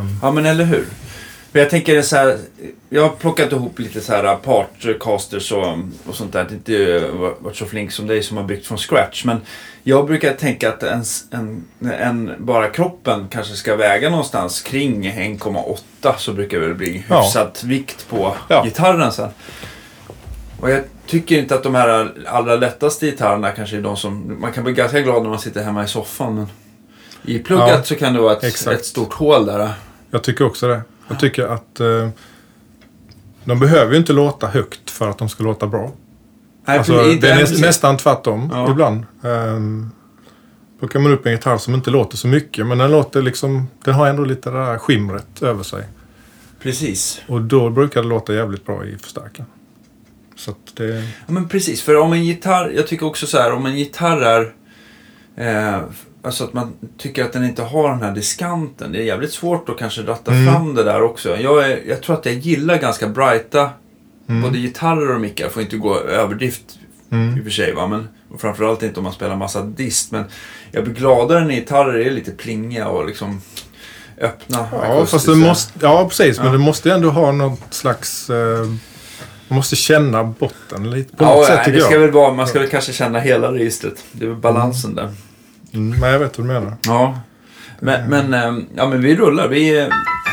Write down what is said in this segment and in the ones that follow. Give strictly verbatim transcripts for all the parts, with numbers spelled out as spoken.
Um, ja, men eller hur? Men jag tänker så här, jag har plockat ihop lite så här partcasters och, och sånt där. Det har inte varit så flink som dig som har byggt från scratch. Men jag brukar tänka att en, en, en, bara kroppen kanske ska väga någonstans kring en komma åtta, så brukar det bli hyfsat ja. vikt på ja. gitarren sen. Och jag tycker inte att de här allra lättaste gitarrerna kanske är de som... Man kan bli ganska glad när man sitter hemma i soffan, men i plugget ja, så kan det vara ett, ett stort hål där. Jag tycker också det. Jag tycker att uh, de behöver ju inte låta högt för att de ska låta bra. Nej, alltså, det är näst, nästan tvärtom ja. ibland. Um, plockar man upp en gitarr som inte låter så mycket, men den låter liksom, den har ändå lite det där skimret över sig. Precis. Och då brukar det låta jävligt bra i förstärkaren. Så att det... Ja, men precis, för om en gitarr, jag tycker också så här, om en gitarr är eh, alltså att man tycker att den inte har den här diskanten, det är jävligt svårt att kanske ratta mm. fram det där också. Jag, är, jag tror att jag gillar ganska brighta mm. både gitarrer och mickar, får inte gå överdrift mm. i och för sig, va? Men och framförallt inte om man spelar massa dist, men jag blir gladare när gitarrer är lite plinga och liksom öppna. Ja, fast det måste, ja precis, ja. men det måste ändå ha något slags eh, man måste känna botten lite på ja, något ja, sätt, det ska jag. väl vara, man ska väl kanske känna hela registret. Det är väl balansen mm. där. Mm, men jag vet vad du menar. Ja. Men, men, ähm, ja, men vi rullar. Vi...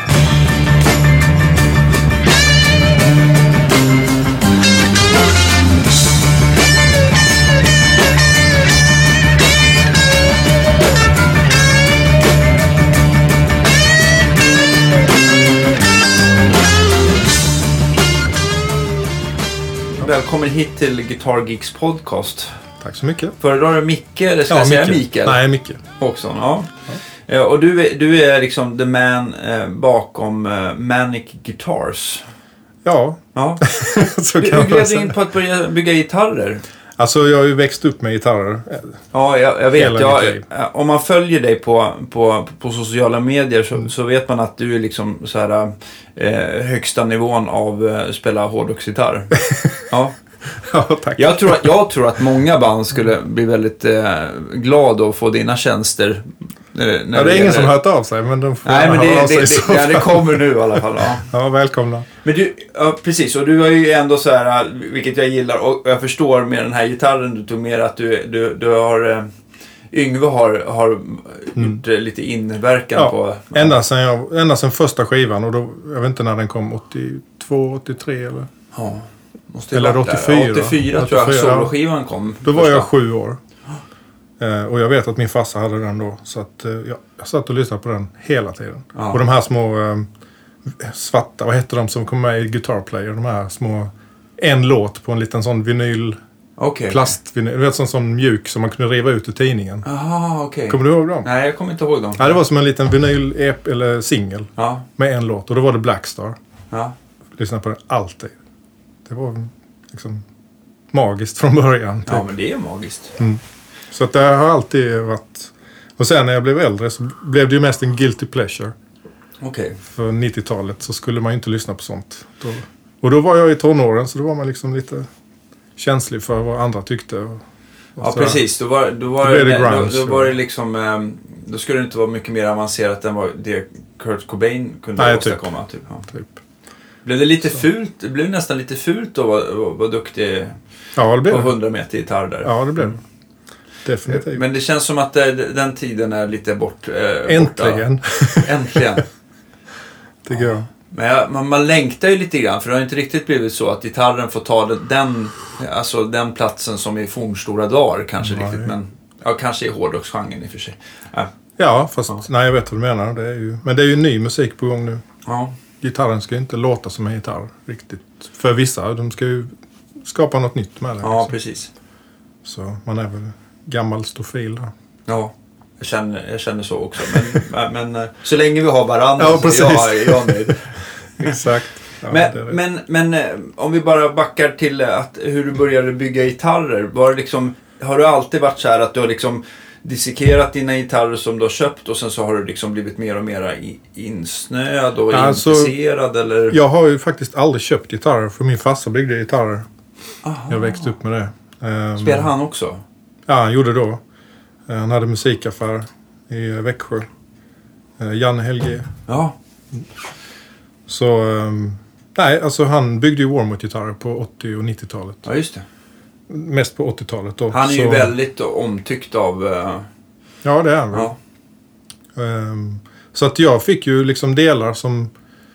Välkommen hit till Guitar Geeks podcast. Tack så mycket. Föredrar du Micke, eller ska ja, jag säga Micke. Mikael? Nej, Micke. Också, ja. ja. Och du är, du är liksom the man eh, bakom eh, Manic Guitars. Ja. ja. så du kan hur gled du in på att börja bygga gitarrer? Alltså jag har ju växt upp med gitarrer. Ja, jag, jag vet. Jag, om man följer dig på, på, på sociala medier så, mm. så vet man att du är liksom så här eh, högsta nivån av eh, spela hårdrocksgitarr. ja. ja, tack. Jag tror, att, jag tror att många band skulle bli väldigt eh, glada att få dina tjänster. När, när ja, det är det ingen gäller... som har hört av sig, men de får Nej, men det, höra av det, sig det, ja, det kommer nu i alla fall. Ja, ja välkomna. Men du, ja, precis, och du har ju ändå så här, vilket jag gillar, och jag förstår med den här gitarren du tog med att du, du, du har, äh, Yngve har, har mm. gjort äh, lite inverkan ja, på... Ja, ända sedan, jag, ända sedan första skivan, och då, jag vet inte när den kom, åttiotvå, åttiotre eller... Ja, måste eller åttiofyra. Ja, åttiofyra tror jag soloskivan kom. Då var första. jag sju år. Uh, och jag vet att min farsa hade den då. Så att, uh, jag, jag satt och lyssnade på den hela tiden. Ja. Och de här små uh, svarta, vad heter de som kom med i Guitar Player? De här små, en låt på en liten sån vinyl, okay, plastvinyl. Du vet, sån, sån mjuk som man kunde riva ut ur tidningen. Aha, okej. Okay. Kommer du ihåg dem? Nej, jag kommer inte ihåg dem. Ja, det var som en liten vinyl-ep eller singel. Ja. Med en låt. Och då var det Blackstar. Ja. Lyssnade på den alltid. Det var liksom magiskt från början. Typ. Ja, men det är magiskt. Mm. Så att det har alltid varit... Och sen när jag blev äldre så blev det ju mest en guilty pleasure. Okej. Okay. För nittiotalet så skulle man ju inte lyssna på sånt. Då, och då var jag i tonåren, så då var man liksom lite känslig för vad andra tyckte. Och, och ja, så precis. Då var, då var, då det, grunge, då, då var det liksom... Då skulle det inte vara mycket mer avancerat än vad det Kurt Cobain kunde Nej, åstadkomma. Typ. Ja. Typ. Blev det lite så. fult? Det blev nästan lite fult att vara, vara duktig ja, det blev på hundra meter gitarr där. Ja, det blev det. Definitivt. Men det känns som att den tiden är lite bort, eh, Äntligen. Borta. Äntligen. Tycker jag. Men jag, man, man längtar ju lite grann, för det har inte riktigt blivit så att gitarren får ta den, alltså den platsen som i fornstora dagar kanske nej. riktigt, men ja, kanske i hårdrocksgenren i och för sig. Ja, ja fast ja. nej, jag vet vad du menar. Det är ju, men det är ju ny musik på gång nu. Ja. Gitarren ska ju inte låta som en gitarr riktigt. För vissa, de ska ju skapa något nytt med det. Ja, liksom. precis. Så man är väl gammal stofil där. Ja, jag känner, jag känner så också. Men, men så länge vi har varandra ja, precis. så jag, är jag nöjd. Exakt. Ja, men, det det. men, men om vi bara backar till att, hur du började bygga gitarrer. Var det liksom, har du alltid varit så här att du har liksom dissekerat dina gitarrer som du har köpt och sen så har du liksom blivit mer och mer insnöad och alltså, intresserad? Eller? Jag har ju faktiskt aldrig köpt gitarrer, för min farsa byggde gitarrer. Aha. Jag växte upp med det. Um, Spelade han också? Ja, han gjorde då. Han hade musikaffär i Växjö. Janne Helge. Ja. Så, um, nej, alltså han byggde ju Warmouth-gitarrer på åttio- och nittiotalet. Ja, just det. Mest på åttiotalet då. Han är så, ju väldigt omtyckt av... Uh... Ja, det är han. Ja. Um, så att jag fick ju liksom delar som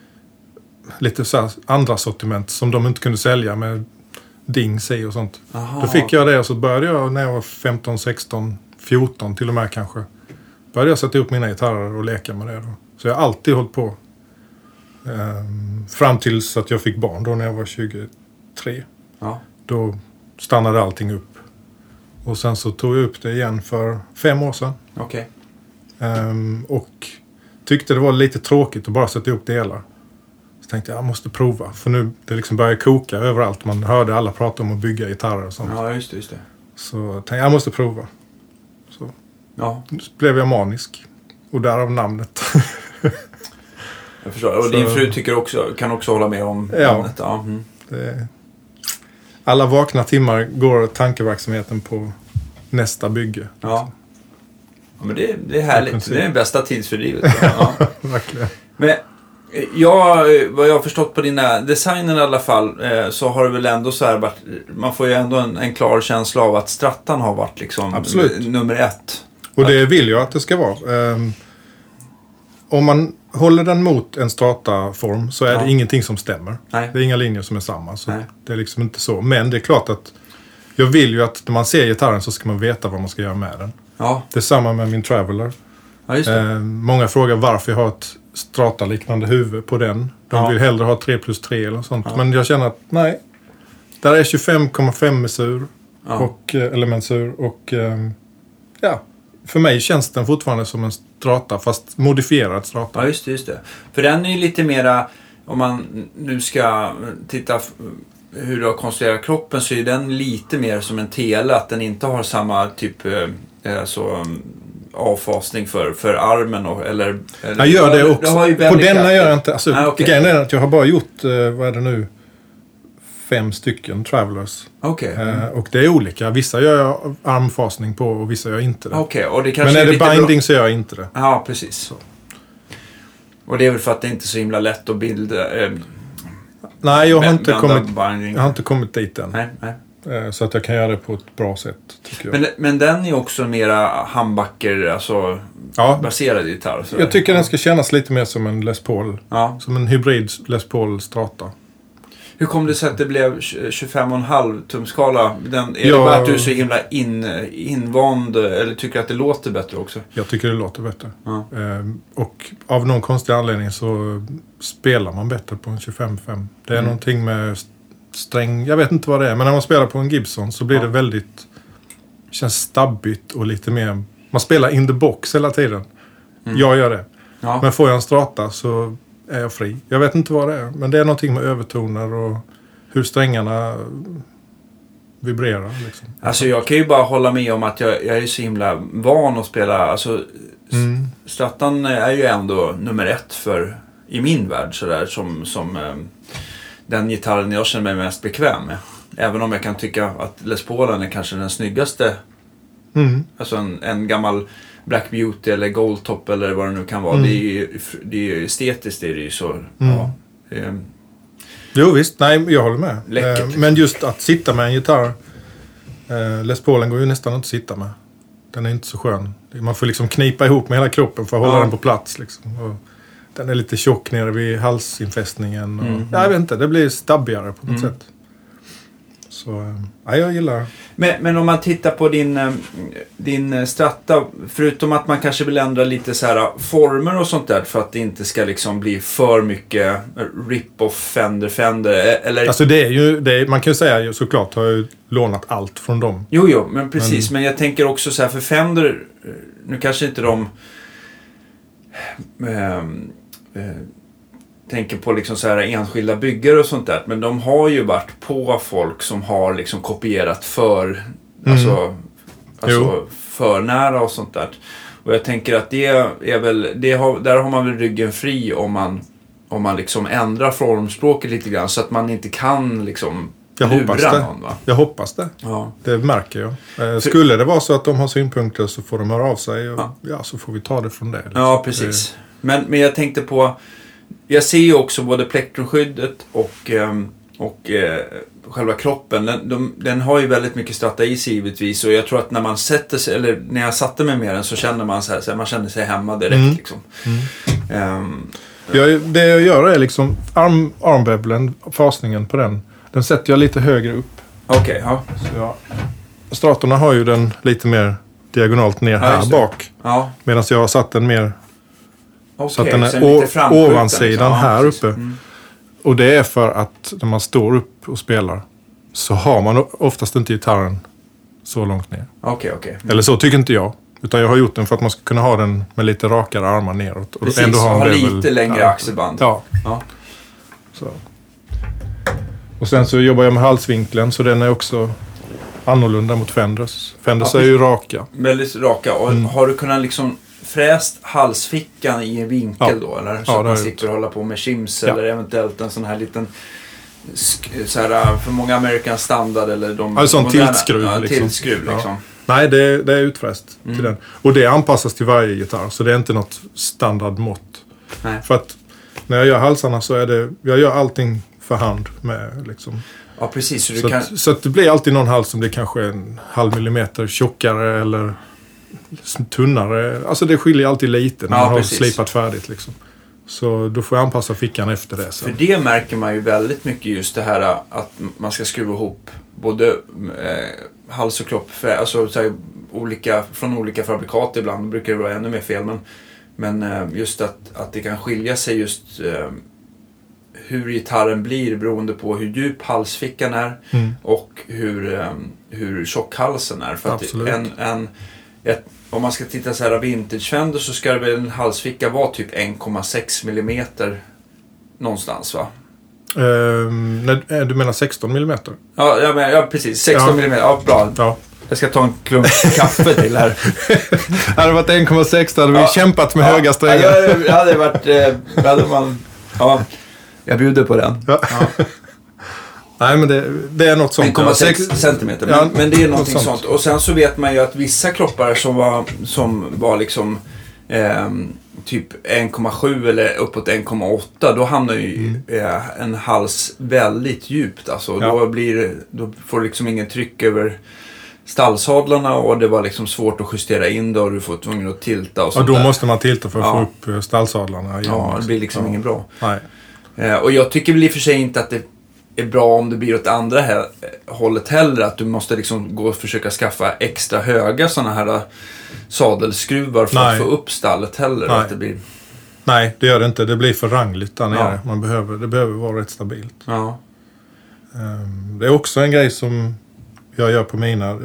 lite så här andra sortiment som de inte kunde sälja med dings i och sånt. Aha. Då fick jag det och så började jag när jag var femton, sexton, fjorton till och med kanske. Började jag sätta upp mina gitarrer och leka med det då. Så jag har alltid hållit på. Um, fram tills att jag fick barn då när jag var tjugotre. Ja. Då stannade allting upp. Och sen så tog jag upp det igen för fem år sedan. Okej. Okay. Um, och tyckte det var lite tråkigt att bara sätta upp delar. Så tänkte jag, jag måste prova. För nu det liksom började koka överallt. Man hörde alla prata om att bygga gitarrer och sånt. Ja, just det, just det. Så jag tänkte jag, jag måste prova. Så ja. blev jag manisk. Och därav namnet. Jag förstår. Och så, din fru tycker också, kan också hålla med om ja, namnet. Ja. Mm. Det, alla vakna timmar går tankeverksamheten på nästa bygge. Ja. Ja, men det, det är härligt. Det är den bästa tidsfördrivet. Ja. Verkligen. Men ja, vad jag har förstått på dina designer i alla fall, eh, så har det väl ändå så här varit, man får ju ändå en, en klar känsla av att Strattan har varit liksom Absolut. nummer ett. Och det vill jag att det ska vara. Um, om man håller den mot en Strata-form så är ja. det ingenting som stämmer. Nej. Det är inga linjer som är samma. Så det är liksom inte så. Men det är klart att jag vill ju att när man ser gitarren så ska man veta vad man ska göra med den. Ja. Det är samma med min Traveler. Ja, just det. Eh, många frågar varför jag har ett Strata-liknande huvud på den. De ja. vill hellre ha tre plus tre eller sånt. Ja. Men jag känner att nej. Där är tjugofem komma fem mesur ja. och eh, elementsur och eh, ja. För mig känns den fortfarande som en Strata, fast modifierad Strata. Ja, just det, just det. För den är ju lite mera, om man nu ska titta hur du har konstruerat kroppen, så är den lite mer som en tele, att den inte har samma typ eh, så, avfasning för, för armen. Och, eller, eller, jag gör det också. Det på denna gör jag inte. Alltså, ah, okay. Grejen är att jag har bara gjort, eh, vad är det nu? Fem stycken Travelers. Okay. Mm. Eh, och det är olika. Vissa gör jag armfasning på och vissa gör inte det. Okay. Och det kanske men är, är det binding bra. Så gör jag inte det. Ja, precis. Så. Och det är väl för att det inte är så himla lätt att bilda... Eh, nej, jag har, inte kommit, jag har inte kommit dit än. Nej, nej. Eh, så att jag kan göra det på ett bra sätt, tycker jag. Men, men den är också mera humbucker, alltså ja. baserad gitarr. Jag tycker den ska kännas lite mer som en Les Paul. Ja. Som en hybrid Les Paul Strata. Hur kom det sig att det blev tjugofem komma fem tumskala? Den, är ja, det bara att du är så himla in, invand, eller tycker att det låter bättre också? Jag tycker det låter bättre. Ja. Ehm, och av någon konstig anledning så spelar man bättre på en tjugofem komma fem. Det är mm. någonting med sträng, jag vet inte vad det är, men när man spelar på en Gibson så blir ja. det väldigt, känns stabbigt och lite mer, man spelar in the box hela tiden. Mm. Jag gör det. Ja. Men får jag en Strata så är jag fri. Jag vet inte vad det är. Men det är någonting med övertoner och hur strängarna vibrerar. Liksom. Alltså jag kan ju bara hålla med om att jag, jag är så himla van att spela. Alltså mm. Strattan är ju ändå nummer ett för i min värld sådär, som, som eh, den gitarren jag känner mig mest bekväm med. Även om jag kan tycka att Les Paulen är kanske den snyggaste. Mm. Alltså en, en gammal Black Beauty eller Goldtop eller vad det nu kan vara. Mm. Det är ju, det är ju estetiskt, det är ju så. Mm. Ja, eh, jo visst, nej jag håller med. Läckert, eh, men just att sitta med en gitarr, eh, Les Paulen går ju nästan inte att sitta med. Den är inte så skön. Man får liksom knipa ihop med hela kroppen för att hålla ja. den på plats. Liksom. Och den är lite tjock nere vid halsinfästningen. Och, mm. Jag vet inte, det blir stabbigare på något mm. sätt. Så, ja, jag gillar. Men, men om man tittar på din, din Strata, förutom att man kanske vill ändra lite så här former och sånt där för att det inte ska liksom bli för mycket rip-off Fender Fender eller... Alltså det är ju, det är, man kan ju säga såklart har jag ju lånat allt från dem. Jo, jo, men precis. Men, men jag tänker också så här för Fender, nu kanske inte de äh, äh, tänker på liksom så här enskilda byggare och sånt där, men de har ju varit på folk som har liksom kopierat för mm. alltså, alltså för nära och sånt där. Och jag tänker att det är väl det har, där har man väl ryggen fri om man om man liksom ändrar formspråket lite grann så att man inte kan liksom jag hoppas det. Någon, va? Jag hoppas det. Ja. Det märker jag. Eh, skulle det vara så att de har synpunkter så får de höra av sig och ja, ja så får vi ta det från det. Liksom. Ja, precis. Men, men jag tänkte på jag ser ju också både plektrumskyddet och, och eh, själva kroppen. Den, de, den har ju väldigt mycket strata i sig givetvis. Och jag tror att när man sätter sig, eller när jag satte mig med den så känner man så här, så här man känner sig hemma direkt mm. liksom. Mm. Um, jag, det jag gör är liksom arm, armbäbblen, fasningen på den. Den sätter jag lite högre upp. Okej, okay, ja. Så jag, stratorna har ju den lite mer diagonalt ner ja, här bak. Ja. Medan jag har satt den mer okay, så att den är å, ovansidan liksom. Ja, här precis. Uppe. Mm. Och det är för att när man står upp och spelar så har man oftast inte gitarren så långt ner. Okej, okay, okej. Okay. Mm. Eller så tycker inte jag. Utan jag har gjort den för att man ska kunna ha den med lite rakare armar neråt. Och precis, ändå ha, ha lite väl, längre ja, axelband. Ja. ja. Så. Och sen så jobbar jag med halsvinkeln så den är också annorlunda mot Fenders. Fenders ja, är ju raka. Väldigt raka. Och mm. har du kunnat liksom fräst halsfickan i en vinkel ja. Då? Eller? Så ja, att man slipper hålla på med shims ja. Eller eventuellt en sån här liten så här, för många American standard eller de alltså en tiltskruv. Ja, liksom. Tiltskruv liksom. Ja. Nej, det är, det är utfräst mm. till den. Och det anpassas till varje gitarr. Så det är inte något standardmått. Nej. För att när jag gör halsarna så är det, jag gör allting för hand med liksom. Ja, precis. Så, du så, kan... att, så att det blir alltid någon hals som blir kanske en halv millimeter tjockare eller tunnare. Alltså det skiljer alltid lite när ja, man har precis. Slipat färdigt liksom. Så då får jag anpassa fickan efter det. Så. För det märker man ju väldigt mycket just det här att man ska skruva ihop både eh, hals och kropp. Alltså så här, olika, från olika fabrikat ibland brukar det vara ännu mer fel. Men, men eh, just att, att det kan skilja sig just eh, hur gitarren blir beroende på hur djup halsfickan är mm. och hur, eh, hur tjock halsen är. För att en, en, ett, om man ska titta så här vintage Fender så ska det väl en halsficka vara typ en komma sex millimeter någonstans va? Um, nej, du menar sexton millimeter? Ja, ja, men, ja precis. sexton ja. millimeter. Ja, bra. Ja. Jag ska ta en klump kaffe till här. Hade det varit en komma sex då hade vi ja. Kämpat med ja. Höga strängar. Ja, det hade varit... Eh, hade man, ja, jag bjuder på den. Ja. Ja. Nej, men det, det är något sånt. en komma sex centimeter. Men, ja, men det är någonting sånt. sånt. Och sen så vet man ju att vissa kroppar som var, som var liksom... Eh, typ en komma sju eller uppåt en komma åtta då hamnar ju mm. eh, en hals väldigt djupt alltså ja. då blir då får du liksom ingen tryck över stallsadlarna och det var liksom svårt att justera in då och du får tvungen att tilta och sånt. Ja, då där. Måste man tilta för att ja. Få upp stallsadlarna igen. Ja, det blir liksom ja. Ingen bra. Nej. Eh, och jag tycker väl i och för sig inte att det är bra om det blir åt andra he- hållet heller att du måste liksom gå och försöka skaffa extra höga såna här sadelskruvar för Nej. Att få upp stallet heller. Nej. Att det blir... Nej, det gör det inte. Det blir för rangligt där nere. Ja. Man behöver, det behöver vara rätt stabilt. Ja. Um, det är också en grej som jag gör på mina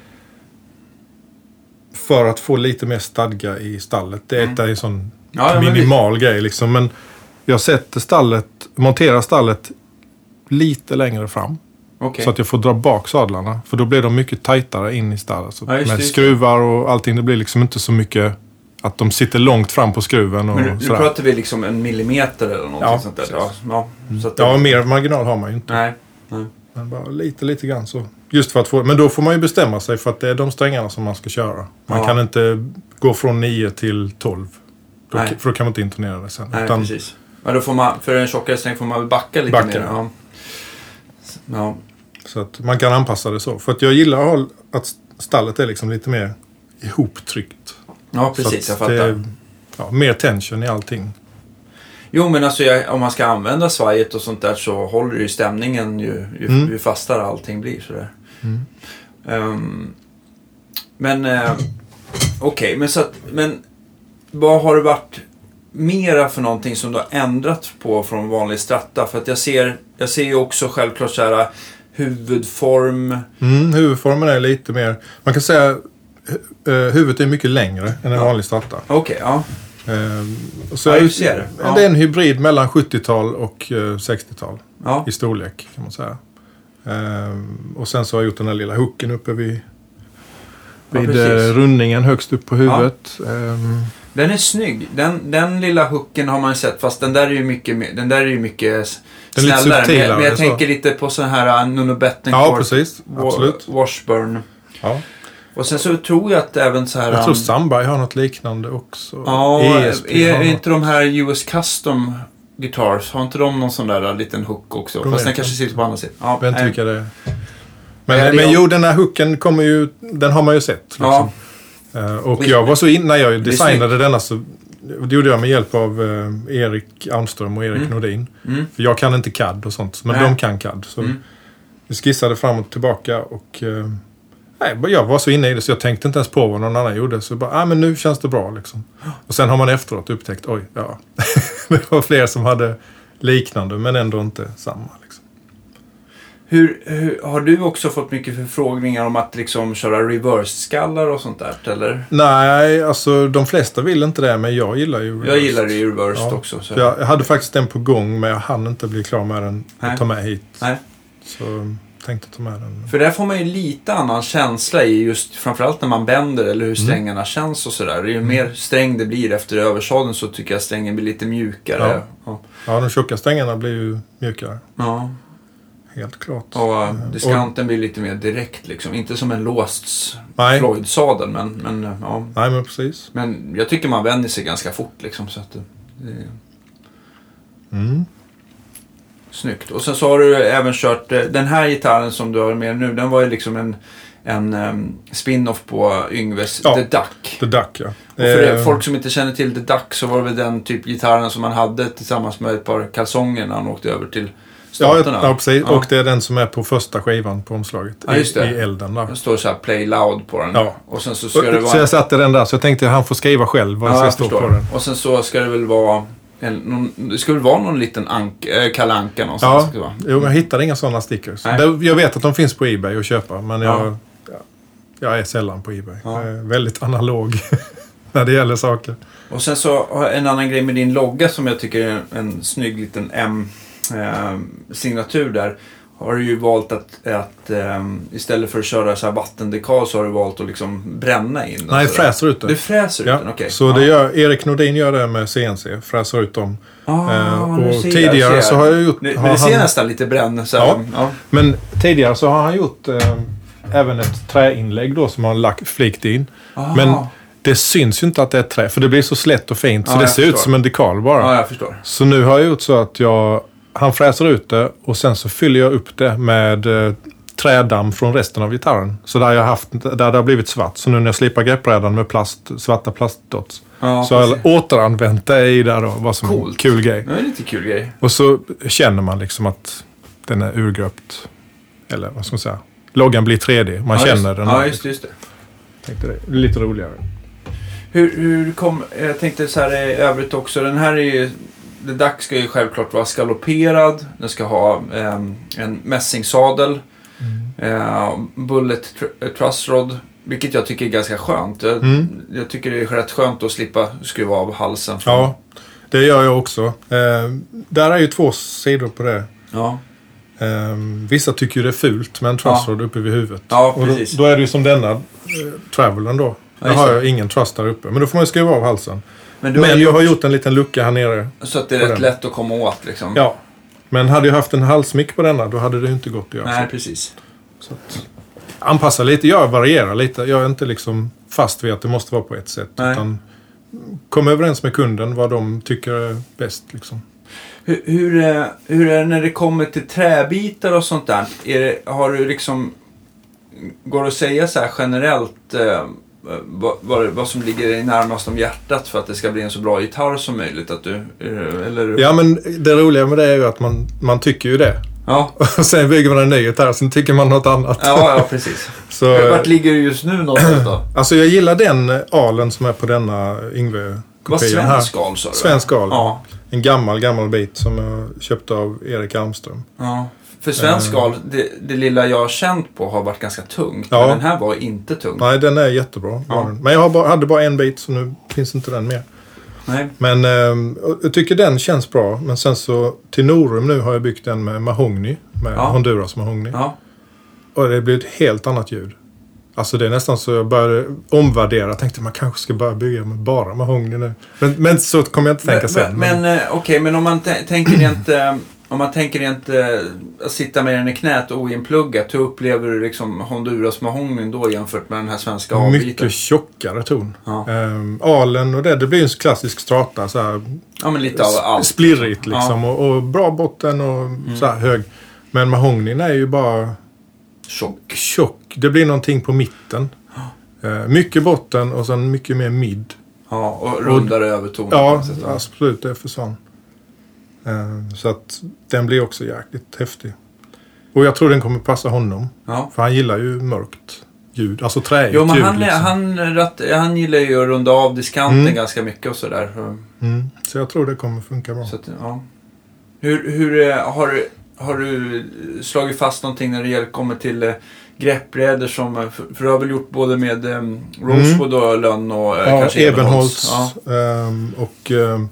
för att få lite mer stadga i stallet. Det är, mm. det är en sån ja, minimal vi... grej liksom. Men jag sätter stallet, monterar stallet lite längre fram. Okay. Så att jag får dra bak sadlarna. För då blir de mycket tajtare in i stallet. Så ja, med det. Skruvar och allting. Det blir liksom inte så mycket att de sitter långt fram på skruven. Och men nu sådär. Pratar vi liksom en millimeter eller något ja, sånt där. Ja, ja, mm. så att det... ja, mer marginal har man ju inte. Nej. Nej. Men bara lite, lite grann så. Just för att få... Men då får man ju bestämma sig för att det är de strängarna som man ska köra. Man ja. Kan inte gå från nio till tolv. Då, för då kan man inte intonera det sen. Nej, utan... precis. Men då får man, för en tjockare sträng får man backa lite backa, mer. Ja. Ja. Så att man kan anpassa det så. För att jag gillar att stallet är liksom lite mer ihoptryckt. Ja, precis. Jag fattar. Det är, ja, mer tension i allting. Jo, men alltså jag, om man ska använda svajet och sånt där så håller ju stämningen ju, ju, mm. ju fastare allting blir. Sådär. Mm. Um, men uh, okej, okay, men, så att, men vad har det varit mera för någonting som du har ändrat på från vanlig stratta? För att jag ser, jag ser ju också självklart så här huvudform. Mm, huvudformen är lite mer, man kan säga uh, huvudet är mycket längre än en ja. Vanlig stratta. Okej, okay, ja. Uh, så ja, jag ser det. Ja. Det är en hybrid mellan sjuttiotal och uh, sextiotal ja. I storlek kan man säga. Uh, och sen så har jag gjort den här lilla hooken uppe vid, vid ja, uh, rundningen högst upp på huvudet. Ja. Um, Den är snygg. Den, den lilla hooken har man sett, fast den där är ju mycket, den där är ju mycket snällare. Men, men jag så. tänker lite på sån här Nuno Bettencourt. Ja, precis. Absolut. Washburn. Ja. Och sen så tror jag att även så här... Jag tror Sandberg har något liknande också. Ja, E S P är, är inte de här U S Custom Guitars, har inte de någon sån där liten hook också? De Fast den kanske sitter på andra sidan. Ja, vem tycker det? Men, men, men jo, den här hooken kommer ju, den har man ju sett. Liksom. Ja. Uh, och Visst, jag var så in, när jag designade denna så det gjorde jag med hjälp av uh, Erik Almström och Erik mm. Nordin. Mm. För jag kan inte C A D och sånt, men Nej. de kan C A D. Så mm. vi skissade fram och tillbaka och uh, nej, jag var så inne i det så jag tänkte inte ens på vad någon annan gjorde. Så bara, ah, men nu känns det bra liksom. Och sen har man efteråt upptäckt, oj, ja. Det var fler som hade liknande men ändå inte samma liksom. Hur, hur, har du också fått mycket förfrågningar om att liksom köra reverse-skallar och sånt där, eller? Nej, alltså de flesta vill inte det, men jag gillar ju reverse. Jag gillar det ju reverse ja. också. Så. Jag hade faktiskt den på gång, men jag hann inte bli klar med den och Nej. ta med hit. Nej. Så tänkte ta med den. För där får man ju lite annan känsla i just framförallt när man bänder eller hur strängarna mm. känns och sådär. Det är ju mm. mer sträng det blir efter översaden så tycker jag strängen blir lite mjukare. Ja, ja. ja de tjocka strängarna blir ju mjukare. Ja. Helt klart. Och diskanten blir lite mer direkt liksom. Inte som en låst Floyd-sadel, men, men ja. Nej, men precis. Men jag tycker man vänjer sig ganska fort liksom. Så att det, det är... Mm. Snyggt. Och sen så har du även kört den här gitarren som du har med nu. Den var ju liksom en, en um, spin-off på Yngves ja, The Duck. The Duck, ja. Och för det, folk som inte känner till The Duck så var det väl den typ gitarren som man hade tillsammans med ett par kalsonger när han åkte över till Staterna. Ja, ja, precis. Ja. Och det är den som är på första skivan på omslaget. Ja, just det. I, i elden där. Det står så här Play Loud på den. Ja. Och sen så ska och, det vara... Så jag satte den där så jag tänkte att han får skriva själv vad ja, det ska stå på den. Och sen så ska det väl vara en, någon, det ska väl vara någon liten ank, äh, Kalle Anka någonstans. Ja, jo, jag hittade inga sådana stickers. Det, jag vet att de finns på eBay att köpa, men jag, ja. Ja, jag är sällan på eBay. Ja. Jag är väldigt analog när det gäller saker. Och sen så en annan grej med din logga som jag tycker är en, en snygg liten M Eh, signatur där har du ju valt att, att eh, istället för att köra så här vattendekal så har du valt att liksom bränna in. Nej, fräser ut den. Du fräser ja. ut den, okej. Okay. Så ja. det gör, Erik Nordin gör det med C N C, fräser ut dem. Ah, eh, och tidigare jag, så har jag gjort... Det, men det ser han, nästan lite bränn. Så ja, ja, men tidigare så har han gjort eh, även ett träinlägg då som han lagt, flikt in. Ah. Men det syns ju inte att det är trä, för det blir så slätt och fint. Så ah, det ser förstår. ut som en dekal bara. Ja, jag förstår. Så nu har jag gjort så att jag... Han fräser ut det och sen så fyller jag upp det med eh, trädamm från resten av gitarren. Så där jag har haft, där det har blivit svart. Så nu när jag slipar greppbrädan med plast, svarta plastdots. Ja, så har jag återanvänt det i där då. Vad som Coolt. En kul grej. Det är lite kul grej. Och så känner man liksom att den är urgröpt. Eller vad ska man säga. Loggan blir tre D. Man ja, känner just, den. Ja, just, just det. Tänkte det. Det är lite roligare. Hur, hur kom... Jag tänkte så här i övrigt också. Den här är ju... The Duck ska ju självklart vara skaloperad. Den ska ha eh, en mässingsadel. Mm. Eh, bullet tr- trussrod. Vilket jag tycker är ganska skönt. Jag, mm. jag tycker det är rätt skönt att slippa skruva av halsen. Från... Ja, det gör jag också. Eh, där är ju två sidor på det. Ja. Eh, vissa tycker ju det är fult med en trussrod ja. uppe vid huvudet. Ja, precis. Och då, då är det ju som denna eh, Travelen då. Ja, där har jag ingen truss där uppe. Men då får man ju skruva av halsen. Men, men jag gjort... har gjort en liten lucka här nere. Så att det är rätt den. lätt att komma åt liksom. Ja. Men hade jag haft en halsmick på denna, då hade det inte gått att göra. Nej, så. precis. Så att, anpassa lite, jag varierar lite. Jag är inte liksom fast vid att det måste vara på ett sätt. Nej. Utan kom överens med kunden vad de tycker är bäst liksom. Hur, hur, är, hur är det när det kommer till träbitar och sånt där? Är det, har du liksom... Går det att säga så här generellt... Eh, Vad, vad, vad som ligger dig närmast om hjärtat för att det ska bli en så bra gitarr som möjligt att du, eller... Ja, men det roliga med det är ju att man, man tycker ju det. Ja. Och sen bygger man en ny gitarr, sen tycker man något annat. Ja, ja precis. Så, vart ligger du just nu någonstans då? Alltså jag gillar den alen som är på denna Yngve-kopian. Vad svensk al sa du? Svensk al. Ja. En gammal, gammal bit som jag köpte av Erik Almström. Ja. För svensk al, det, det lilla jag har känt på har varit ganska tungt. Ja. Men den här var inte tung. Nej, den är jättebra. Ja. Men jag har bara, hade bara en bit så nu finns inte den mer. Nej. Men eh, jag tycker den känns bra. Men sen så till Norum nu har jag byggt den med mahogny. Med ja. Honduras mahogny. Ja. Och det blir ett helt annat ljud. Alltså det är nästan så jag började omvärdera. Jag tänkte man kanske ska börja bygga med bara mahogny nu. Men, men så kommer jag inte tänka men, sen. Men, men okej, okay, men om man t- tänker rent... om man tänker rent att sitta med den i knät och oinpluggat, hur upplever du liksom Honduras mahogny då jämfört med den här svenska avbiten? Mycket tjockare ton. Ja. Um, alen och det, det blir en klassisk strata så här, ja, men lite av allt. Splirrigt liksom, ja. och, och bra botten och mm. så här hög. Men mahognyn är ju bara tjock. tjock. Det blir någonting på mitten. Uh, mycket botten och sen mycket mer mid. Ja, och rundare överton. Ja, absolut. Det är för sån. Uh, så att den blir också jäkligt häftig. Och jag tror den kommer passa honom. Ja. För han gillar ju mörkt ljud. Alltså träigt jo, men ljud. Han, liksom. han, ratt, han gillar ju att runda av diskanten mm. ganska mycket och sådär. Mm. Så jag tror det kommer funka bra. Så att, ja. Hur, hur har, du, har du slagit fast någonting när det gäller, kommer till eh, greppbrädor som, för, för du har väl gjort både med eh, Rosewood mm. och Lönn och eh, ja, kanske Ebenholts. Ja. Um, och um,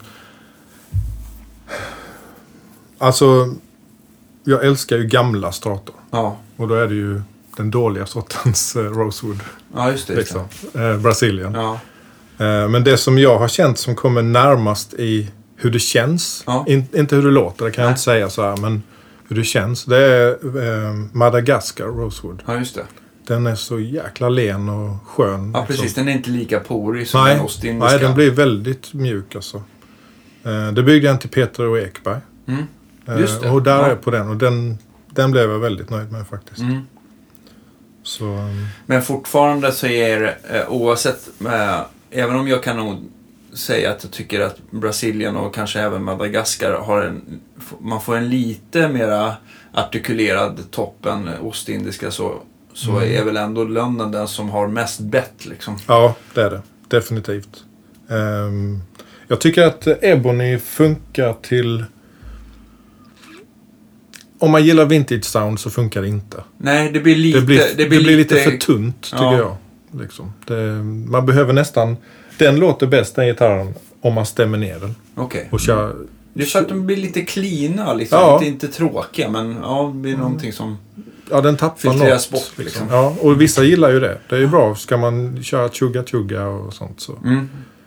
alltså jag älskar ju gamla strator. Ja. Och då är det ju den dåliga sortens uh, Rosewood. Ja, just det. Liksom. Uh, Brasilien. Ja. Uh, men det som jag har känt som kommer närmast i hur det känns. Ja. In, inte hur det låter, det kan Nej. jag inte säga så här. Men hur det känns. Det är uh, Madagascar Rosewood. Ja, just det. Den är så jäkla len och skön. Ja, precis. Liksom. Den är inte lika porig som Nej. den ostindiska. Nej, den blir väldigt mjuk alltså. Uh, det byggde jag till Peter och Ekberg. Mm. Just det. Och där ja. är på den. Och den, den blev jag väldigt nöjd med faktiskt. Mm. Så, um... Men fortfarande så är det, eh, oavsett, eh, även om jag kan nog säga att jag tycker att Brasilien och kanske även Madagaskar har en, man får en lite mera artikulerad topp än ostindiska, så, så mm. är väl ändå Lönnen den som har mest bett liksom. Ja, det är det. Definitivt. Um, jag tycker att Ebony funkar till... Om man gillar vintage sound så funkar det inte. Nej, det blir lite... Det blir, det blir, blir det blir lite, lite för tunt, tycker ja. jag. Liksom. Det, man behöver nästan... Den låter bäst, den gitarren, om man stämmer ner den. Okej. Och kör... Det är så att de blir lite klina, liksom. Ja. Inte, inte tråkiga, men ja, det blir mm. någonting som... Ja, den tappar filtreras något. bort, liksom. Ja, och vissa gillar ju det. Det är ju bra. Ska man köra tjugga-tjugga och sånt så... Mm.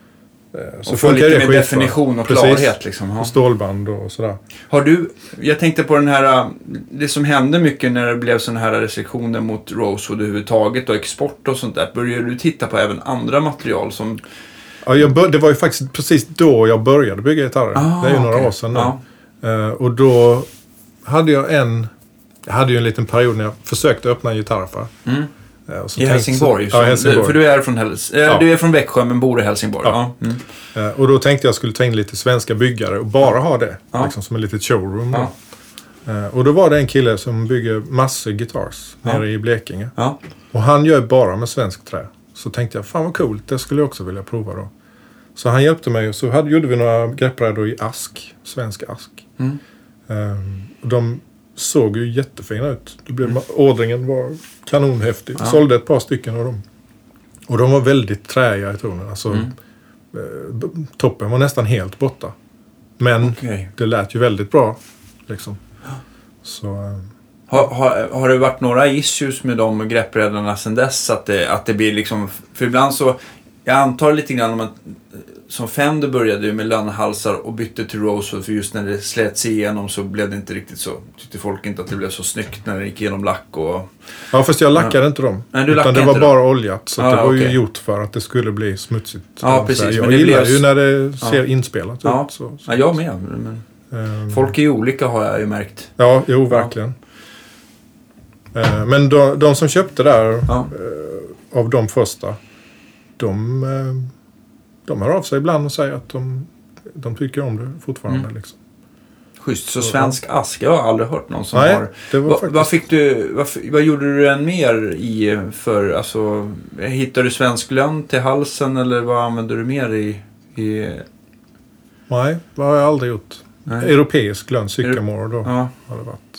Så och få lite mer definition och klarhet. Precis. Liksom. Ja. Och stålband och sådär. Har du, jag tänkte på den här, det som hände mycket när det blev såna här restriktioner mot Rosewood överhuvudtaget och export och sånt där. Började du titta på även andra material som... Ja, jag bör, det var ju faktiskt precis då jag började bygga gitarrer. Ah, det är ju några okay. år sedan nu. Ja. Uh, och då hade jag en... Jag hade ju en liten period när jag försökte öppna en gitarraffär. Mm. Uh, I Helsingborg, så, ja, Helsingborg. För du är från Häls- ja. Du är från Växjö men bor i Helsingborg. Ja. Ja. Mm. Uh, och då tänkte jag skulle ta in lite svenska byggare och bara ha det. Ja. Liksom, som ett litet showroom. Ja. Uh, och då var det en kille som bygger massor guitars ja. nere i Blekinge. Ja. Och han gör bara med svensk trä. Så tänkte jag, fan vad coolt, det skulle jag också vilja prova då. Så han hjälpte mig och så hade, gjorde vi några greppbrädor i ask. Svensk ask. Mm. Um, och de såg ju jättefina ut. Det blev, mm. Ordringen var kanonhäftig. Ja. Sålde ett par stycken av dem. Och de var väldigt träiga i tonen. Alltså, mm. eh, toppen var nästan helt borta. Men okay. det lät ju väldigt bra. Liksom. Så... Eh. Har, har, har det varit några issues med de greppbrädorna sedan dess? Att det, att det blir liksom... För ibland så... Jag antar lite grann om man... Som Fender började ju med lönnhalsar och bytte till Rosewood, för just när det slet sig igenom så blev det inte riktigt så. Tyckte folk inte att det blev så snyggt när det gick igenom lack och... Ja, fast jag lackade ja. inte dem. Nej, du utan det var inte bara dem. oljat. Så ah, det var okay. ju gjort för att det skulle bli smutsigt. Ja, precis. Jag men det gillar blev... ju när det ser ja. inspelat ja. ut. Så, så. Ja, jag med. Men... Um... Folk är ju olika, har jag ju märkt. Ja, jo, verkligen. Ja. Uh, men de, de som köpte där ja. uh, av de första, de... Uh, De hör av sig ibland och säger att de, de tycker om det fortfarande. Mm. Liksom. Schysst, så svensk ask. Jag har aldrig hört någon som Nej, har... Det var Va, faktiskt... Vad fick du... Vad, vad gjorde du än mer i för... Alltså, hittade du svensk lönn till halsen eller vad använde du mer i... i... Nej, det har jag aldrig gjort. Nej. Europeisk lönn, Sycamore då ja. har det varit.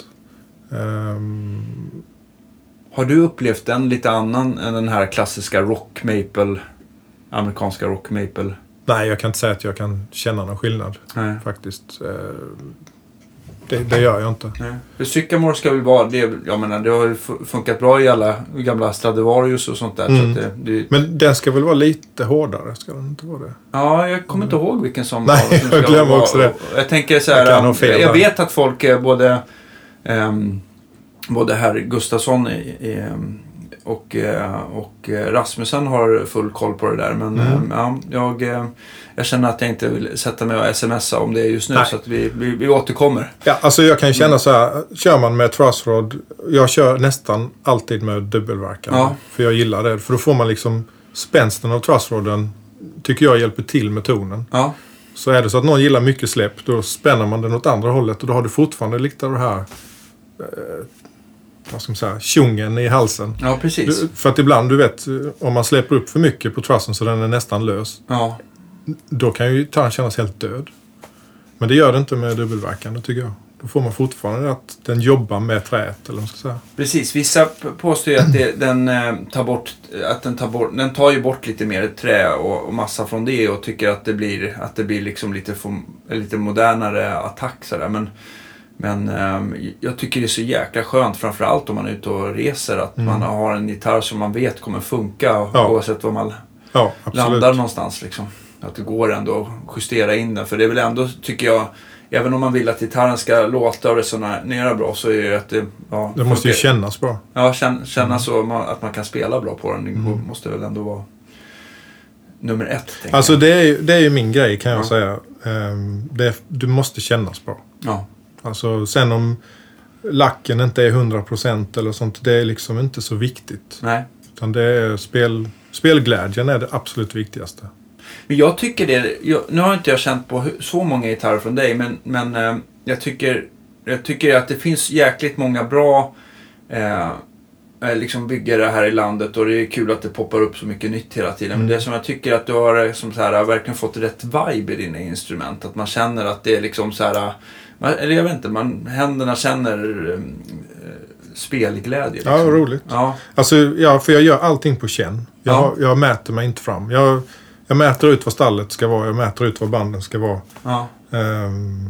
Um... Har du upplevt en lite annan än den här klassiska rock maple... Amerikanska rock maple? Nej, jag kan inte säga att jag kan känna någon skillnad. Nej. Faktiskt. det, det gör jag inte. Nej. För Sycamore ska väl vara, det, jag menar, det har funkat bra i alla gamla Stradivarius och sånt där. Mm. Så att det, det... Men den ska väl vara lite hårdare, ska den inte vara det? Ja, jag kommer inte ihåg vilken som... Nej, som jag glömmer vara. också det. Jag tänker så här, jag, jag, jag vet att folk är både... Um, både herr Gustafsson i, i, och, och Rasmussen har full koll på det där. Men mm. ja, jag, jag känner att jag inte vill sätta mig och smsa om det just nu. Nej. Så att vi, vi, vi återkommer. Ja, alltså jag kan känna så här. Kör man med trussrod. Jag kör nästan alltid med dubbelverkan. Ja. För jag gillar det. För då får man liksom spänsten av trussroden. Tycker jag hjälper till med tonen. Ja. Så är det så att någon gillar mycket släpp. Då spänner man den åt andra hållet. Och då har du fortfarande lite av det här... Eh, vad ska man säga, tjungen i halsen. Ja, precis. Du, för att ibland, du vet, om man släpper upp för mycket på trussen så den är nästan lös. Ja. Då kan ju gitarren kännas helt död. Men det gör det inte med dubbelverkan, tycker jag. Då får man fortfarande att den jobbar med träet, eller vad man ska säga. Precis, vissa påstår ju att det, den eh, tar bort, att den tar bort, den tar ju bort lite mer trä och, och massa från det och tycker att det blir, att det blir liksom lite, lite modernare attack sådär. Men Men eh, jag tycker det är så jäkla skönt, framförallt om man är ute och reser, att mm. man har en gitarr som man vet kommer funka ja. Oavsett var man ja, landar någonstans. Liksom. Att det går ändå att justera in den. För det är väl ändå, tycker jag, även om man vill att gitarren ska låta och resonera bra, så är det att det... Ja, det måste ju kännas bra. Ja, känna, känna mm. så att man kan spela bra på den. Det mm. måste väl ändå vara nummer ett. Alltså det är, det är ju min grej, kan jag ja. säga. Um, det, du måste kännas bra. Ja. Alltså sen om lacken inte är hundra procent eller sånt, det är liksom inte så viktigt. Nej. Utan det är spel, spelglädjen är det absolut viktigaste. Men jag tycker det, jag, nu har inte jag känt på så många gitarrer från dig, men, men eh, jag, tycker, jag tycker att det finns jäkligt många bra eh, liksom byggare här i landet, och det är kul att det poppar upp så mycket nytt hela tiden. Mm. Men det som jag tycker att du har som så här, verkligen fått rätt vibe i dina instrument, att man känner att det är liksom så här... Eller jag vet inte, man, händerna känner eh, spelglädje. Liksom. Ja, roligt. Ja. Alltså, ja, för jag gör allting på känn. Jag, ja. jag mäter mig inte fram. Jag, jag mäter ut vad stallet ska vara, jag mäter ut vad banden ska vara. Ja. Um,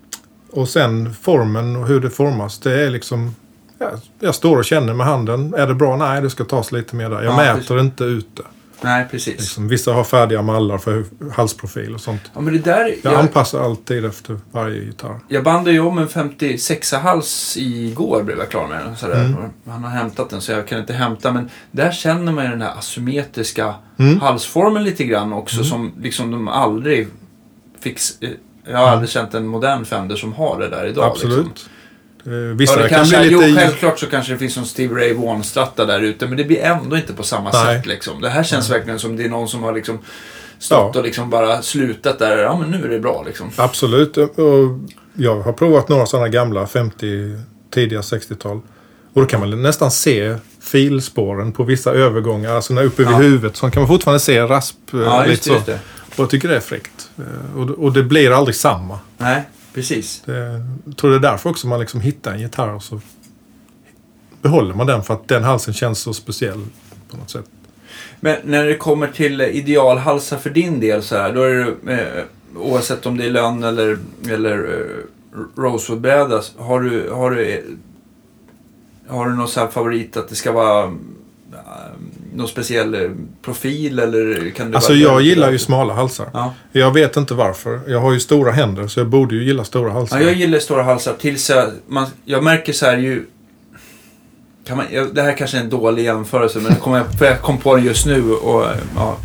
och sen formen och hur det formas, det är liksom... Ja, jag står och känner med handen. Är det bra? Nej, det ska tas lite mer där. Jag ja, mäter precis. Inte ute. Nej, precis. Liksom, vissa har färdiga mallar för halsprofil och sånt. Ja, men det där, jag, jag anpassar alltid efter varje gitarr. Jag bandade ju om en femtiosex-hals igår, blev jag klar med den. Sådär. Mm. Han har hämtat den, så jag kan inte hämta. Men där känner man ju den här asymmetriska mm. halsformen lite grann också. Mm. Som liksom de aldrig fick... Jag har aldrig känt en modern Fender som har det där idag. Absolut. Liksom. Vissa ja, kan kanske, bli lite... Jo, självklart så kanske det finns en Steve Ray Vaughan-stratta där ute, men det blir ändå inte på samma Nej. Sätt liksom. Det här känns Nej. Verkligen som det är någon som har liksom stått ja. Och liksom bara slutat där. Ja, men nu är det bra liksom. Absolut. Och jag har provat några sådana gamla femtio, tidiga sextiotal. Och då kan man nästan se filspåren på vissa övergångar, alltså när uppe vid ja. Huvudet, så kan man fortfarande se rasp ja, lite just, så. Just det. Och jag tycker det är fräckt. Och, och det blir aldrig samma. Nej. Precis. Det, jag tror det är därför också man liksom hittar en gitarr och så behåller man den, för att den halsen känns så speciell på något sätt. Men när det kommer till idealhalsar för din del så här, då är det eh, oavsett om det är lönn eller, eller eh, rosewoodbräda, har du, har du, har du någon så här favorit att det ska vara någon speciell profil, eller kan det alltså vara jag gillar ju smala halsar. Ja. Jag vet inte varför. Jag har ju stora händer, så jag borde ju gilla stora halsar. Ja, jag gillar stora halsar tills jag, man, jag märker så här ju kan man, jag, det här kanske är en dålig jämförelse, men kom jag, jag kom på det just nu och ja.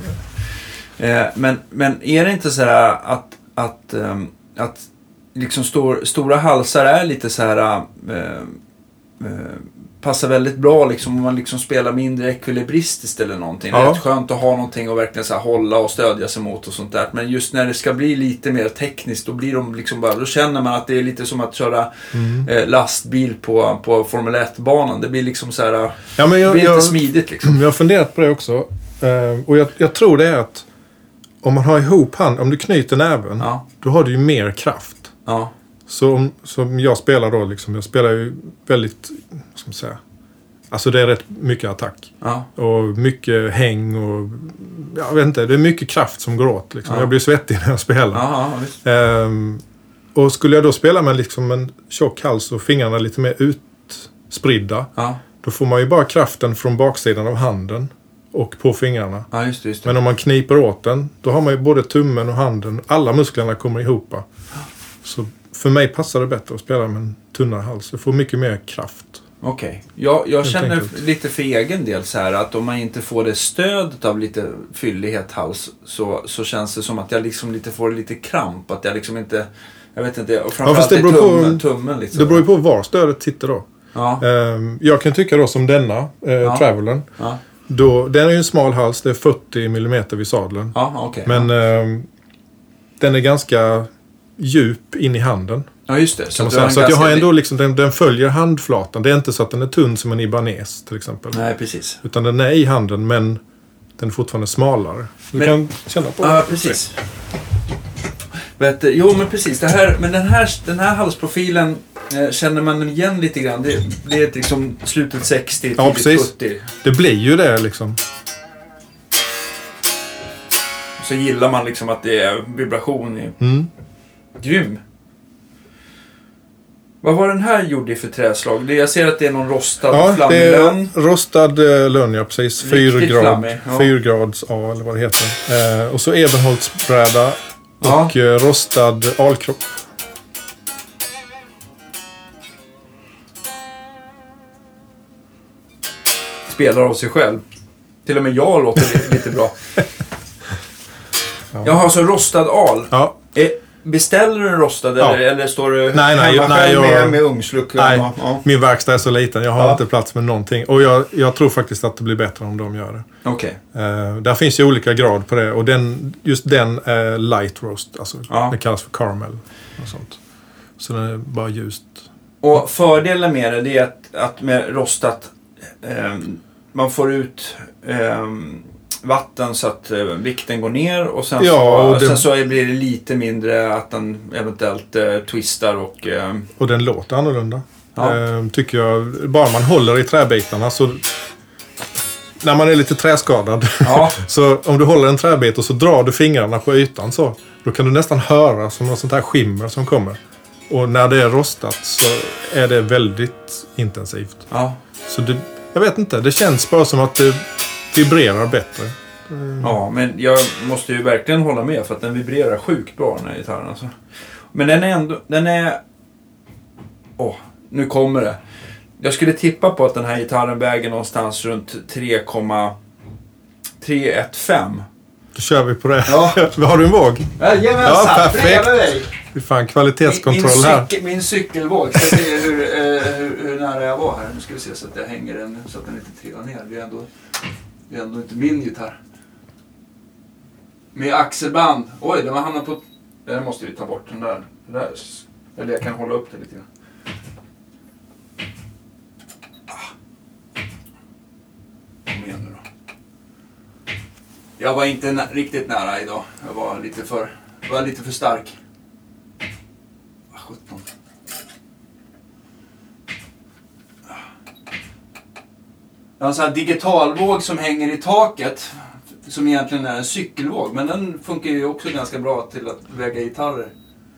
Eh, men, men är det inte så här att att, um, att liksom stor, stora halsar är lite så här uh, uh, passar väldigt bra liksom, om man liksom spelar mindre ekvilibristiskt eller någonting. Ja. Det är rätt skönt att ha någonting att verkligen så här hålla och stödja sig mot och sånt där. Men just när det ska bli lite mer tekniskt, då blir de liksom bara, då känner man att det är lite som att köra mm. eh, lastbil på, på Formel ett-banan. Det blir liksom så här, ja, men jag, det blir jag, inte smidigt liksom. Jag har funderat på det också. Uh, och jag, jag tror det är att om man har ihop hand, om du knyter näven, ja. Då har du ju mer kraft. Ja. Så om, som jag spelar då liksom, jag spelar ju väldigt, vad ska man säga, alltså det är rätt mycket attack. Ja. Och mycket häng och, jag vet inte, det är mycket kraft som går åt liksom. Ja. Jag blir svettig när jag spelar. Ja, ehm, Och skulle jag då spela med liksom en tjock hals och fingrarna lite mer utspridda. Ja. Då får man ju bara kraften från baksidan av handen och på fingrarna. Ja, just det, just det. Men om man kniper åt den, då har man ju både tummen och handen. Alla musklerna kommer ihop. Så för mig passar det bättre att spela med en tunnare hals. Du får mycket mer kraft. Okej. Okay. Jag, jag känner enkelt. lite för egen del så här att om man inte får det stödet av lite fyllighet hals så, så känns det som att jag liksom lite får lite kramp. Att jag liksom inte, jag vet inte, och framförallt ja, det beror tummen, på, tummen liksom. Det beror ju på var stödet sitter då. Ja. Um, jag kan tycka då som denna, uh, ja. Travelern. Ja. Då, den är ju en smal hals, det är fyrtio millimeter vid sadeln. Ja, okay, Men ja. um, den är ganska djup in i handen. Ja, just det. Så, man säga. Så att jag har ändå liksom, den, den följer handflatan. Det är inte så att den är tunn som en Ibanez till exempel. Nej, precis. Utan den är i handen, men den är fortfarande smalare. Du men, kan känna på det. Ja, precis. Vet, jo, men precis. Det här, men den här, den här halsprofilen eh, känner man igen lite grann. Det, det är liksom slutet sextio, ja, precis. sjuttio. Det blir ju det liksom. Så gillar man liksom att det är vibration i... Mm. Grym. Vad var den här gjord i för träslag? Jag ser att det är någon rostad ja, flammig lönn. Ja, det är rostad uh, lönn, ja precis. Fyra grad, ja. Fyra grads A eller vad det heter. Uh, och så ebenholtsbräda ja. och uh, rostad alkropp. Spelar av sig själv. Till och med jag låter lite bra. Ja. Jag har så rostad al. Ja. Är, beställer du rostad ja. eller, eller står du nej, nej, hemma nej, själv jag, med, med ugnsluck? Nej, ja. min verkstad är så liten. Jag har ja. inte plats med någonting. Och jag, jag tror faktiskt att det blir bättre om de gör det. Okej. Okay. Uh, där finns ju olika grad på det. Och den, just den är light roast. Alltså, ja. Det kallas för caramel. Och sånt. Så den är bara ljust. Och fördelen med det, det är att, att med rostat eh, man får ut... Eh, vatten så att eh, vikten går ner och sen, ja, så, och det... sen så blir det lite mindre att den eventuellt eh, twistar och... Eh... Och den låter annorlunda. Ja. Eh, tycker jag. Bara man håller i träbitarna så... När man är lite träskadad. Ja. Så om du håller en träbit och så drar du fingrarna på ytan så. Då kan du nästan höra som något sånt här skimmer som kommer. Och när det är rostat så är det väldigt intensivt. Ja. Så det, jag vet inte. Det känns bara som att det vibrerar bättre. Mm. Ja, men jag måste ju verkligen hålla med för att den vibrerar sjukt bra den här gitarren. Alltså. Men den är ändå... Den är... Åh, nu kommer det. Jag skulle tippa på att den här gitarren väger någonstans runt tre komma tre ett fem. Då kör vi på det. Ja. Har du en våg? Jajamensan, ja, perfekt. Det är fan kvalitetskontroll min, min här. Cykel, min cykelvåg. Ska se hur, eh, hur, hur nära jag var här. Nu ska vi se så att jag hänger den så att den inte trillar ner. Det är ändå, det är ändå inte min gitarr. Med axelband. Oj, den har hamnat på... Den måste vi ta bort. Den där. Den där. Eller jag kan hålla upp det lite grann. Kom igen nu då. Jag var inte nä- riktigt nära idag. Jag var lite för, jag var lite för stark. Ah, sjutton. Jag har en sån här digitalvåg som hänger i taket. Som egentligen är en cykelvåg. Men den funkar ju också ganska bra till att väga gitarrer.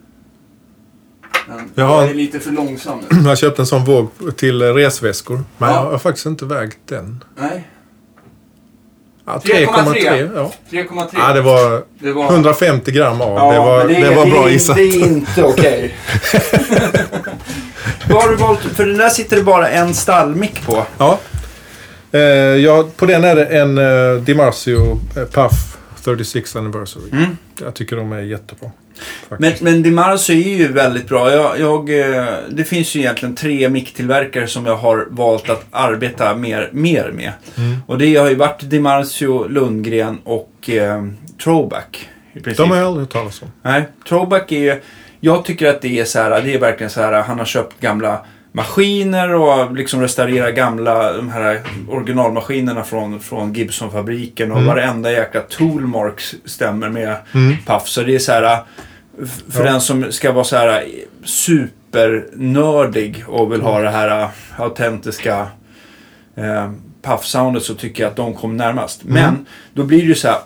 Men jag har, är lite för långsam. Jag har köpt en sån våg till resväskor. Men ja. jag har faktiskt inte vägt den. Nej. Ja, tre komma tre. Ja. tre komma tre. Ja, det var, det var hundrafemtio gram av. Ja, det var, det, det var det, bra det, gissat. Det är inte okej. Okay. Vad har du valt? För den där sitter det bara en stallmick på. Ja. Eh, ja, på den är det en eh, DiMarzio eh, Puff thirty-six anniversary. Mm. Jag tycker de är jättebra. Men, men DiMarzio är ju väldigt bra. Jag, jag, eh, det finns ju egentligen tre micktillverkare som jag har valt att arbeta mer, mer med. Mm. Och det har ju varit DiMarzio, Lundgren och eh, Throwback. I princip. De har jag aldrig hört talas om. Nej, Throwback är ju... Jag tycker att det är så här, det är verkligen så här, han har köpt gamla maskiner och liksom restaurera gamla de här originalmaskinerna från, från Gibson-fabriken och mm. varenda jäkla toolmark stämmer med mm. Puff. Så det är så här, för ja. den som ska vara så här supernördig och vill ha det här autentiska eh, puff-soundet så tycker jag att de kom närmast. Mm. Men då blir det ju så här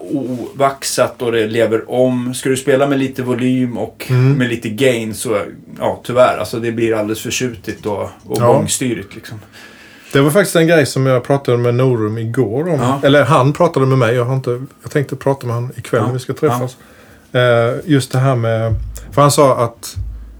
ovaxat och det lever om. Ska du spela med lite volym och mm. med lite gain så, ja tyvärr, alltså det blir alldeles för tjutigt och, och ja. bångstyrigt liksom. Det var faktiskt en grej som jag pratade med Norum igår om. Ja. Eller han pratade med mig. Jag, har inte, jag tänkte prata med han ikväll ja. när vi ska träffas. Ja. Uh, just det här med... För han sa att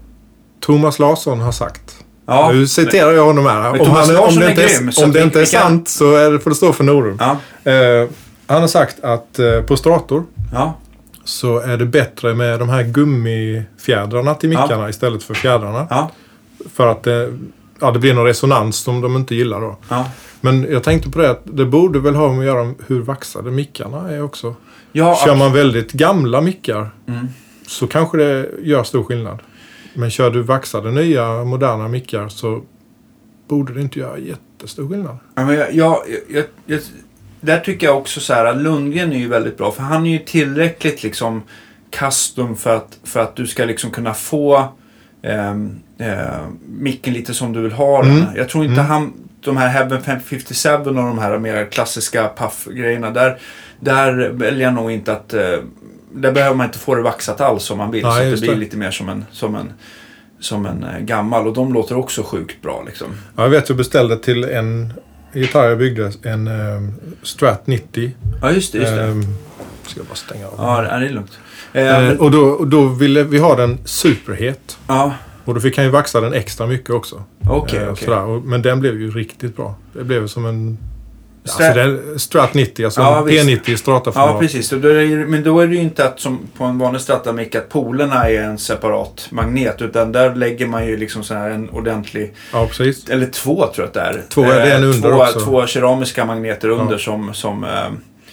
Thomas Larsson har sagt... Ja, nu citerar jag honom här. Om, han, om det inte är, grym, om det inte är sant kan... så är det, får det stå för Norum. Ja. Uh, han har sagt att uh, på Strator ja. så är det bättre med de här gummifjädrarna till mickarna ja. istället för fjädrarna. Ja. För att det, ja, det blir någon resonans som de inte gillar då. Ja. Men jag tänkte på det att det borde väl ha med att göra hur vaxade mickarna är också. Ja, kör man väldigt gamla mickar mm. så kanske det gör stor skillnad. Men kör du vaxade nya moderna mickar så borde det inte göra jättestor skillnad. Ja, men jag, jag, jag, jag, där tycker jag också så här att Lundgren är ju väldigt bra. För han är ju tillräckligt liksom custom för att, för att du ska liksom kunna få eh, eh, micken lite som du vill ha den. Mm. Jag tror inte mm. han, de här Heaven fem femtiosju och de här mer klassiska puff-grejerna, där, där väljer jag nog inte att... Eh, där behöver man inte få det vaxat alls om man vill. Nej, så att det blir det. lite mer som en, som en, som en eh, gammal. Och de låter också sjukt bra liksom. Ja, jag vet, jag beställde till en gitarr jag byggde. En eh, Strat nittio. Ja, just det. Just det. Eh, ska jag bara stänga av. Ja, det är lugnt. Eh, eh, och, då, och då ville vi ha den superhet. Ja. Och då fick han ju vaxa den extra mycket också. Okej, okay, eh, okay. Men den blev ju riktigt bra. Det blev som en... Stra- alltså det är Strat nittio, alltså ja, P nittio strataformat. Ja, precis. Då är det, men då är det ju inte att som på en vanlig strata-mick att polerna är en separat magnet, utan där lägger man ju liksom så här en ordentlig... Ja, precis. Eller två tror jag att det är. Två är det en under två, också. Två keramiska magneter under ja. som... som eh,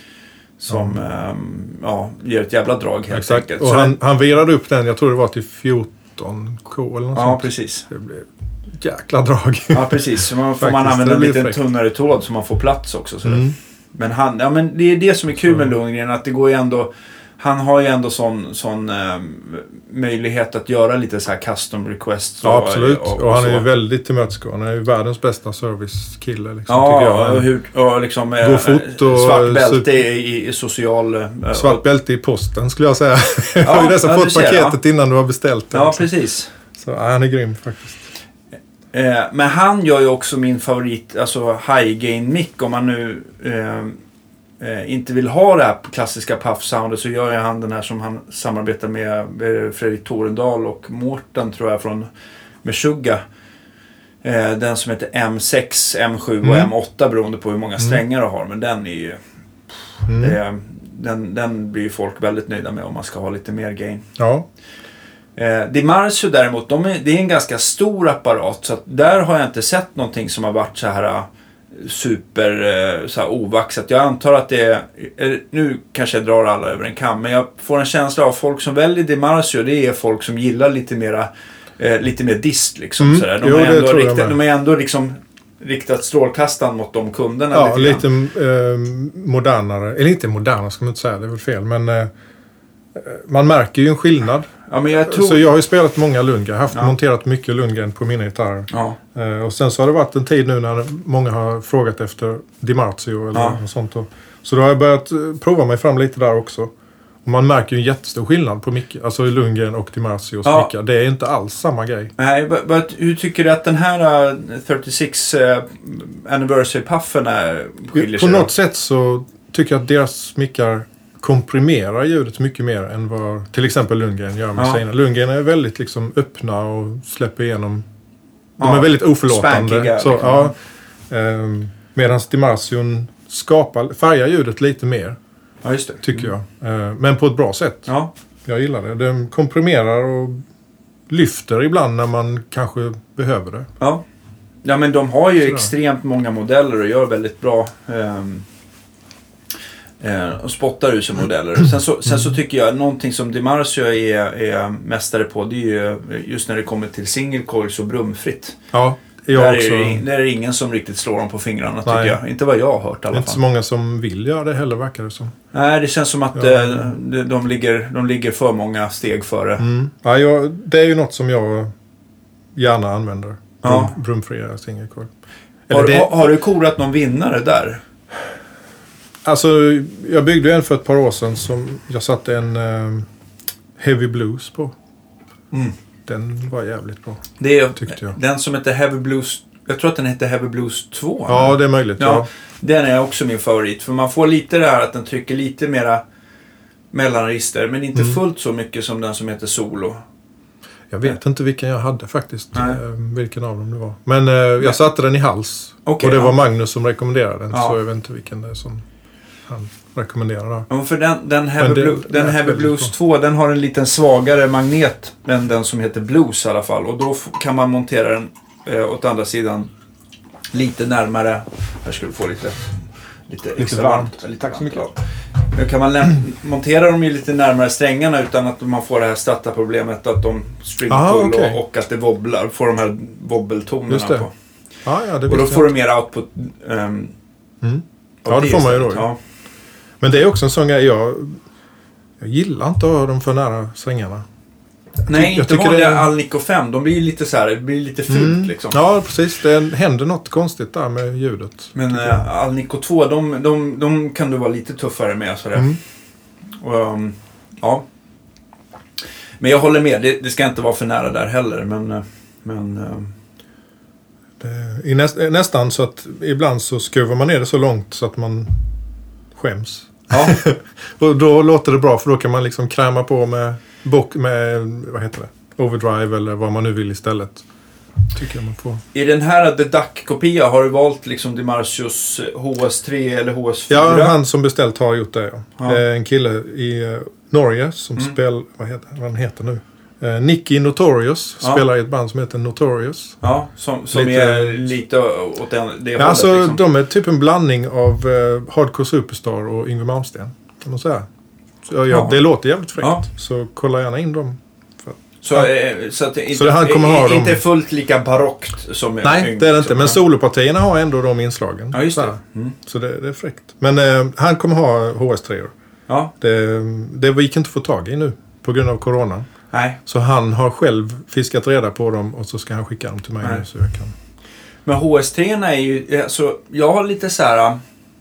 som ja. Um, ja, ger ett jävla drag helt Exakt. enkelt. Och så han, han virade upp den, jag tror det var till fjorton K eller något ja, sånt. Precis. Det blev jäkla drag. Ja, precis. Så man får man använda en liten tunnare tråd så man får plats också. Så mm. Men han, ja, men det är det som är kul med Lundgren, att det går ju ändå... Han har ju ändå sån, sån eh, möjlighet att göra lite så här custom requests. Ja, absolut. Och, och, och han är ju väldigt tillmötesgående. Han är ju världens bästa servicekille. Liksom, ja, tycker jag. och, hur, och liksom... Gå fort och... Svart bälte i, i social... Eh, svart bälte i posten skulle jag säga. Jag har ju nästan ja, fått ser, paketet ja. innan du har beställt det. Ja, liksom. precis. Så ja, han är grym faktiskt. Eh, men han gör ju också min favorit, alltså high gain mic. Om man nu... Eh, Eh, inte vill ha det här klassiska puff-soundet, så gör jag han den här som han samarbetar med eh, Fredrik Torendal och Mårten tror jag från Meshuggah. Eh, den som heter M sex, M sju mm. och M åtta beroende på hur många strängar mm. du har. Men den är ju... Mm. Eh, den, den blir ju folk väldigt nöjda med om man ska ha lite mer gain. Ja. Eh, Dimarsio däremot, de är, det är en ganska stor apparat, så att där har jag inte sett någonting som har varit så här... super så här, ovaxat. Jag antar att det är, nu kanske jag drar alla över en kam, men jag får en känsla av folk som väljer Dimarsio, det är folk som gillar lite mera eh, lite mer dist liksom mm. sådär. De, jo, har ändå riktat, de har ändå liksom riktat strålkastan mot de kunderna. Ja, lite, lite eh, modernare, eller inte modernare ska man inte säga, det är väl fel, men eh, man märker ju en skillnad. Ja, men jag tror... Så jag har ju spelat många Lundgren. Haft ja. monterat mycket Lundgren på mina gitarrer. Ja. Uh, och sen så har det varit en tid nu när många har frågat efter Dimarsio eller ja. något sånt. Så då har jag börjat prova mig fram lite där också. Och man märker ju en jättestor skillnad på mickar. Alltså Lundgren och Dimarsios ja. mickar. Det är inte alls samma grej. Nej, but, but, hur tycker du att den här uh, trettiosex uh, Anniversary-puffen är skiljer sig? På något sätt så tycker jag att deras mickar komprimerar ljudet mycket mer än vad till exempel Lundgren gör med ja. sina. Lundgren är väldigt liksom öppna och släpper igenom. De ja. är väldigt oförlåtande. Spankiga, så, ja, eh, medan Dimarsion skapar, färgar ljudet lite mer. Ja, just det. Tycker mm. jag. Eh, men på ett bra sätt. Ja. Jag gillar det. Den komprimerar och lyfter ibland när man kanske behöver det. Ja, ja men de har ju så extremt många modeller och gör väldigt bra... Um... och spottar ur sig modeller. Sen så, sen så tycker jag någonting som Dimarsio är, är mästare på, det är ju just när det kommer till single coils och brumfritt. Ja, jag där också. Är det, där är det ingen som riktigt slår dem på fingrarna. Nej. Tycker jag. Inte vad jag har hört i alla fall. Det är inte så många som vill göra det heller, verkar det som. Nej, det känns som att ja. de, de, ligger, de ligger för många steg före. Mm. Ja, jag, det är ju något som jag gärna använder. Brum, ja. Brumfria single coil. Har, det... har, har du korat någon vinnare där? Alltså, jag byggde en för ett par år sedan som jag satte en uh, Heavy Blues på. Mm. Den var jävligt bra. Det är tyckte jag. Den som heter Heavy Blues. Jag tror att den heter Heavy Blues två. Ja, eller? Det är möjligt. Ja, ja. Den är också min favorit. För man får lite det här att den trycker lite mera mellanregister. Men inte mm. fullt så mycket som den som heter Solo. Jag vet inte vilken jag hade faktiskt. Nej. Vilken av dem det var. Men eh, jag Nej. satte den i hals. Okay, och det ja. var Magnus som rekommenderade den. Ja. Så jag vet inte vilken det är som han rekommenderar. Ja, för den, den Heavy, det, Blue, den Heavy Blues två, den har en liten svagare magnet än den som heter Blues i alla fall. Och då kan man montera den eh, åt andra sidan lite närmare. Här ska du få lite lite, lite varmt. Lite Tack så mycket. Nu kan man läm- montera dem ju lite närmare strängarna utan att man får det här starta-problemet att de stringpull okay. och, och att det wobblar. Får de här wobbeltonerna på. Ah, ja, det och då får du mer output. Um, mm. Ja, det får man ju då. Ja. Men det är också en sån grej. Jag, jag gillar inte att ha dem för nära strängarna. Nej, jag inte vanliga det... Alnico fem. De blir lite så här, det blir lite fult mm. liksom. Ja, precis. Det händer något konstigt där med ljudet. Men äh, Alnico två, de, de, de kan du vara lite tuffare med. Så mm. och, um, ja. Men jag håller med. Det, det ska inte vara för nära där heller. Men... men uh... det, i näst, nästan så att ibland så skruvar man ner det så långt så att man skäms. Ja. Och då låter det bra för då kan man liksom kräma på med... Bock med, vad heter det? Overdrive eller vad man nu vill istället. Tycker jag man får. I den här The Duck-kopia har du valt liksom DiMarcios H S tre eller H S fyra? Ja, han som beställt har gjort det. Ja. Ja. Det är en kille i uh, Norge som mm. spelar, vad heter, vad han heter nu? Uh, Nicky Notorious ja. spelar i ett band som heter Notorious. Ja, som, som lite, är lite åt den, det ja, hållet. Alltså, liksom. De är typ en blandning av uh, Hardcore Superstar och Yngwie Malmsteen. Kan man säga. Så, ja, ja. Det låter jävligt fräckt. Ja. Så kolla gärna in dem. För, så, ja. eh, så att det inte, så det han kommer ha inte dem. fullt lika barockt som... Nej, det är det inte. Men solopartierna har ändå de inslagen. Ja, just det. Mm. Så det, det är fräckt. Men eh, han kommer ha H S tre. Ja. Det, det gick inte att få tag i nu på grund av corona. Nej. Så han har själv fiskat reda på dem och så ska han skicka dem till mig nu så jag kan... Men H S tre är ju... Alltså, jag har lite så här...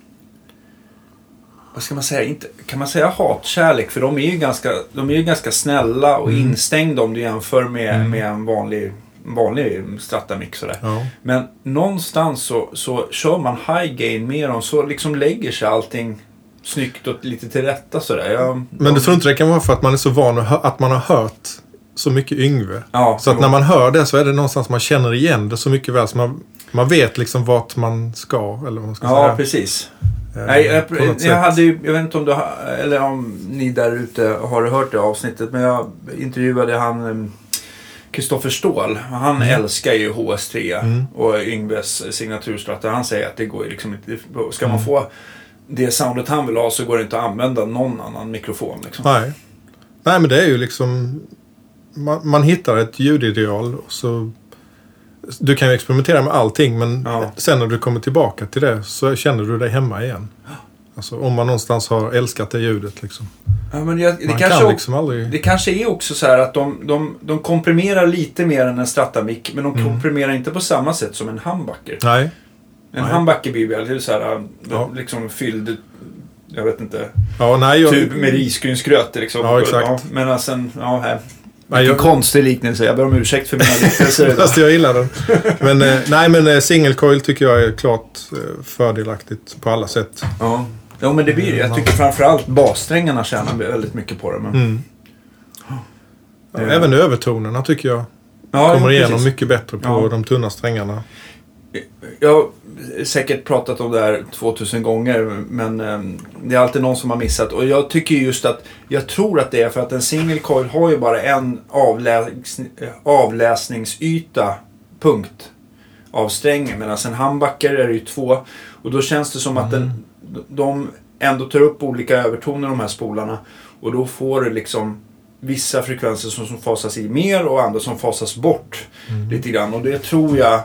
Vad ska man säga? Inte, kan man säga hatkärlek? För de är ju ganska, de är ju ganska snälla och mm. instängda om du jämför med, mm. med en vanlig, vanlig Stratamix. Ja. Men någonstans så, så kör man high gain med dem så liksom lägger sig allting snyggt och lite till rätta. Sådär. Jag, Men du tror inte det kan vara för att man är så van att man har hört så mycket Yngwie? Ja, så att jo. när man hör det så är det någonstans man känner igen det så mycket väl så man, man vet liksom vart man ska eller vad man ska ja, säga. Ja, precis. Nej, jag, jag hade ju, jag vet inte om du eller om ni där ute har hört det avsnittet, men jag intervjuade han Kristoffer Ståhl. Han mm. älskar ju H S tre mm. och Yngwies signaturstratta. Han säger att det går ju liksom inte, ska man få det soundet han vill ha så går det inte att använda någon annan mikrofon liksom. Nej. Nej, men det är ju liksom man, man hittar ett ljudideal och så du kan ju experimentera med allting men ja. sen när du kommer tillbaka till det så känner du dig hemma igen. Alltså om man någonstans har älskat det ljudet liksom. Ja, men jag, det, man kanske, kan liksom aldrig... det kanske är också så här att de, de, de komprimerar lite mer än en Strata-mic men de mm. komprimerar inte på samma sätt som en humbucker. Nej. En nej. humbucker blir väl så här ja. liksom fylld jag vet inte ja, nej, jag... typ med risgrynsgröt liksom. Ja, exakt. Ja, men sen, ja här. Nej, jag... konstig liknelse. Jag ber om ursäkt för mina liknelser. Fast jag gillar den. Men, eh, nej, men eh, single coil tycker jag är klart eh, fördelaktigt på alla sätt. Ja. ja, men det blir det. Jag tycker framförallt bassträngarna tjänar väldigt mycket på det. Men... Mm. Ja, eh. Även övertonerna tycker jag ja, kommer ja, igenom mycket bättre på ja. de tunna strängarna. Jag har säkert pratat om det här tvåtusen gånger men eh, det är alltid någon som har missat och jag tycker just att jag tror att det är för att en single coil har ju bara en avläs, avläsningsyta punkt av strängen medan en humbucker är det ju två och då känns det som mm. att den, de ändå tar upp olika övertoner de här spolarna och då får det liksom vissa frekvenser som, som fasas i mer och andra som fasas bort mm. lite grann och det tror jag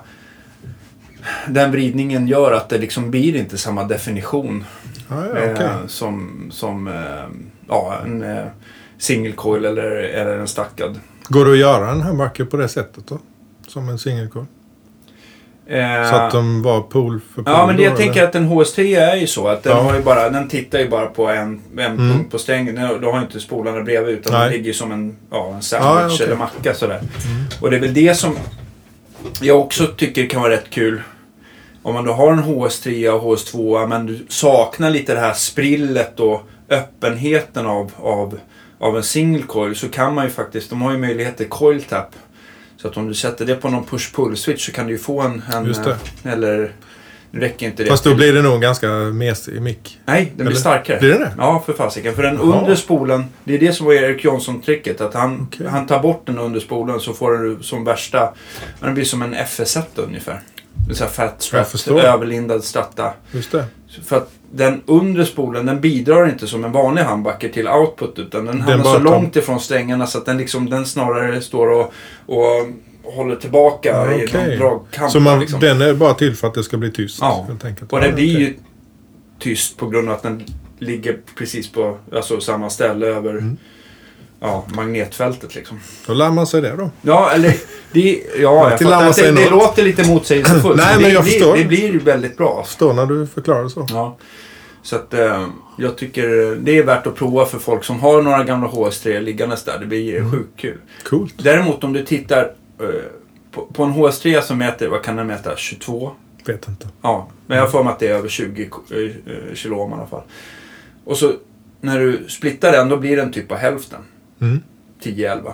den vridningen gör att det liksom blir inte samma definition ah, ja, okay. eh, som, som eh, ja, en eh, single coil eller, eller en stackad. Går det att göra en humbucker på det sättet då? Som en single coil? Eh, så att de var pool för pool. Ja, men det, jag då, tänker eller? att en H S tre är ju så. Att den, ja. har ju bara, den tittar ju bara på en, en mm. punkt på strängen. Då har inte spolarna bredvid utan den ligger ju som en, ja, en sandwich ah, okay. eller macka sådär. Mm. Och det är väl det som jag också tycker kan vara rätt kul. Om man då har en H S tre och H S två men du saknar lite det här sprillet och öppenheten av, av, av en single coil, så kan man ju faktiskt, de har ju möjlighet till coil tap. Så att om du sätter det på någon push-pull-switch så kan du ju få en... en Just det. Eller... Det räcker inte det. Fast då blir det nog ganska mesig mick. Nej, den blir eller? starkare. Blir det det? Ja, för fasiken. För den Aha. under spolen, det är det som var Erik Johnson-tricket. Att han, okay. han tar bort den under spolen så får du som värsta... Den blir som en F S ett ungefär. Det är så här fat strat, överlindad stratta. Just det. För att den undre spolen, den bidrar inte som en vanlig handbacker till output, utan den, den hamnar så långt ifrån strängarna så att den, liksom, den snarare står och, och håller tillbaka ja, i okay. någon dragkamp. Så man, liksom. Den är bara till för att det ska bli tyst? Ja, och det blir ju tyst på grund av att den ligger precis på alltså, samma ställe över mm. ja, magnetfältet liksom. Då lär man sig det då. Ja, eller det, ja, jag fattar att det, det låter lite motsägelsefullt. Nej, men jag det, förstår. Det, det blir ju väldigt bra. Jag förstår när du förklarar så. Ja. Så att eh, jag tycker det är värt att prova för folk som har några gamla H S tre liggandes där. Det blir mm. sjukt kul. Coolt. Däremot om du tittar eh, på, på en H S tre som mäter, vad kan den mäta? tjugotvå? Vet inte. Ja, men jag får mig att det är över tjugo kilo i alla fall. Och så när du splittar den, då blir den typ av hälften. Mm. tio elva.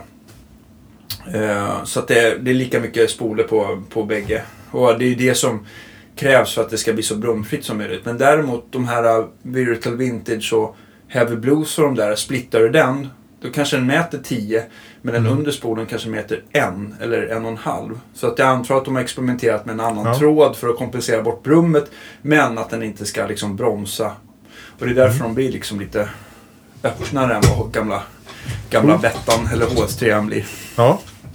Uh, så att det, det är lika mycket spoler på, på bägge. Och det är det som krävs för att det ska bli så brumfritt som möjligt. Men däremot de här Virtual Vintage och Heavy Blues och de där, splittar du den, då kanske den mäter tio, men den mm. under spolen kanske mäter en eller en och en halv. Så att jag antar att de har experimenterat med en annan ja. tråd för att kompensera bort brummet, men att den inte ska liksom bromsa. Och det är därför mm. de blir liksom lite öppnare än vad gamla gamla mm. Bettan eller H S tre blir. Ja.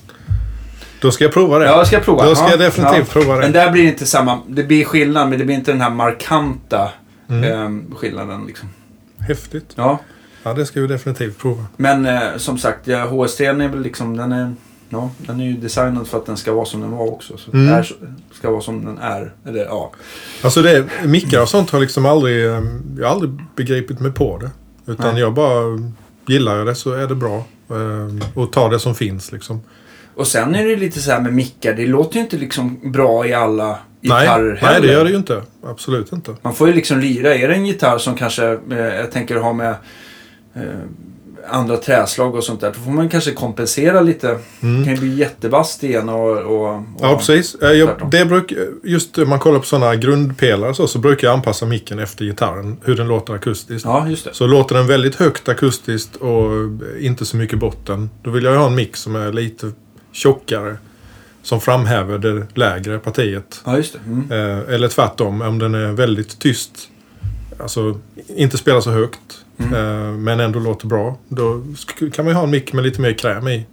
Då ska jag prova det. Ja, jag ska prova. Då ska ja. jag definitivt ja. prova det. Men där blir det inte samma, det blir skillnad, men det blir inte den här markanta mm. eh, skillnaden liksom. Häftigt. Ja. Ja, det ska vi definitivt prova. Men eh, som sagt, ja, H S tre är väl liksom, den är, ja, den är ju designad för att den ska vara som den var också. Så mm. den är, ska vara som den är. Eller, ja. Alltså det, mickar och sånt har liksom aldrig, jag har aldrig begripit mig på det. Utan Nej. jag bara gillar det så är det bra. Och tar det som finns liksom. Och sen är det lite så här med mickar. Det låter ju inte liksom bra i alla gitarrer nej, nej, det gör det ju inte. Absolut inte. Man får ju liksom lira. Är det en gitarr som kanske, eh, jag tänker ha med eh, andra träslag och sånt där, då får man kanske kompensera lite. Mm. Det kan ju bli jättevass igen och, och, och... Ja, precis. Jag, det bruk, just när man kollar på sådana grundpelare så, så brukar jag anpassa micken efter gitarren. Hur den låter akustiskt. Ja, just det. Så låter den väldigt högt akustiskt och inte så mycket botten. Då vill jag ha en mick som är lite tjockare. Som framhäver det lägre partiet. Ja, just det. Mm. Eh, eller tvärtom, om den är väldigt tyst. Alltså, inte spelar så högt. Mm. Eh, men ändå låter bra. Då kan man ju ha en mick med lite mer kräm i.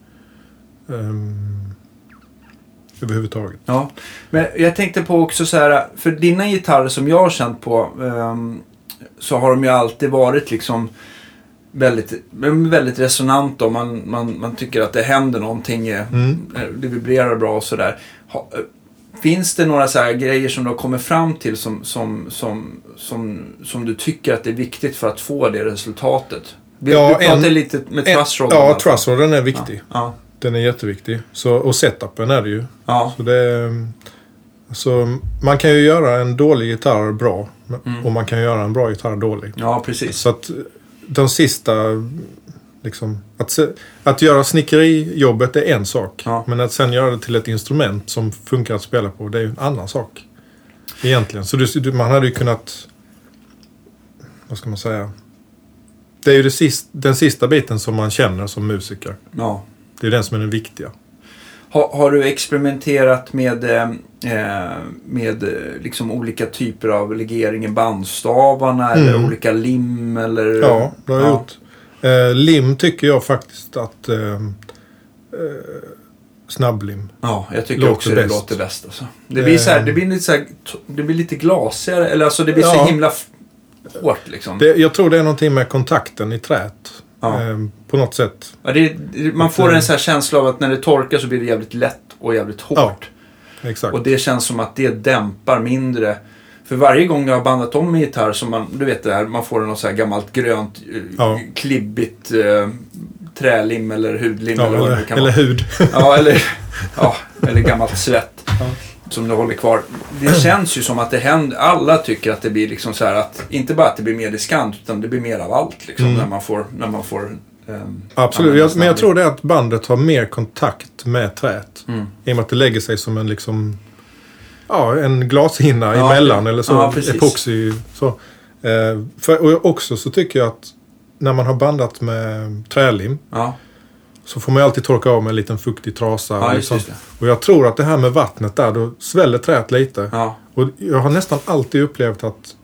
Um, överhuvudtaget. Ja, men jag tänkte på också så här. För dina gitarrer som jag har känt på. Um, så har de ju alltid varit liksom väldigt, väldigt resonant då. Man, man, man tycker att det händer någonting. Mm. Det vibrerar bra och sådär. Finns det några så här grejer som du har kommit fram till som, som, som, som, som du tycker att det är viktigt för att få det resultatet? Vi, ja, vi pratar en, lite med trussrod. Ja, trussroden är viktig. Ja, ja. Den är jätteviktig. Så, och setupen är det ju. Ja. Så det, så man kan ju göra en dålig gitarr bra. Mm. Och man kan göra en bra gitarr dålig. Ja, precis. Så att de sista... Liksom, att, att göra snickerijobbet är en sak. Ja. Men att sen göra det till ett instrument som funkar att spela på, det är ju en annan sak. Egentligen. Så du, man hade ju kunnat... Vad ska man säga? Det är ju det sista, den sista biten som man känner som musiker. Ja. Det är den som är den viktiga. Har, har du experimenterat med, eh, med liksom olika typer av legering i bandstavarna? Mm. Eller olika lim? Eller, ja, det har jag ja. gjort. Eh, lim tycker jag faktiskt att eh, eh, snabblim. Ja, jag tycker också bäst. Det låter bäst. Alltså. Det blir så här, det blir lite så här, det blir lite glasigare, eller alltså det blir ja. så himla f- hårt liksom. Det, jag tror det är någonting med kontakten i trät. Ja. Eh, på något sätt. Ja, det, man får att, en så här känsla av att när det torkar så blir det jävligt lätt och jävligt hårt. Ja. exakt. Och det känns som att det dämpar mindre. För varje gång jag har bandat om en gitarr som man, du vet det här, man får något så här gammalt grönt, ja. klibbigt eh, trälim eller hudlim. Ja, eller eller, vad det kan eller vara. hud. Ja, eller, ja, eller gammalt svett. Ja. Som det håller kvar. Det känns ju som att det händer, alla tycker att det blir liksom så här att, inte bara att det blir mer diskant utan det blir mer av allt liksom mm. när man får, när man får um, absolut, jag, men jag tror det är att bandet har mer kontakt med träet. Mm. I och med att det lägger sig som en liksom, ja, en glashinna ja, emellan eller så, ja, epoxy så. Eh, för, och också så tycker jag att när man har bandat med trälim ja. så får man ju alltid torka av med en liten fuktig trasa. Ja, och, liksom. och jag tror att det här med vattnet där, då sväller träet lite. Ja. Och jag har nästan alltid upplevt att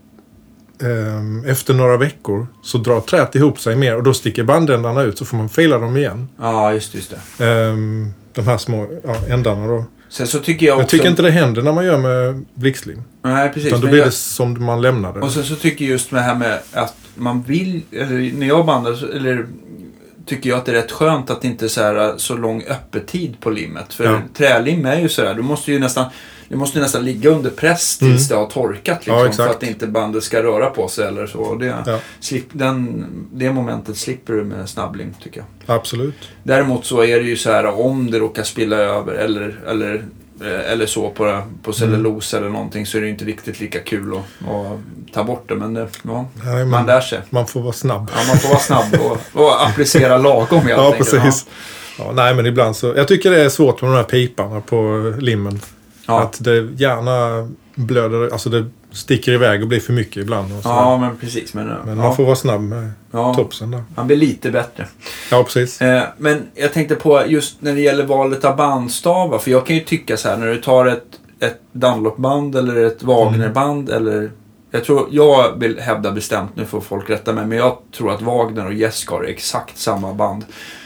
eh, efter några veckor så drar träet ihop sig mer och då sticker bandändarna ut så får man fila dem igen. Ja, just, just det. Eh, de här små ja, ändarna då. Sen så tycker jag också... Jag tycker inte det händer när man gör med blixtlim. Nej, precis. Utan då blir jag... det som man lämnade. Och sen så tycker jag just med det här med att man vill... Eller när jag bandar... Eller tycker jag att det är rätt skönt att det inte är så, här, så lång öppettid på limmet. För ja. trälim är ju så här. Du måste ju nästan... Du måste nästan ligga under press tills mm. det har torkat. Liksom, ja, för att inte bandet ska röra på sig eller så. Och det, ja. slip, den, det momentet slipper du med snabblim tycker jag. Absolut. Däremot så är det ju så här om det råkar spilla över eller, eller, eller så på, på cellulos mm. eller någonting så är det inte riktigt lika kul att, att ta bort det. Men, det, ja, Nej, man, man lär sig. Man får vara snabb. Ja, man får vara snabb och, och applicera lagom helt ja, enkelt. Precis. Ja. Ja, nej, men ibland så... Jag tycker det är svårt med de här piparna på limmen. Ja. Att det gärna blöder, alltså det sticker iväg och blir för mycket ibland. Och så. Ja, men precis. Men, men ja. man får vara snabb med ja. topsen där. Man blir lite bättre. Ja, precis. Eh, men jag tänkte på just när det gäller valet av bandstavar. För jag kan ju tycka så här, när du tar ett, ett Dunlop-band eller ett Wagner-band mm. eller... Jag tror, jag vill hävda bestämt, nu får folk rätta mig, men jag tror att Wagner och Jescar är exakt samma band.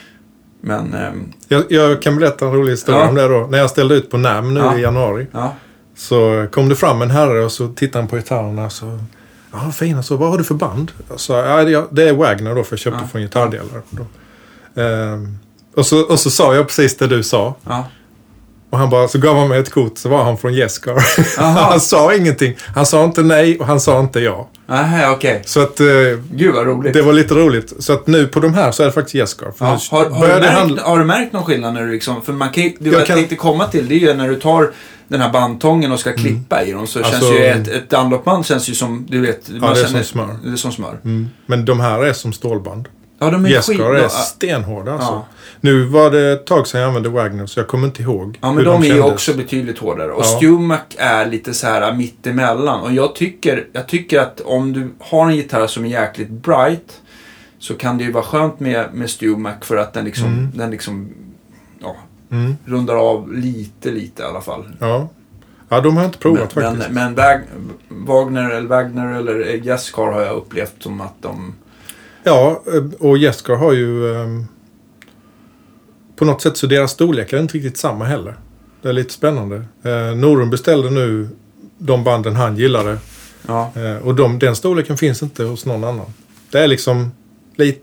Men, ehm, jag, jag kan berätta en rolig historia ja. om det då. När jag ställde ut på N A M nu ja. i januari ja. så kom det fram en herre och så tittade han på gitarrerna och så ja, fina, så vad har du för band? Så, ja, det är Wagner då för jag köpte ja. från gitarrdelar. Då. Ehm, och, så, och så sa jag precis det du sa. Ja. Och han bara, så gav han mig ett kort så var han från Jescar. Han sa ingenting. Han sa inte nej och han sa inte ja. Aha, okej. Okay. Så att... Eh, Gud vad roligt. Det var lite roligt. Så att nu på de här så är det faktiskt Jescar. Ja. Har, har, du märkt, handla... har du märkt någon skillnad när du liksom... För man kan, det jag, jag kan... tänkte komma till det är ju när du tar den här bandtången och ska klippa mm. i dem. Så alltså, känns ju ett, ett Dunlop-band känns ju som, du vet... Ja, man det är känner, som smör. Det är som smör. Mm. Men de här är som stålband. Ja, de är Jescar är stenhårda alltså. Ja. Nu var det ett tag sedan jag använde Wagner så jag kommer inte ihåg. Ja, men de, de är ju också betydligt hårdare. Och ja. Stumac är lite så här mittemellan. Och jag tycker, jag tycker att om du har en gitarr som är jäkligt bright så kan det ju vara skönt med, med Stumac för att den liksom, mm. den liksom ja, mm. rundar av lite, lite i alla fall. Ja, ja de har jag inte provat men, faktiskt. Men, men Wag, Wagner eller Wagner eller Jescar har jag upplevt som att de... Ja, och Jescar har ju... Um, på något sätt så deras storlek är inte riktigt samma heller. Det är lite spännande. Eh, Norum beställde nu de banden han gillade. Ja. Eh, och de, den storleken finns inte hos någon annan. Det är liksom lite...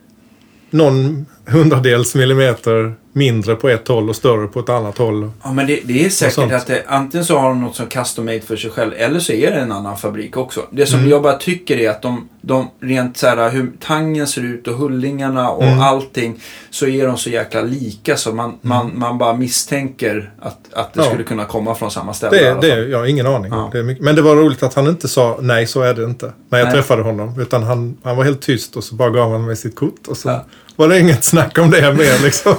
Någon hundradels millimeter mindre på ett håll och större på ett annat håll. Ja, men det, det är säkert att det, antingen så har de något som custom made för sig själv eller så är det en annan fabrik också. Det som mm. jag bara tycker är att de, de rent så här, hur tangen ser ut och hullingarna och mm. allting så är de så jäkla lika så man, mm. man, man bara misstänker att, att det ja. skulle kunna komma från samma ställe. Det, det, jag har ingen aning. Ja. Det är mycket, men det var roligt att han inte sa nej så är det inte. När jag nej. träffade honom. Utan han, han var helt tyst och så bara gav han mig sitt kort och så... Ja. Var det inget snack om det mer liksom.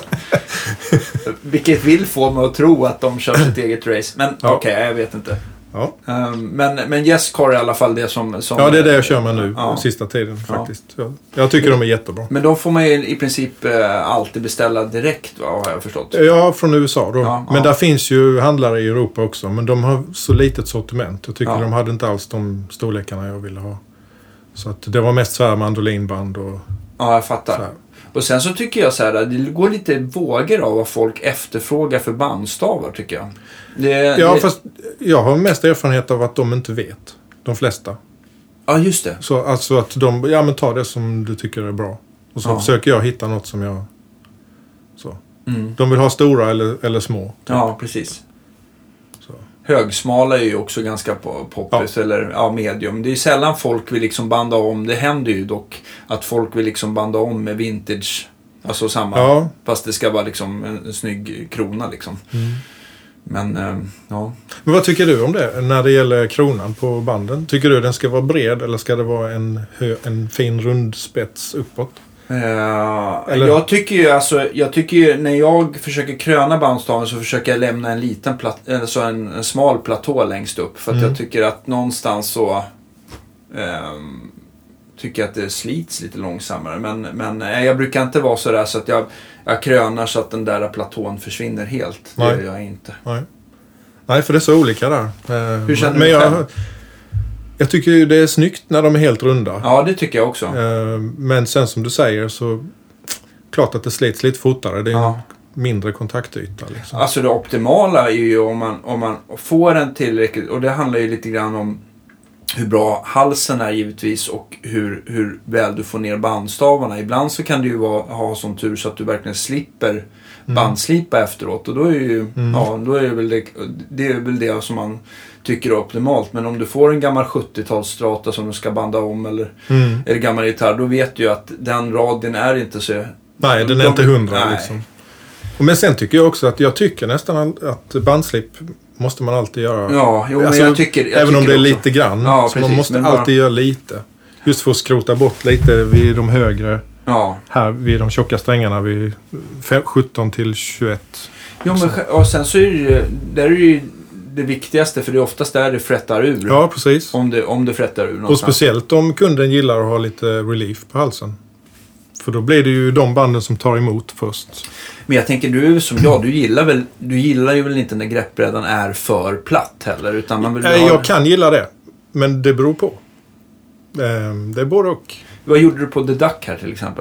Vilket vill få mig att tro att de kör sitt eget race. Men ja. okej, okay, jag vet inte. Ja. Um, men, men Jescar är i alla fall det som... som ja, det är det jag kör med nu. Ja. Sista tiden faktiskt. Ja. Jag tycker de är jättebra. Men de får man ju i princip uh, alltid beställa direkt, va, har jag förstått. Ja, från U S A då. Ja, men ja. där finns ju handlare i Europa också. Men de har så litet sortiment. Jag tycker ja. de hade inte alls de storlekarna jag ville ha. Så att det var mest så här mandolinband och... Ja, jag fattar. Och sen så tycker jag så här, det går lite vågor av vad folk efterfrågar för bandstavar tycker jag. Det, ja, det... fast jag har mest erfarenhet av att de inte vet. De flesta. Ja, just det. Så alltså att de, ja men ta det som du tycker är bra. Och så ja. försöker jag hitta något som jag, så. Mm. De vill ha stora eller, eller små. Typ. Ja, precis. högsmala är ju också ganska poppis ja. eller ja, medium. Det är sällan folk vill liksom banda om. Det händer ju dock att folk vill liksom banda om med vintage. Alltså samma. Ja. Fast det ska vara liksom en, en snygg krona liksom. Mm. Men eh, ja. Men vad tycker du om det när det gäller kronan på banden? Tycker du den ska vara bred eller ska det vara en, en fin rund spets uppåt? Uh, jag tycker ju alltså, jag tycker ju när jag försöker kröna bandstaven så försöker jag lämna en liten plat- alltså en, en smal platå längst upp för att mm. jag tycker att någonstans så um, tycker jag att det slits lite långsammare men, men uh, jag brukar inte vara så där så att jag, jag krönar så att den där platån försvinner helt. Nej. Det gör jag inte. Nej. Nej, för det är så olika där. Uh, Hur känner men du jag, själv? Jag tycker ju det är snyggt när de är helt runda. Ja, det tycker jag också. Men sen som du säger så klart att det slits lite fortare. Det är ja. en mindre kontaktyta. Liksom. Alltså det optimala är ju om man, om man får en tillräckligt, och det handlar ju lite grann om hur bra halsen är givetvis och hur, hur väl du får ner bandstavarna. Ibland så kan du ju vara, ha sån tur så att du verkligen slipper bandslipa mm. efteråt och då är ju, mm. ja, då är det väl det, det är väl det som man tycker är optimalt. Men om du får en gammal sjuttiotalsstrata som du ska banda om eller, mm. eller gammal gitarr, då vet du ju att den radien är inte så... Nej, den är de, inte hundra nej. liksom. Men sen tycker jag också att jag tycker nästan att bandslip måste man alltid göra. Ja, jo, alltså, men jag tycker... Jag även tycker om det är också. lite grann. Ja, så precis, man måste bara... alltid göra lite. Just för att skrota bort lite vid de högre... Ja. Här vid de tjocka strängarna vid sjutton till tjugoett. Jo, men och sen så är det ju... Där är det ju det viktigaste, för det är oftast där det frättar ur. Ja, precis. Om det, om det frättar ur någonstans. Och speciellt om kunden gillar att ha lite relief på halsen. För då blir det ju de banden som tar emot först. Men jag tänker, du som jag, du gillar väl du gillar ju väl inte när greppbrädan är för platt heller, utan man vill ha... Jag kan gilla det, men det beror på. Det är både och. Vad gjorde du på The Duck här till exempel?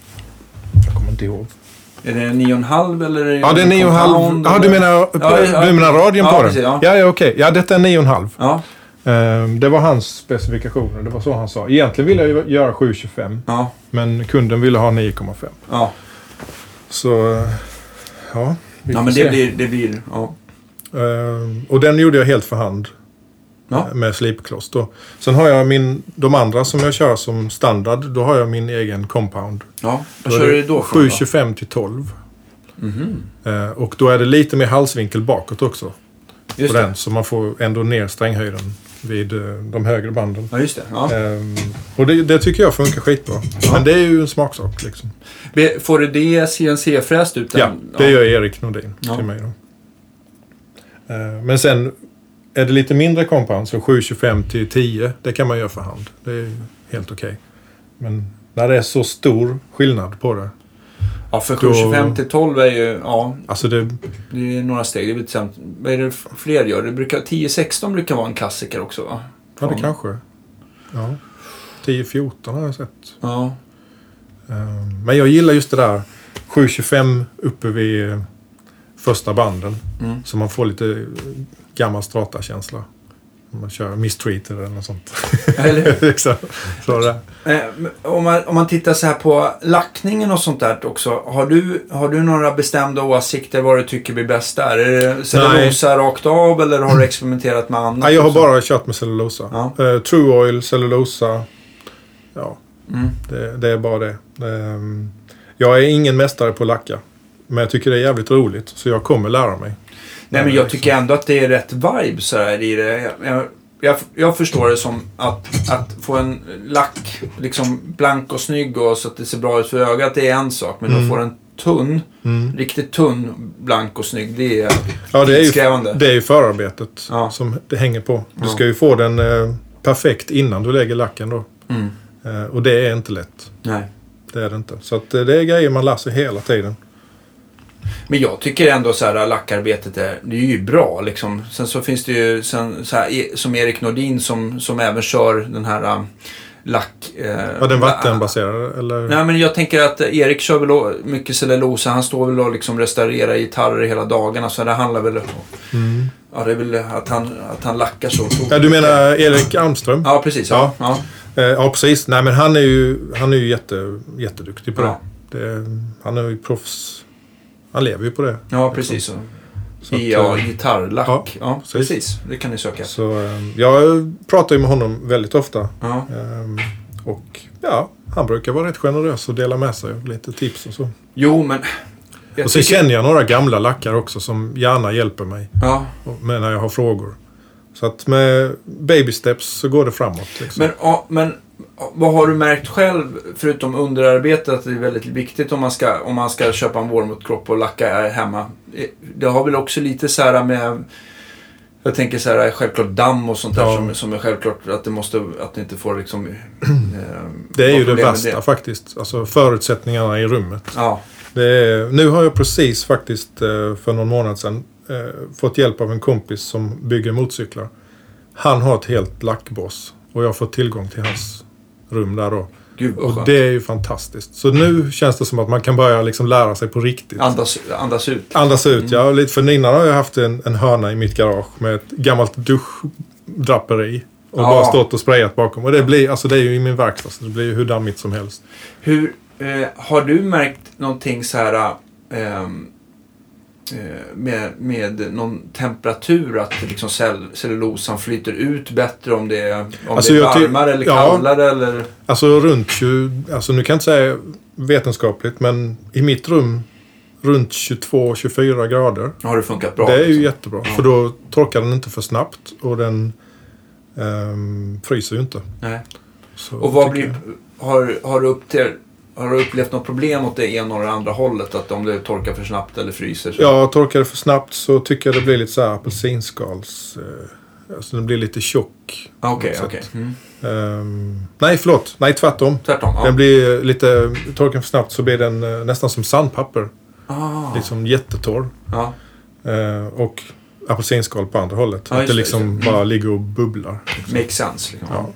Jag kommer inte ihåg. Är det nio komma fem eller är det ja, det är nio komma fem. Ja, du menar, ja, ja, du menar radion ja, på precis, den? Ja, ja, ja okej. Okay. Ja, detta är nio komma fem. Ja. Um, det var hans specifikationer. Det var så han sa. Egentligen ville jag göra sju tjugofem. Ja. Men kunden ville ha nio komma fem. Ja. Så, ja. Ja, men det blir, det blir, ja. Um, och den gjorde jag helt för hand. Ja. Med slipkloss då. Sen har jag min, de andra som jag kör som standard, då har jag min egen compound. Ja, vad kör du då? sju tjugofem till tolv. Mm-hmm. Uh, och då är det lite mer halsvinkel bakåt också. Just på det. Den, så man får ändå ner stränghöjden vid uh, de högre banden. Ja, just det. Ja. Um, och det, det tycker jag funkar skitbra. Ja. Men det är ju en smaksak liksom. Får du det C N C-fräst ut? Den? Ja, det ja. gör Erik Nordin ja. till mig då. Uh, men sen är det lite mindre compound, så sju tjugofem till tio, det kan man göra för hand. Det är helt okej. Okay. Men när det är så stor skillnad på det. Ja, för sju tjugofem till tolv är ju, ja. Alltså det... Det är några steg, det är lite samt. Vad är det fler gör? Det brukar, tio sexton brukar vara en klassiker också, va? Ja, det kanske. Ja. tio fjorton har jag sett. Ja. Men jag gillar just det där sju tjugofem uppe vid första banden. Mm. Så man får lite gammal strata-känsla. Om man kör mistreated eller något sånt. Eller så det. Eh, om, man, om man tittar så här på lackningen och sånt där också. Har du, har du några bestämda åsikter vad du tycker blir bäst där? Är det cellulosa rakt av eller har du experimenterat med annat? Nej, jag har också? bara kört med cellulosa. Ja. Uh, True Oil, cellulosa. Ja, mm. det, det är bara det. Um, jag är ingen mästare på att lacka. Men jag tycker det är jävligt roligt. Så jag kommer lära mig. Nej, men jag tycker ändå att det är rätt vibe så här i det. Jag, jag, jag förstår det som att, att få en lack liksom blank och snygg och så att det ser bra ut för ögat, det är en sak. Men mm. då får en tunn, mm. riktigt tunn, blank och snygg, det är ja, det är ju, det är ju förarbetet ja. som det hänger på. Du ska ju få den eh, perfekt innan du lägger lacken då. Mm. Eh, och det är inte lätt. Nej. Det är det inte. Så att, eh, det är grejer man lär sig hela tiden. Men jag tycker ändå så här lackarbetet är, det är ju bra liksom. Sen så finns det ju sen, så här, som Erik Nordin som, som även kör den här um, lack... Eh, ja, den vattenbaserade eller? Nej, men jag tänker att Erik kör väl mycket cellulosa. Han står väl och liksom restaurerar gitarrer hela dagarna. Så det handlar väl om... Mm. Ja, det är väl att han, att han lackar så. Ja, du menar Erik Almström? Ja, precis. Ja, ja. ja. ja precis. Nej, men han är ju, han är ju jätte, jätteduktig på ja. det. det. Han är ju proffs... Han lever ju på det. Ja, precis så. Så ja, gitarrlack. Ja, ja precis. precis. Det kan ni söka. Så jag pratar ju med honom väldigt ofta. Ja. Um, och ja, han brukar vara rätt generös och dela med sig av lite tips och så. Jo, men... Och så tycker... känner jag några gamla lackar också som gärna hjälper mig. Ja. Med när jag har frågor. Så att med baby steps så går det framåt. Liksom. Men, ja, men vad har du märkt själv, förutom underarbetet, att det är väldigt viktigt om man ska, om man ska köpa en vårmotkropp och lacka här hemma? Det har väl också lite så här med... Jag tänker så här, självklart damm och sånt där ja. som, som är självklart att det måste, att det inte får liksom... Eh, det är ju det värsta det. faktiskt. Alltså förutsättningarna i rummet. Ja. Det är, nu har jag precis faktiskt för någon månad sedan eh, fått hjälp av en kompis som bygger motorcyklar. Han har ett helt lackbås och jag har fått tillgång till hans rum där då. Gud, och det är ju fantastiskt. Så nu känns det som att man kan börja liksom lära sig på riktigt. Andas, andas ut. Andas ut, mm. ja. Lite för innan har jag haft en, en hörna i mitt garage med ett gammalt duschdraperi. Och ja. bara stått och sprayat bakom. Och det blir, alltså det är ju i min verkstad, så det blir ju hur dammigt som helst. Hur, eh, har du märkt någonting så här... Eh, Med, med någon temperatur att liksom cell, cellulosan flyter ut bättre om det är, om alltså det är varmare eller ja, kallare eller? Alltså runt tjugo, alltså nu kan jag inte säga vetenskapligt, men i mitt rum runt tjugotvå till tjugofyra grader. Har det funkat bra? Det är ju liksom? jättebra, ja. för då torkar den inte för snabbt och den um, fryser ju inte. Nej. Så och vad blir, har, har du upp till Har du upplevt något problem åt det ena och det andra hållet? Att om det torkar för snabbt eller fryser? Så... Ja, torkar det för snabbt så tycker jag det blir lite så här apelsinskals... Eh, alltså den blir lite tjock. Okej, okay, okej. Okay. Mm. Um, nej, förlåt. Nej, tvärtom. Tvärtom, ja. Den blir lite... Torkar för snabbt så blir den eh, nästan som sandpapper. Ah. Liksom jättetorr. Ja. Uh, och apelsinskal på andra hållet. Ja, att det liksom mm. bara ligger och bubblar. Liksom. Makes sense. Liksom. Ja.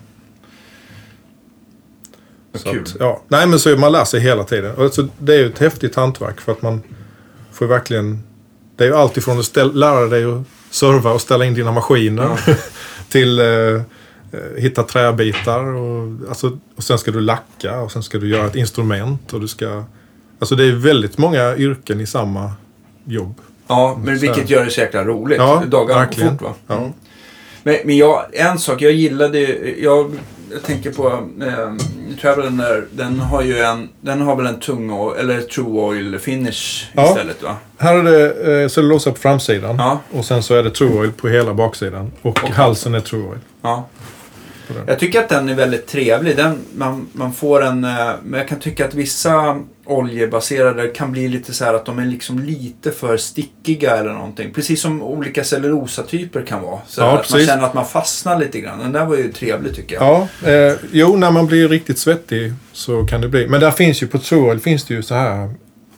Så kul. Att, ja. Nej, men så man lär sig hela tiden. Och så det är ju ett häftigt hantverk för att man får verkligen... Det är ju alltid från att ställa, lära dig att serva och ställa in dina maskiner ja. till eh, hitta träbitar och, alltså, och sen ska du lacka och sen ska du göra ett instrument och du ska... Alltså det är väldigt många yrken i samma jobb. Ja, men vilket så. Gör det så jäkla roligt. Ja, dagarna verkligen. Fort, va? Ja. Mm. Men, men jag, en sak, jag gillade... Jag, jag tänker på eh, Traveler, den har ju en, den har väl en tung oil, eller true oil finish ja. Istället, va? Här är det eh, cellulosa på framsidan ja. Och sen så är det true oil på hela baksidan och, och halsen är true oil. Ja. Jag tycker att den är väldigt trevlig. Den, man, man får en, eh, men jag kan tycka att vissa oljebaserade kan bli lite så här att de är liksom lite för stickiga eller någonting. Precis som olika cellulosatyper kan vara. Så ja, att precis. man känner att man fastnar lite grann. Den där var ju trevlig tycker jag. Ja, eh, jo när man blir riktigt svettig så kan det bli. Men där finns ju på true oil finns det ju så här.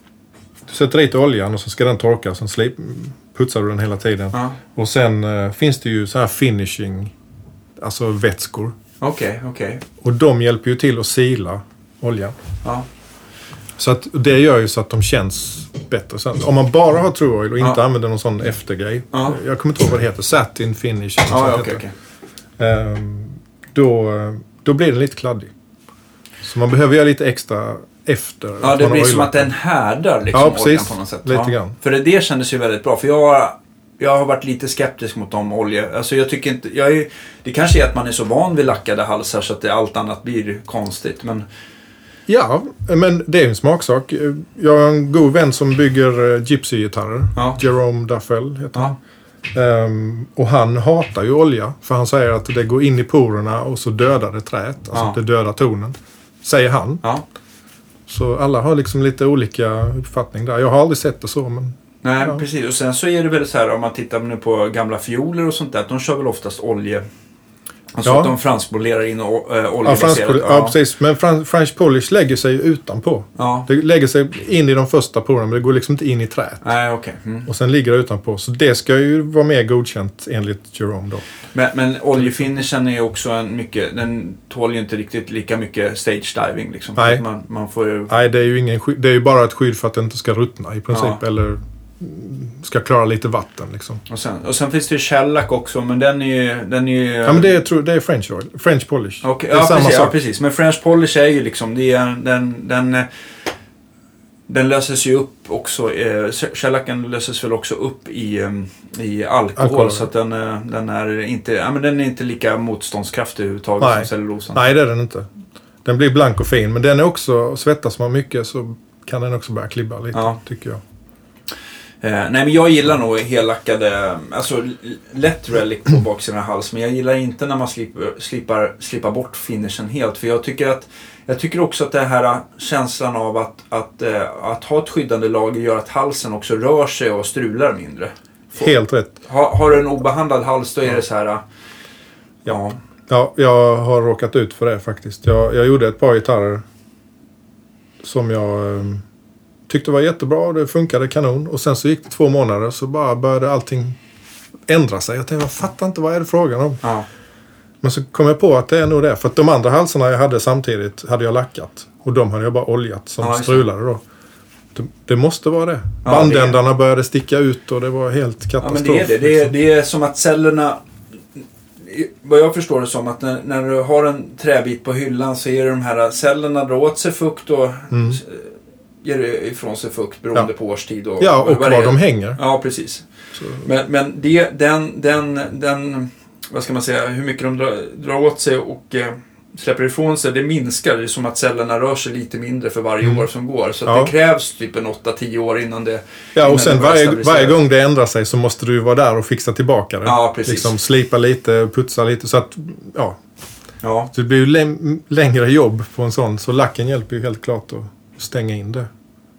Du sätter dit oljan och så ska den torka. Sen slip, putsar du den hela tiden. Ja. Och sen eh, finns det ju så här finishing. Alltså vätskor. Okej, okay, okej. Okay. Och de hjälper ju till att sila oljan. Ja. Så att det gör ju så att de känns bättre. Så om man bara har true oil och inte ja. Använder någon sån eftergrej. Ja. Jag kommer inte ihåg vad det heter. Satin finish. Ja, ja, okay, okay. Um, då, då blir det lite kladdig. Så man behöver göra lite extra efter. Ja, det blir som att den härdar liksom ja, oljan på något sätt. Lite ja. grann. För det, det kändes ju väldigt bra. För jag... Jag har varit lite skeptisk mot de oljor. Alltså jag tycker inte... Jag är, det kanske är att man är så van vid lackade halsar så att det, allt annat blir konstigt. Men... Ja, men det är en smaksak. Jag har en god vän som bygger Gypsy-gitarrer. Ja. Jerome Duffel heter ja. han. Um, och han hatar ju olja. För han säger att det går in i porerna och så dödar det träet. Alltså ja. att det dödar tonen. Säger han. Ja. Så alla har liksom lite olika uppfattning där. Jag har aldrig sett det så, men... Nej, ja. precis. Och sen så är det väl så här, om man tittar nu på gamla fioler och sånt där, att de kör väl oftast olje. Alltså ja. att de franspolerar in och äh, ja, frans, ja. ja, precis. Men frans, French polish lägger sig utanpå. Ja. Det lägger sig in i de första porerna, men det går liksom inte in i träet. Nej, okej. Okay. Mm. Och sen ligger det utanpå. Så det ska ju vara mer godkänt enligt Jerome då. Men, men oljefinishen är också en mycket, den tål ju inte riktigt lika mycket stage diving liksom. Nej. Man, man får ju... Nej, det är ju ingen skydd, det är ju bara ett skydd för att det inte ska ruttna i princip. Ja. Eller ska klara lite vatten liksom. Och sen, och sen finns det ju shellack också, men den är ju... Den är ju ja, men det är, det är French oil. French polish. Okay. Det är ja, samma precis, sak. Ja, precis. Men French polish är ju liksom, det är den... den Den löses ju upp också, eh, shellacken löses väl också upp i, i alkohol, alkohol. Så att den, den, är inte, ja, men den är inte lika motståndskraftig överhuvudtaget som cellulosan. Nej, det är den inte. Den blir blank och fin, men den är också, svettas man mycket så kan den också börja klibba lite, ja. Tycker jag. Eh, nej, men jag gillar nog hellackade, alltså lätt relic på baksidan av hals, men jag gillar inte när man slipar, slipar, slipar bort finishen helt, för jag tycker att jag tycker också att det här känslan av att, att, att, att ha ett skyddande lager gör att halsen också rör sig och strular mindre. Får, helt rätt. Ha, har du en obehandlad hals då är det så här, ja. Ja, jag har råkat ut för det faktiskt. Jag, jag gjorde ett par gitarrer som jag eh, tyckte var jättebra och det funkade kanon. Och sen så gick det två månader så bara började allting ändra sig. Jag tänkte, jag fattar inte vad är det frågan om. Ja. Men så kom jag på att det är nog det. För att de andra halsarna jag hade samtidigt hade jag lackat. Och de hade jag bara oljat som ja, strulade då. Det, det måste vara det. Ja, bandändarna det är... började sticka ut och det var helt katastrof. Ja, men det är det. Det är, det är som att cellerna... Vad jag förstår det som att när, när du har en träbit på hyllan så är det de här cellerna drar åt sig fukt och mm. ger ifrån sig fukt beroende ja. på årstid. Och, ja, och var de hänger. Ja, precis. Så. Men, men det, den, den, den, vad ska man säga, hur mycket de drar, drar åt sig och eh, släpper ifrån sig, det minskar. Det är som att cellerna rör sig lite mindre för varje mm. år som går. Så att ja. det krävs typ en åtta till tio år innan det... Ja, och sen varje, varje gång det ändrar sig så måste du ju vara där och fixa tillbaka det. Ja, precis. Liksom slipa lite, putsa lite så att, ja. ja. Så det blir ju lä- längre jobb på en sån. Så lacken hjälper ju helt klart att stänga in det.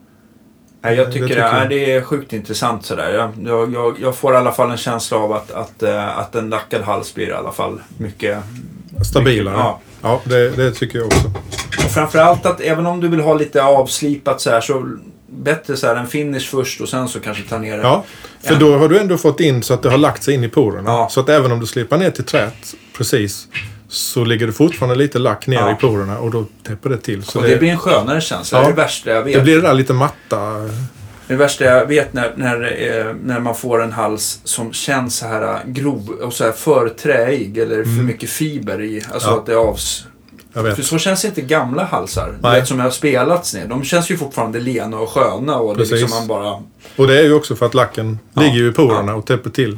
Nej, jag tycker det, tycker jag. det är sjukt intressant sådär. Jag, jag, jag får i alla fall en känsla av att, att, att en lackad hals blir i alla fall mycket... Stabilare. Mycket, ja. Ja, det, det tycker jag också. Och framförallt att även om du vill ha lite avslipat så här så bättre så här en finish först och sen så kanske ta ner det. Ja, för då har du ändå fått in så att det har lagt sig in i porerna. Ja. Så att även om du slipar ner till trät precis så ligger det fortfarande lite lack ner ja. i porerna och då täpper det till. Så och det, det blir en skönare känsla. Ja, det är det värsta jag vet. Det blir det där lite matta... Det värsta jag vet när, när, när man får en hals som känns så här grov och så här för träig eller mm. för mycket fiber i. Alltså ja. att det är avs... För så känns inte gamla halsar. Vet, som jag har spelats ner. De känns ju fortfarande lena och sköna. Och, det liksom man bara... och det är ju också för att lacken ja. ligger ju i porerna ja. och täpper till.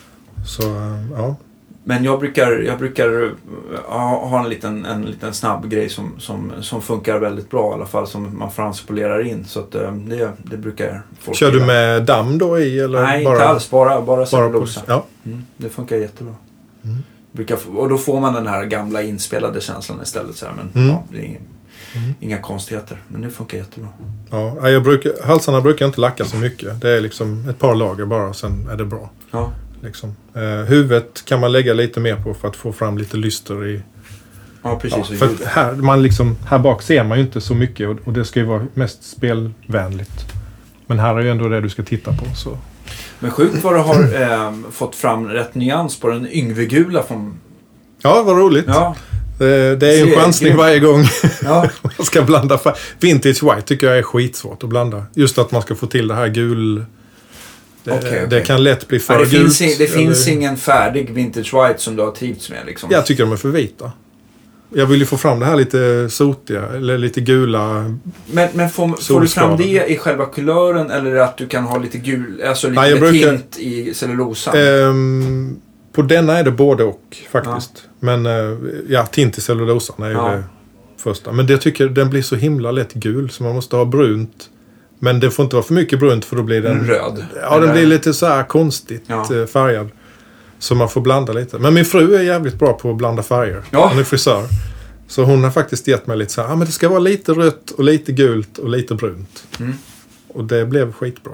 Så, ja. Men jag brukar, jag brukar ha, ha en, liten, en liten snabb grej som, som, som funkar väldigt bra i alla fall. Som man franspolerar in. Så att det, det brukar folk kör göra. Du med damm då i? Eller nej, bara, inte alls. Bara, bara cellulosa. Ja. Mm, det funkar jättebra. Mm. Brukar, och då får man den här gamla inspelade känslan istället. Så här, men mm. ja, det är inga, mm. inga konstigheter. Men det funkar jättebra. Ja, jag brukar, halsarna brukar inte lacka så mycket. Det är liksom ett par lager bara och sen är det bra. Ja. Liksom. Eh, huvudet kan man lägga lite mer på för att få fram lite lyster i... Ja, precis. Ja, för att här, man liksom, här bak ser man ju inte så mycket och, och det ska ju vara mest spelvänligt. Men här är ju ändå det du ska titta på. Så. Men sjukt vad du har eh, fått fram rätt nyans på den yngvegula från... Ja, vad roligt. Ja. Det, det är en chansning varje gång ja. man ska blanda. Vintage white tycker jag är skitsvårt att blanda. Just att man ska få till det här gul... Det, okay, okay. det kan lätt bli för ja, det gult. Finns i, det eller... finns ingen färdig vintage white som du har trivts med. Liksom. Jag tycker de är för vita. Jag vill ju få fram det här lite sotiga eller lite gula. Men, men får, får du fram det i själva kulören eller att du kan ha lite gul, alltså lite Nej, brukar, tint i cellulosan? Um, på denna är det både och faktiskt. Ja. Men uh, ja, tint i cellulosan är ju ja. det första. Men det tycker den blir så himla lätt gul så man måste ha brunt. Men det får inte vara för mycket brunt för då blir den röd. Ja, den blir lite så här konstigt ja. färgad. Så man får blanda lite. Men min fru är jävligt bra på att blanda färger. Ja. Hon är frisör. Så hon har faktiskt gett mig lite så här, ah, men det ska vara lite rött och lite gult och lite brunt. Mm. Och det blev skitbra.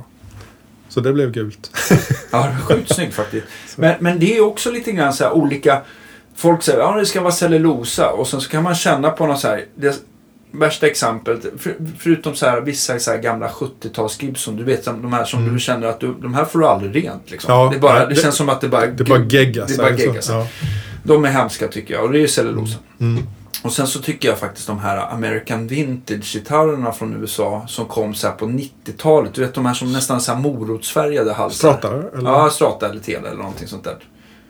Så det blev gult. Ja, det var sjukt snyggt faktiskt. Men, men det är också lite grann så här olika... Folk säger, ja det ska vara cellulosa. Och sen så kan man känna på något så här... Det värsta exemplet, för, förutom så här, vissa så här gamla sjuttio-tals Gibson, du vet de här som mm. du känner att du, de här får du aldrig rent. Liksom. Ja, det, är bara, det, det känns som att det bara... Det bara geggas. Det bara geggas. Ja. De är hemska tycker jag. Och det är ju cellulosa. Mm. Mm. Och sen så tycker jag faktiskt de här American Vintage-gitarrerna från U S A som kom så här på nittiotalet. Du vet de här som nästan så här morotsfärgade halsar. Strata? Eller? Ja, Strata eller Tele eller någonting sånt där.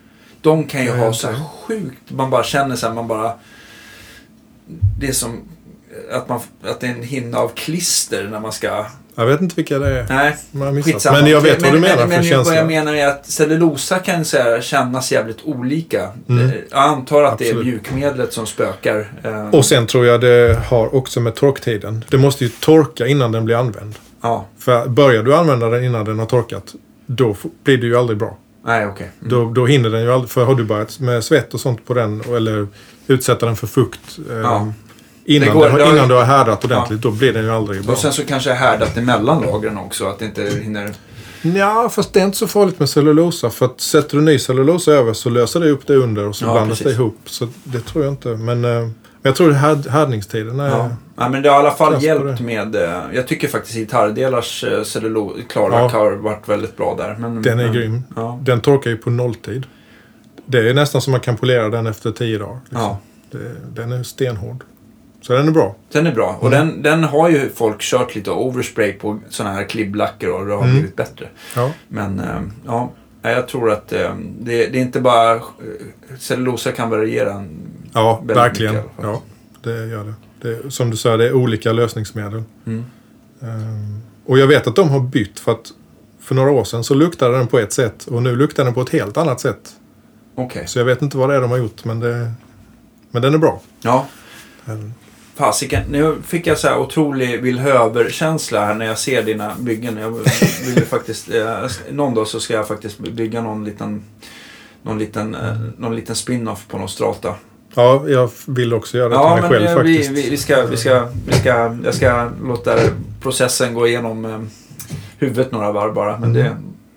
De kan ju ja, ha så här sjukt. Man bara känner så här, man bara... Det är som att, man, att det är en hinna av klister när man ska... Jag vet inte vilka det är. Nej, men jag vet vad men, du menar men, för men vad jag menar är att cellulosa kan så här, kännas jävligt olika. Mm. Jag antar att Absolut. Det är mjukmedlet som spökar. Och sen tror jag det har också med torktiden. Det måste ju torka innan den blir använd. Ja. För börjar du använda den innan den har torkat, då blir det ju aldrig bra. Nej, okej. Okay. Mm. Då, då hinner den ju aldrig, för har du börjat med svett och sånt på den, eller utsätta den för fukt ja. eh, innan, går, det, innan du har härdat ordentligt, ja. Då blir den ju aldrig bra. Och sen så kanske härdat i mellanlagren också, att det inte hinner... Ja, fast det är inte så farligt med cellulosa, för att sätter du ny cellulosa över så löser det upp det under och så ja, blandas det ihop. Så det tror jag inte, men... Eh, jag tror att härdningstiden är... Ja. Ja, men det har i alla fall hjälpt med... Jag tycker faktiskt gitarrdelars cellulo- Klarak ja. har varit väldigt bra där. Men, den är men, grym. Ja. Den torkar ju på nolltid. Det är nästan som man kan polera den efter tio dagar. Liksom. Ja. Det, den är stenhård. Så den är bra. Den är bra. Och mm. den, den har ju folk kört lite overspray på såna här klibblacker och det har mm. blivit bättre. Ja. Men ja, jag tror att det, det är inte bara... Cellulosa kan variera. Ja, verkligen. Ja, det gör det. Det, som du sa, det är olika lösningsmedel. Mm. Um, och jag vet att de har bytt för att för några år sedan så luktade den på ett sätt och nu luktar den på ett helt annat sätt. Okej. Okay. Så jag vet inte vad det är de har gjort, men, det, men den är bra. Ja. Um. Fasiken, nu fick jag så här otrolig villhöver-känsla här när jag ser dina byggen. Jag vill faktiskt, eh, någon dag så ska jag faktiskt bygga någon liten, någon liten, eh, någon liten spin-off på någon strata. Ja, jag vill också göra det ja, till mig själv vi, faktiskt. Vi, vi, ska, vi, ska, vi ska, jag ska låta processen gå igenom eh, huvudet några varv bara. Men mm.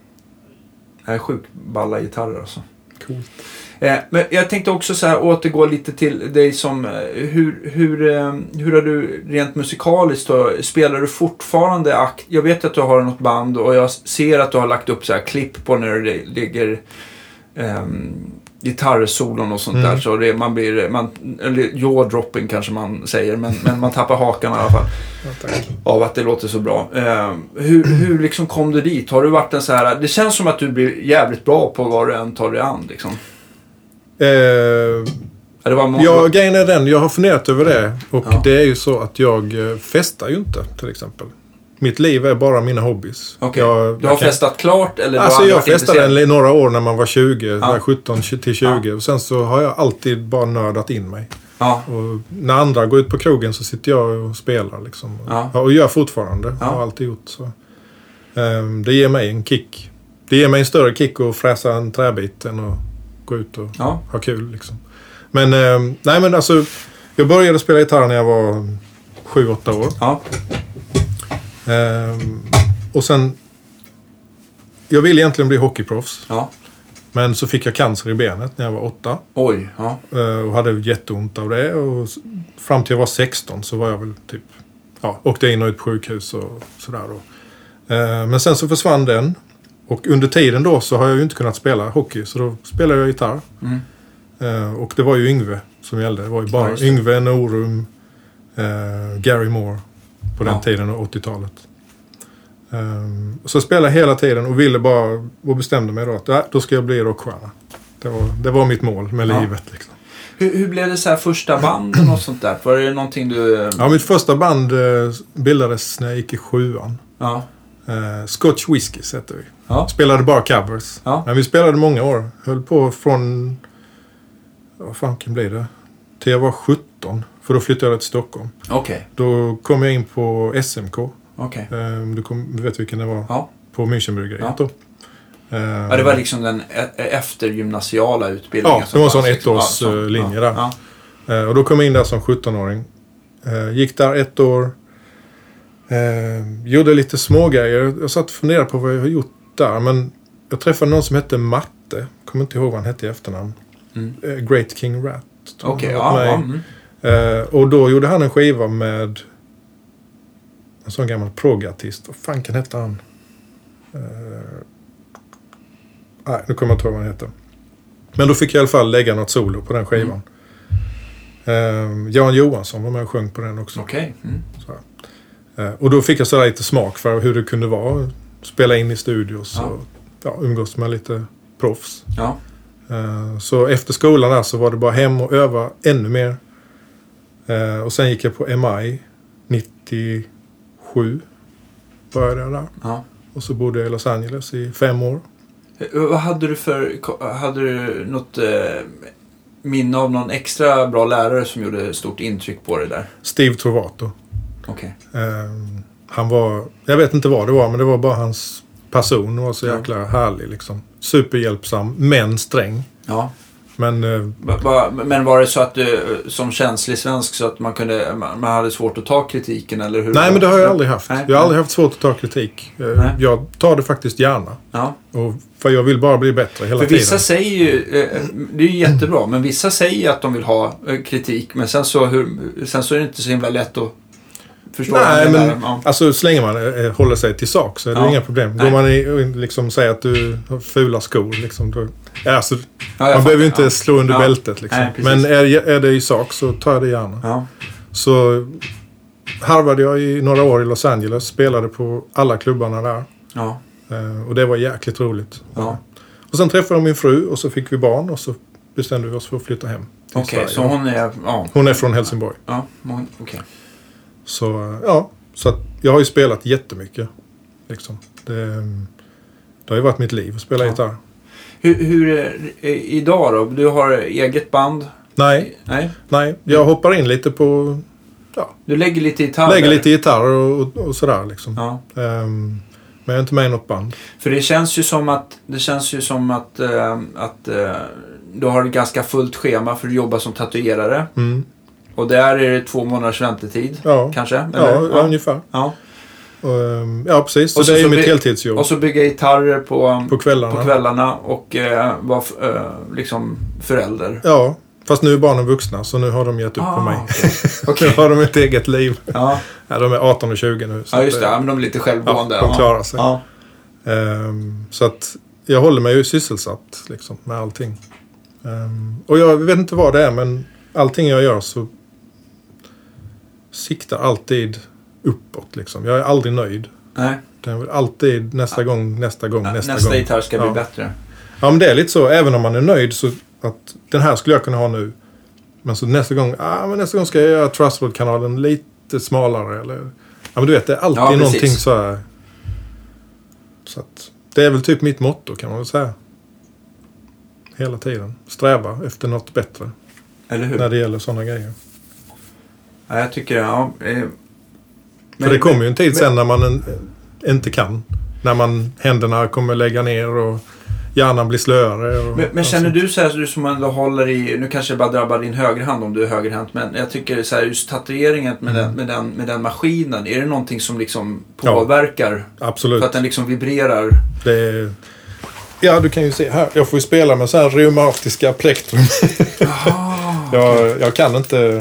det är sjukt balla gitarrer alltså. Coolt. Eh, men jag tänkte också så här återgå lite till dig som, hur, hur, eh, hur har du rent musikaliskt då, spelar du fortfarande akt? Jag vet att du har något band och jag ser att du har lagt upp så här klipp på när det ligger... Eh, gitarrsolon och sånt mm. där så det, man blir man, eller jaw-dropping kanske man säger men, men man tappar hakan i alla fall ja, av att det låter så bra. Eh, hur, hur liksom kom du dit? Har du varit en så här, det känns som att du blir jävligt bra på vad du än tar dig an liksom. Eh, ja, det var må- ja, grejen är den, jag har funderat över det och ja. Det är ju så att jag festar ju inte till exempel. Mitt liv är bara mina hobbys. Okay. Jag, du har jag kan... festat klart? Eller alltså du har jag festade i några år när man var tjugo, ja. sjutton till tjugo. Ja. Och sen så har jag alltid bara nördat in mig. Ja. Och när andra går ut på krogen så sitter jag och spelar. Liksom. Ja. Och gör fortfarande. Ja. Har alltid gjort så. Um, det ger mig en kick. Det ger mig en större kick att fräsa en träbit än att gå ut och ja. ha kul. Liksom. Men, um, nej men alltså, jag började spela gitarr när jag var sju åtta år. Ja. Um, och sen jag ville egentligen bli hockeyproffs. Ja. Men så fick jag cancer i benet när jag var åtta. Oj, ja. Uh, och hade jätteont av det. Och fram till jag var sexton så var jag väl typ... Ja, åkte in och ut på sjukhus och sådär då. Uh, men sen så försvann den. Och under tiden då så har jag ju inte kunnat spela hockey. Så då spelade jag gitarr. Mm. Uh, och det var ju Yngve som gällde. Det var ju bara ja, Yngve, Norum, uh, Gary Moore. På den ja. tiden och åttiotalet. Um, så spelade jag hela tiden och ville bara och bestämde mig då att äh, då ska jag bli rockstjärna. Det var, det var mitt mål med ja. livet. Liksom. Hur, hur blev det så här första banden och sånt där? Var det någonting du... Ja, mitt första band uh, bildades när jag gick i sjuan. Ja. Uh, Scotch Whiskies hette vi. Ja. Spelade bara covers. Ja. Men vi spelade många år. Höll på från... Vad fan kan bli det? Till jag var sjutton. För då flyttade jag till Stockholm. Okej. Okay. Då kom jag in på S M K. Okej. Okay. Um, du, kom, du vet vilken det var? Ja. På Münchenbryggeriet ja. då. Um, ja, det var liksom den eftergymnasiala utbildningen. Ja, det var en sån ettårslinje där. Ja. Uh, och då kom jag in där som sjutton-åring. Uh, gick där ett år. Uh, gjorde lite smågrejer. Jag satt och funderade på vad jag har gjort där. Men jag träffade någon som hette Matte. Kommer inte ihåg vad han hette i efternamn. Mm. Uh, Great King Rat. Okej, okay, ja. ja mm. Uh, och då gjorde han en skiva med en sån gammal proggartist. Vad fan kan heta han? Uh, nej, nu kommer jag inte ihåg vad han heter. Men då fick jag i alla fall lägga något solo på den skivan. Mm. Uh, Jan Johansson var med och sjöng på den också. Okej. Okay. Mm. Uh, och då fick jag sådär lite smak för hur det kunde vara. Spela in i studios ja. och ja, umgås med lite proffs. Ja. Uh, så efter skolan där så var det bara hem och öva ännu mer. Eh, och sen gick jag på M I nittiosju. Började jag där. Ja. Och så bodde jag i Los Angeles i fem år. Vad hade du för... Hade du något eh, minne av någon extra bra lärare som gjorde stort intryck på dig där? Steve Trovato. Okej. Okay. Eh, han var... Jag vet inte vad det var, men det var bara hans person var så jäkla ja. härlig liksom. Superhjälpsam, men sträng. Ja. Men, eh, va, men var det så att du som känslig svensk så att man kunde man hade svårt att ta kritiken eller hur? Nej, men det har jag aldrig haft. Nej, jag har aldrig haft svårt att ta kritik. Nej. Jag tar det faktiskt gärna. Ja. Och för jag vill bara bli bättre hela för tiden. Vissa säger ju, det är ju jättebra, men vissa säger att de vill ha kritik, men sen så, hur, sen så är det inte så himla lätt att förstå. Nej, men ja. alltså så länge man äh, håller sig till sak så är det ja. inga problem. Går man i, och liksom säger att du har fula skor liksom, då, alltså, ja, man behöver ju inte ja. slå under ja. bältet liksom. Nej, men är, är det i sak så tar jag det gärna. Ja. Så harvade jag i några år i Los Angeles, spelade på alla klubbarna där. Ja. Uh, och det var jäkligt roligt. Ja. Och sen träffade jag min fru och så fick vi barn och så bestämde vi oss för att flytta hem. Okej, okay, så hon är... Ja. Hon är från Helsingborg. Ja, okej. Okay. Så ja, så att jag har ju spelat jättemycket. Liksom. Det, det har ju varit mitt liv att spela ja. gitarr. Hur, hur är idag då? Du har eget band? Nej, nej, nej. Jag hoppar in lite på... Ja. Du lägger lite gitarr? Lägger lite gitarr och, och, och sådär liksom. Ja. Um, men jag är inte med i något band. För det känns ju som att det känns ju som att, äh, att äh, du har ett ganska fullt schema för att jobba som tatuerare. Mm. Och där är det två månaders väntetid, ja. kanske? Eller? Ja, ja, ungefär. Ja, och, um, ja precis. Så, och så det är så mitt by- heltidsjobb. Och så bygga gitarrer på, på, kvällarna. på kvällarna och äh, vara f- äh, liksom förälder. Ja, fast nu är barnen vuxna så nu har de gett upp ah, på mig. Okay. Okay. Nu har de ett eget liv. Ja. Ja, de är arton och tjugo nu. Så ja, just det. Ja, men de är lite självgående. Ja, de klarar sig. Ja. Um, så att jag håller mig ju sysselsatt liksom, med allting. Um, och jag vet inte vad det är, men allting jag gör så siktar alltid uppåt. Liksom. Jag är aldrig nöjd. Nej. Det är alltid nästa ja. gång, nästa gång, ja, nästa, nästa gång. gitarr ska bli ja. bättre. Ja, men det är lite så. Även om man är nöjd så att den här skulle jag kunna ha nu. Men så nästa gång, ah, men nästa gång ska jag göra Trustwood-kanalen lite smalare. Eller, ja, men du vet, det är alltid ja, någonting så här. Så att det är väl typ mitt motto kan man väl säga. Hela tiden. Sträva efter något bättre. Eller hur? När det gäller sådana grejer. Ja, jag tycker ja. Eh, För men, det kommer ju en tid men, sen när man en, inte kan. När man händerna kommer lägga ner och hjärnan blir slöare. Och, men, men känner du så här, du som ändå håller i, nu kanske det bara drabbar din högerhand om du är högerhänt, men jag tycker så här, just tatueringen med, mm. den, med, den, med den maskinen, är det någonting som liksom påverkar? Ja, absolut. För att den liksom vibrerar? Det är, ja, du kan ju se här. Jag får ju spela med så här reumatiska plektrum. Ah, jag, okay. jag kan inte...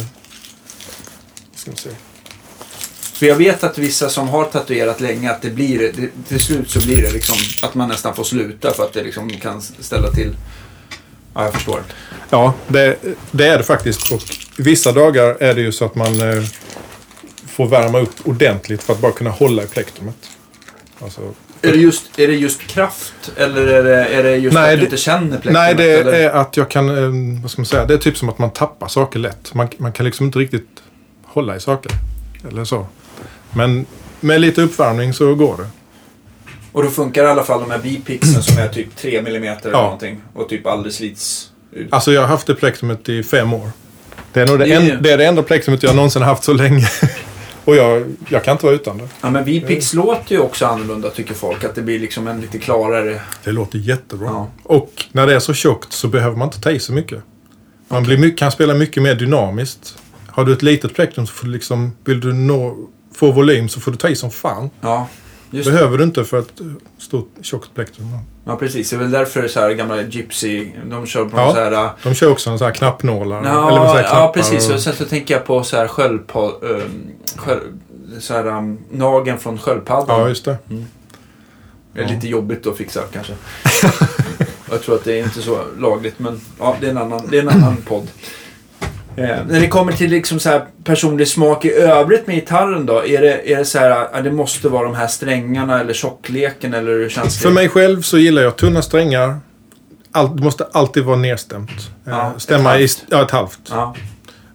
Ska vi se. För jag vet att vissa som har tatuerat länge, att det blir, det, till slut så blir det liksom att man nästan får sluta för att det liksom kan ställa till. Ja, jag förstår. Ja, det, det är det faktiskt. Och vissa dagar är det ju så att man eh, får värma upp ordentligt för att bara kunna hålla i plektrumet. Alltså, är, det just, är det just kraft eller är det, är det just nej, att du inte känner plektrumet? Nej, det eller? är att jag kan, eh, vad ska man säga, det är typ som att man tappar saker lätt. Man, man kan liksom inte riktigt hålla i saker. Eller så. Men med lite uppvärmning så går det. Och då funkar i alla fall de här bipixen som är typ tre millimeter eller ja. någonting. Och typ aldrig slits ut. Alltså jag har haft det plektrumet i fem år. Det är nog det, en, det, är det enda plektrumet jag någonsin haft så länge. Och jag, jag kan inte vara utan det. Ja, men bipix mm. låter ju också annorlunda tycker folk. Att det blir liksom en lite klarare... Det låter jättebra. Ja. Och när det är så tjockt så behöver man inte ta i så mycket. Man okay. blir, kan spela mycket mer dynamiskt. Har du ett litet plektrum så får du liksom... Vill du nå... få volym så får du ta i som fan. Ja, just behöver det. du inte för ett stort tjockt plektrum. Ja, precis. Det är väl därför så här gamla Gypsy, de kör på ja, så här... de kör också en så här knappnålar. Ja, eller så här ja precis. Och... Och sen så tänker jag på så här sköldpa, um, sköld, så här um, nageln från sköldpaddan. Ja, just det. Mm. Det är ja. lite jobbigt att fixa kanske. Jag tror att det är inte så lagligt, men ja, det är en annan, det är en annan podd. Eh, när det kommer till liksom så här personlig smak i övrigt med gitarren då, är det, är det så här att det måste vara de här strängarna eller tjockleken eller hur känns det? För mig själv så gillar jag tunna strängar. Allt, det måste alltid vara nedstämt. Ja, eh, stämma ett i ja, ett halvt. Ja.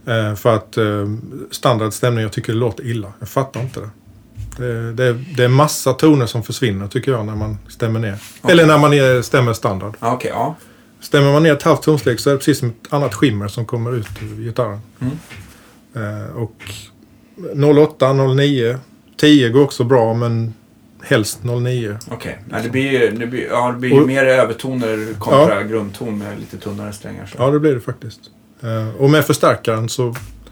Eh, för att eh, standardstämning, jag tycker det låter illa. Jag fattar inte det. Det, det, det är massa toner som försvinner tycker jag när man stämmer ner. Okay. Eller när man är, stämmer standard. Okay, ja. Stämmer man ner ett halvt tonsteg så är det precis som ett annat skimmer som kommer ut ur gitarren. Mm. Eh, och noll åtta, noll nio, tio går också bra men helst noll nio. Okej, okay. det blir ju, det blir, ja, det blir ju och, mer övertoner kontra ja. grundton med lite tunnare strängar. Så. Ja, det blir det faktiskt. Eh, och med förstärkaren så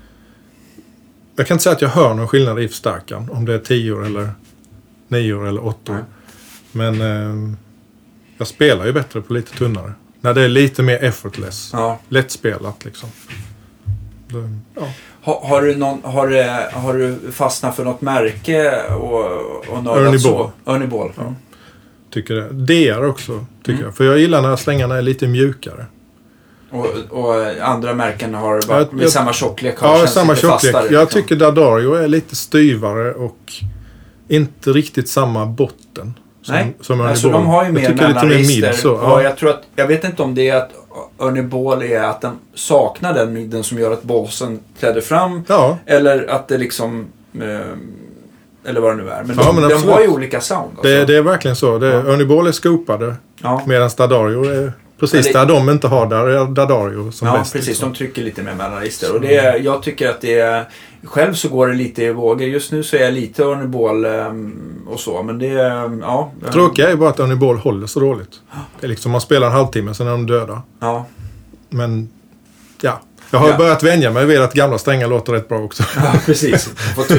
jag kan inte säga att jag hör någon skillnad i förstärkaren om det är tio eller nio eller åtta. Mm. Men eh, jag spelar ju bättre på lite tunnare. När det är lite mer effortless. Ja. Lättspelat liksom. Det, ja. ha, har, du någon, har, har du fastnat för något märke och, och nördat så? Ernie Ball. Ja. Tycker det. D R också tycker mm. jag. För jag gillar när slängarna är lite mjukare. Och, och andra märken har varit med jag, samma tjocklek. Ja, samma tjocklek. Jag liksom. tycker D'Addario är lite styvare och inte riktigt samma botten. Som, Nej, som alltså de har ju mer mellanregister. Ja. Jag, tror att, jag vet inte om det är att Ernie Ball är att den saknar den midden som gör att basen träder fram. Ja. Eller att det liksom... Eh, eller vad det nu är. Men, ja, de, men de har ju olika sound. Alltså. Det, det är verkligen så. Det, ja. Ernie Ball är skopade. Ja. Medan D'Addario är precis det, där de inte har. Där är D'Addario som ja, bäst. Ja, precis. Liksom. De trycker lite mer mellanregister. Och det är, jag tycker att det är... Själv så går det lite i vågor. Just nu så är jag lite Ernie Ball um, och så. Men det är... Ja, um, tråkiga är bara att Ernie Ball håller så dåligt. Det är liksom man spelar en halvtimme sen är de döda. Ja. Men ja. Jag har ja. börjat vänja mig vid att gamla strängar låter rätt bra också. Ja, precis.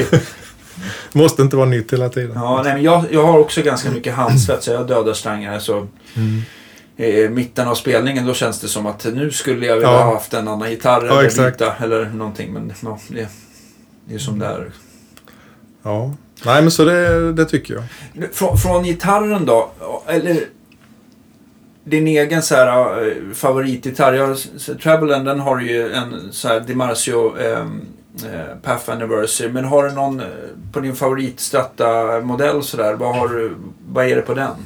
Måste inte vara nytt hela tiden. Ja, nej, men jag, jag har också ganska mycket handsvett så jag dödar strängar så... Mm. I mitten av spelningen då känns det som att nu skulle jag vilja ja. ha haft en annan gitarr ja, eller vita eller någonting men ja, det, det är som mm. det är. Ja, nej men så det, det tycker jag. Frå, från gitarren då eller din egen så här favoritgitarr, jag, Treble den har ju en så här DiMarzio eh, Path Anniversary men har du någon på din favoritstratta modell så där, vad har du, vad är det på den?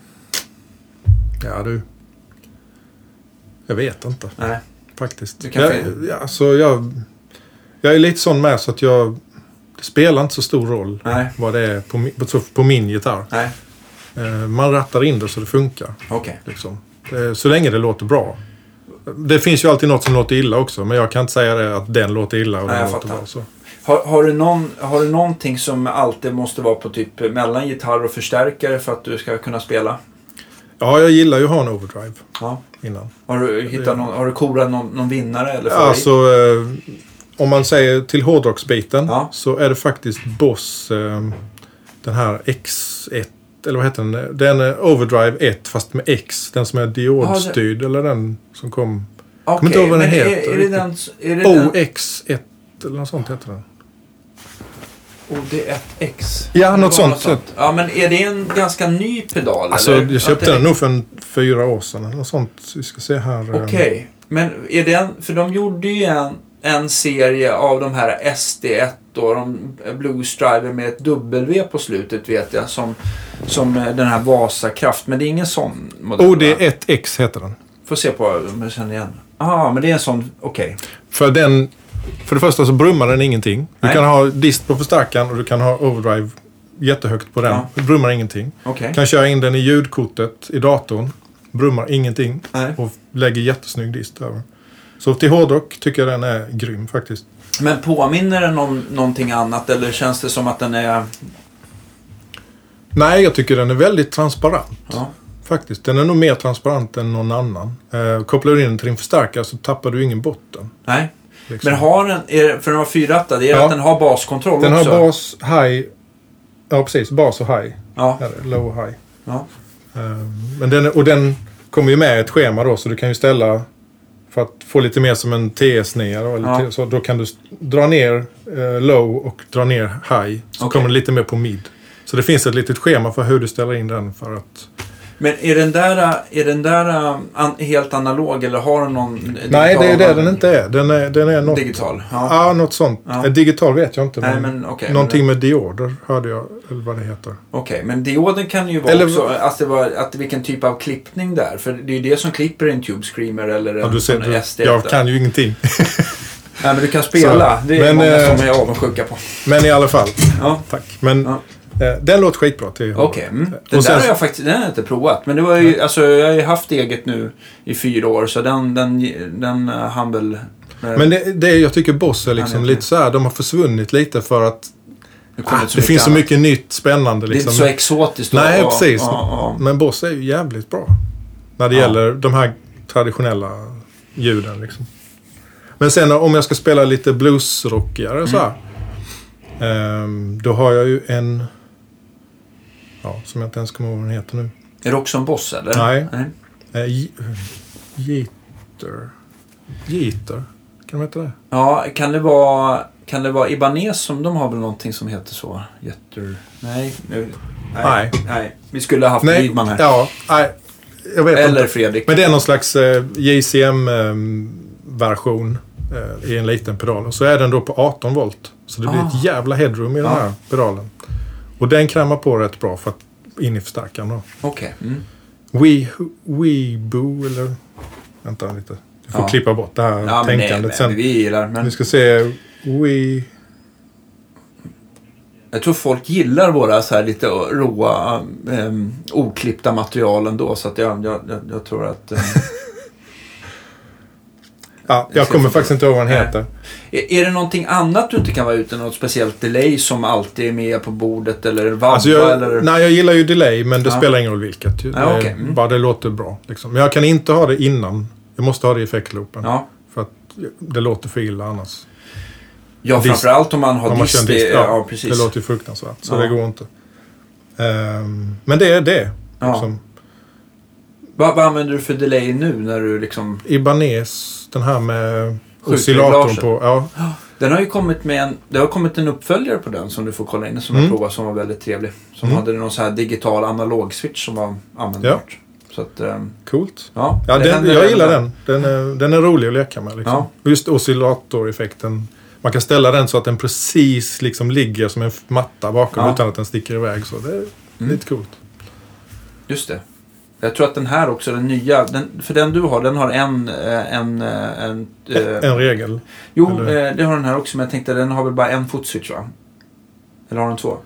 Ja du. Jag vet inte. Nej. Faktiskt. Jag, ja, så jag, jag är lite sån med så att jag det spelar inte så stor roll Nej. vad det är på, på, på min gitarr. Nej. Man rattar in det så det funkar. Okay. Liksom. Så länge det låter bra. Det finns ju alltid något som låter illa också. Men jag kan inte säga det att den låter illa och Nej, den låter bra. Så. Har, har, du någon, har du någonting som alltid måste vara på typ mellan gitarr och förstärkare för att du ska kunna spela? Ja, jag gillar ju att ha en overdrive ja. innan. Har du, hittat någon, har du korat någon, någon vinnare? Eller alltså, eh, om man säger till hårdrocksbiten ja. så är det faktiskt Boss, eh, den här X ett, eller vad heter den? Den är overdrive ett fast med X, den som är diodstyrd, ja, det... eller den som kom... Okej, okay, inte ihåg vad den heter. Är, är det den, är det O X ett, eller något sånt heter den. O D ett X. Ja, något sånt. sånt. Ja, men är det en ganska ny pedal? Alltså, eller? jag köpte den nog för en fyra år sedan. Något sånt. Vi ska se här. Okej. Okay. Men är den... För de gjorde ju en, en serie av de här S D ett och de Blues Driver med ett W på slutet, vet jag. Som, som den här Vasa-kraft. Men det är ingen sån modell. O D ett X heter den. Får se på om jag känner igen. Ja, ah, men det är en sån... Okej. Okay. För den... För det första så brummar den ingenting. Du Nej. kan ha dist på förstärkaren och du kan ha overdrive jättehögt på den. Ja. Det brummar ingenting. Okay. Du kan köra in den i ljudkortet i datorn. Brummar ingenting. Nej. Och lägger jättesnygg dist över. Så till hårdrock tycker jag den är grym faktiskt. Men påminner den om någonting annat eller känns det som att den är... Nej, jag tycker den är väldigt transparent. Ja. Faktiskt. Den är nog mer transparent än någon annan. Eh, kopplar du in den till din förstärkare så tappar du ingen botten. Nej. Liksom. Men har den, är, för den har fyratta, det är ja. att den har baskontroll den också? Den har bas, high, ja precis, bas och high. Ja. Low och high. Ja. Um, men den, och den kommer ju med ett schema då, så du kan ju ställa för att få lite mer som en T S-ner då, eller ja. t- så då kan du dra ner uh, low och dra ner high, så okay. kommer det lite mer på mid. Så det finns ett litet schema för hur du ställer in den för att... Men är den där, är den där an, helt analog eller har den någon digital? Nej, det är det den inte är. Den är, den är något, digital? Ja, ja något sånt. Ja. Digital vet jag inte. Nej, men men, okay, någonting med dioder hörde jag, eller vad det heter. Okej, okay, men dioden kan ju vara eller, också att det var att vilken typ av klippning där. För det är ju det som klipper en Tube Screamer eller en ja, du ser, du, S D. jag kan ju ingenting. Nej, men du kan spela. Så, det är men, många som är avundsjuka på. Men i alla fall. Ja. Tack. Men ja. eh, den låter skitbra till. Okej. Okay. Mm. Den sen, där har jag faktiskt den har jag inte provat. Men det var ju, alltså, jag har ju haft eget nu i fyra år. Så den, den, den uh, han väl... Uh, men det, det jag tycker Boss är liksom lite så här. De har försvunnit lite för att det, ah, det finns så annat. Mycket nytt spännande. Liksom. Det är inte så exotiskt. Nej, och, precis. Och, och, och. Men Boss är ju jävligt bra. När det ja. gäller de här traditionella ljuden liksom. Men sen om jag ska spela lite bluesrockigare mm. så här. Um, då har jag ju en... Ja, som jag inte ens kommer ihåg vad den heter nu. Är det också en Boss eller? Nej. Nej. Uh, Jeter. Jeter. Kan de heta det? Ja, kan det vara... Kan det vara Ibanez som de har väl någonting som heter så? Jeter... Nej. Nu, nej. Nej. Nej. Vi skulle ha haft Lidman här. Ja, nej. Jag vet eller inte. Fredrik. Men det är någon slags uh, J C M-version uh, i en liten pedal. Och så är den då på arton volt. Så det blir ah. ett jävla headroom i ah. den här pedalen. Och den krämar på rätt bra för att in i förstärkaren då. Okej. Okay. Mm. We, Weeboo eller... Vänta lite. Du får ja. klippa bort det här ja, tänkandet nej, sen. Men vi gillar, men... Vi ska se... We... Jag tror folk gillar våra så här lite råa, um, oklippta material ändå. Så att jag, jag, jag, jag tror att... Um... ja, jag kommer faktiskt inte ihåg vad den heter. Är, är det någonting annat du inte kan vara ute? Något speciellt delay som alltid är med på bordet? Eller vabba? Alltså jag, eller? Nej, jag gillar ju delay, men det ja. spelar ingen roll vilket. Ja, det, okay. mm. Bara det låter bra. Liksom. Men jag kan inte ha det innan. Jag måste ha det i effektloopen. Ja. För att det låter för illa annars. Ja, dist, framförallt om man har om man dist. dist ja, ja, precis. Det låter ju fruktansvärt. Så ja. det går inte. Um, men det är det. Ja. Liksom. Vad, vad använder du för delay nu när du liksom... Ibanez, den här med oscillatorn på. Ja. Den har ju kommit med en, det har kommit en uppföljare på den som du får kolla in som mm. jag provade som var väldigt trevlig. Som mm. hade någon så här digital analog switch som var användbart. Ja. Så att, um, coolt. Ja, ja den, jag gillar den. Den är, den är rolig att leka med. Liksom. Ja. Just oscillatoreffekten. Man kan ställa den så att den precis liksom ligger som en matta bakom ja. utan att den sticker iväg. Så det är mm. lite coolt. Just det. Jag tror att den här också, den nya, den, för den du har, den har en... En, en, en, en, en regel? Jo, eller? Det har den här också, men jag tänkte den har väl bara en footswitch, va? Eller har den två?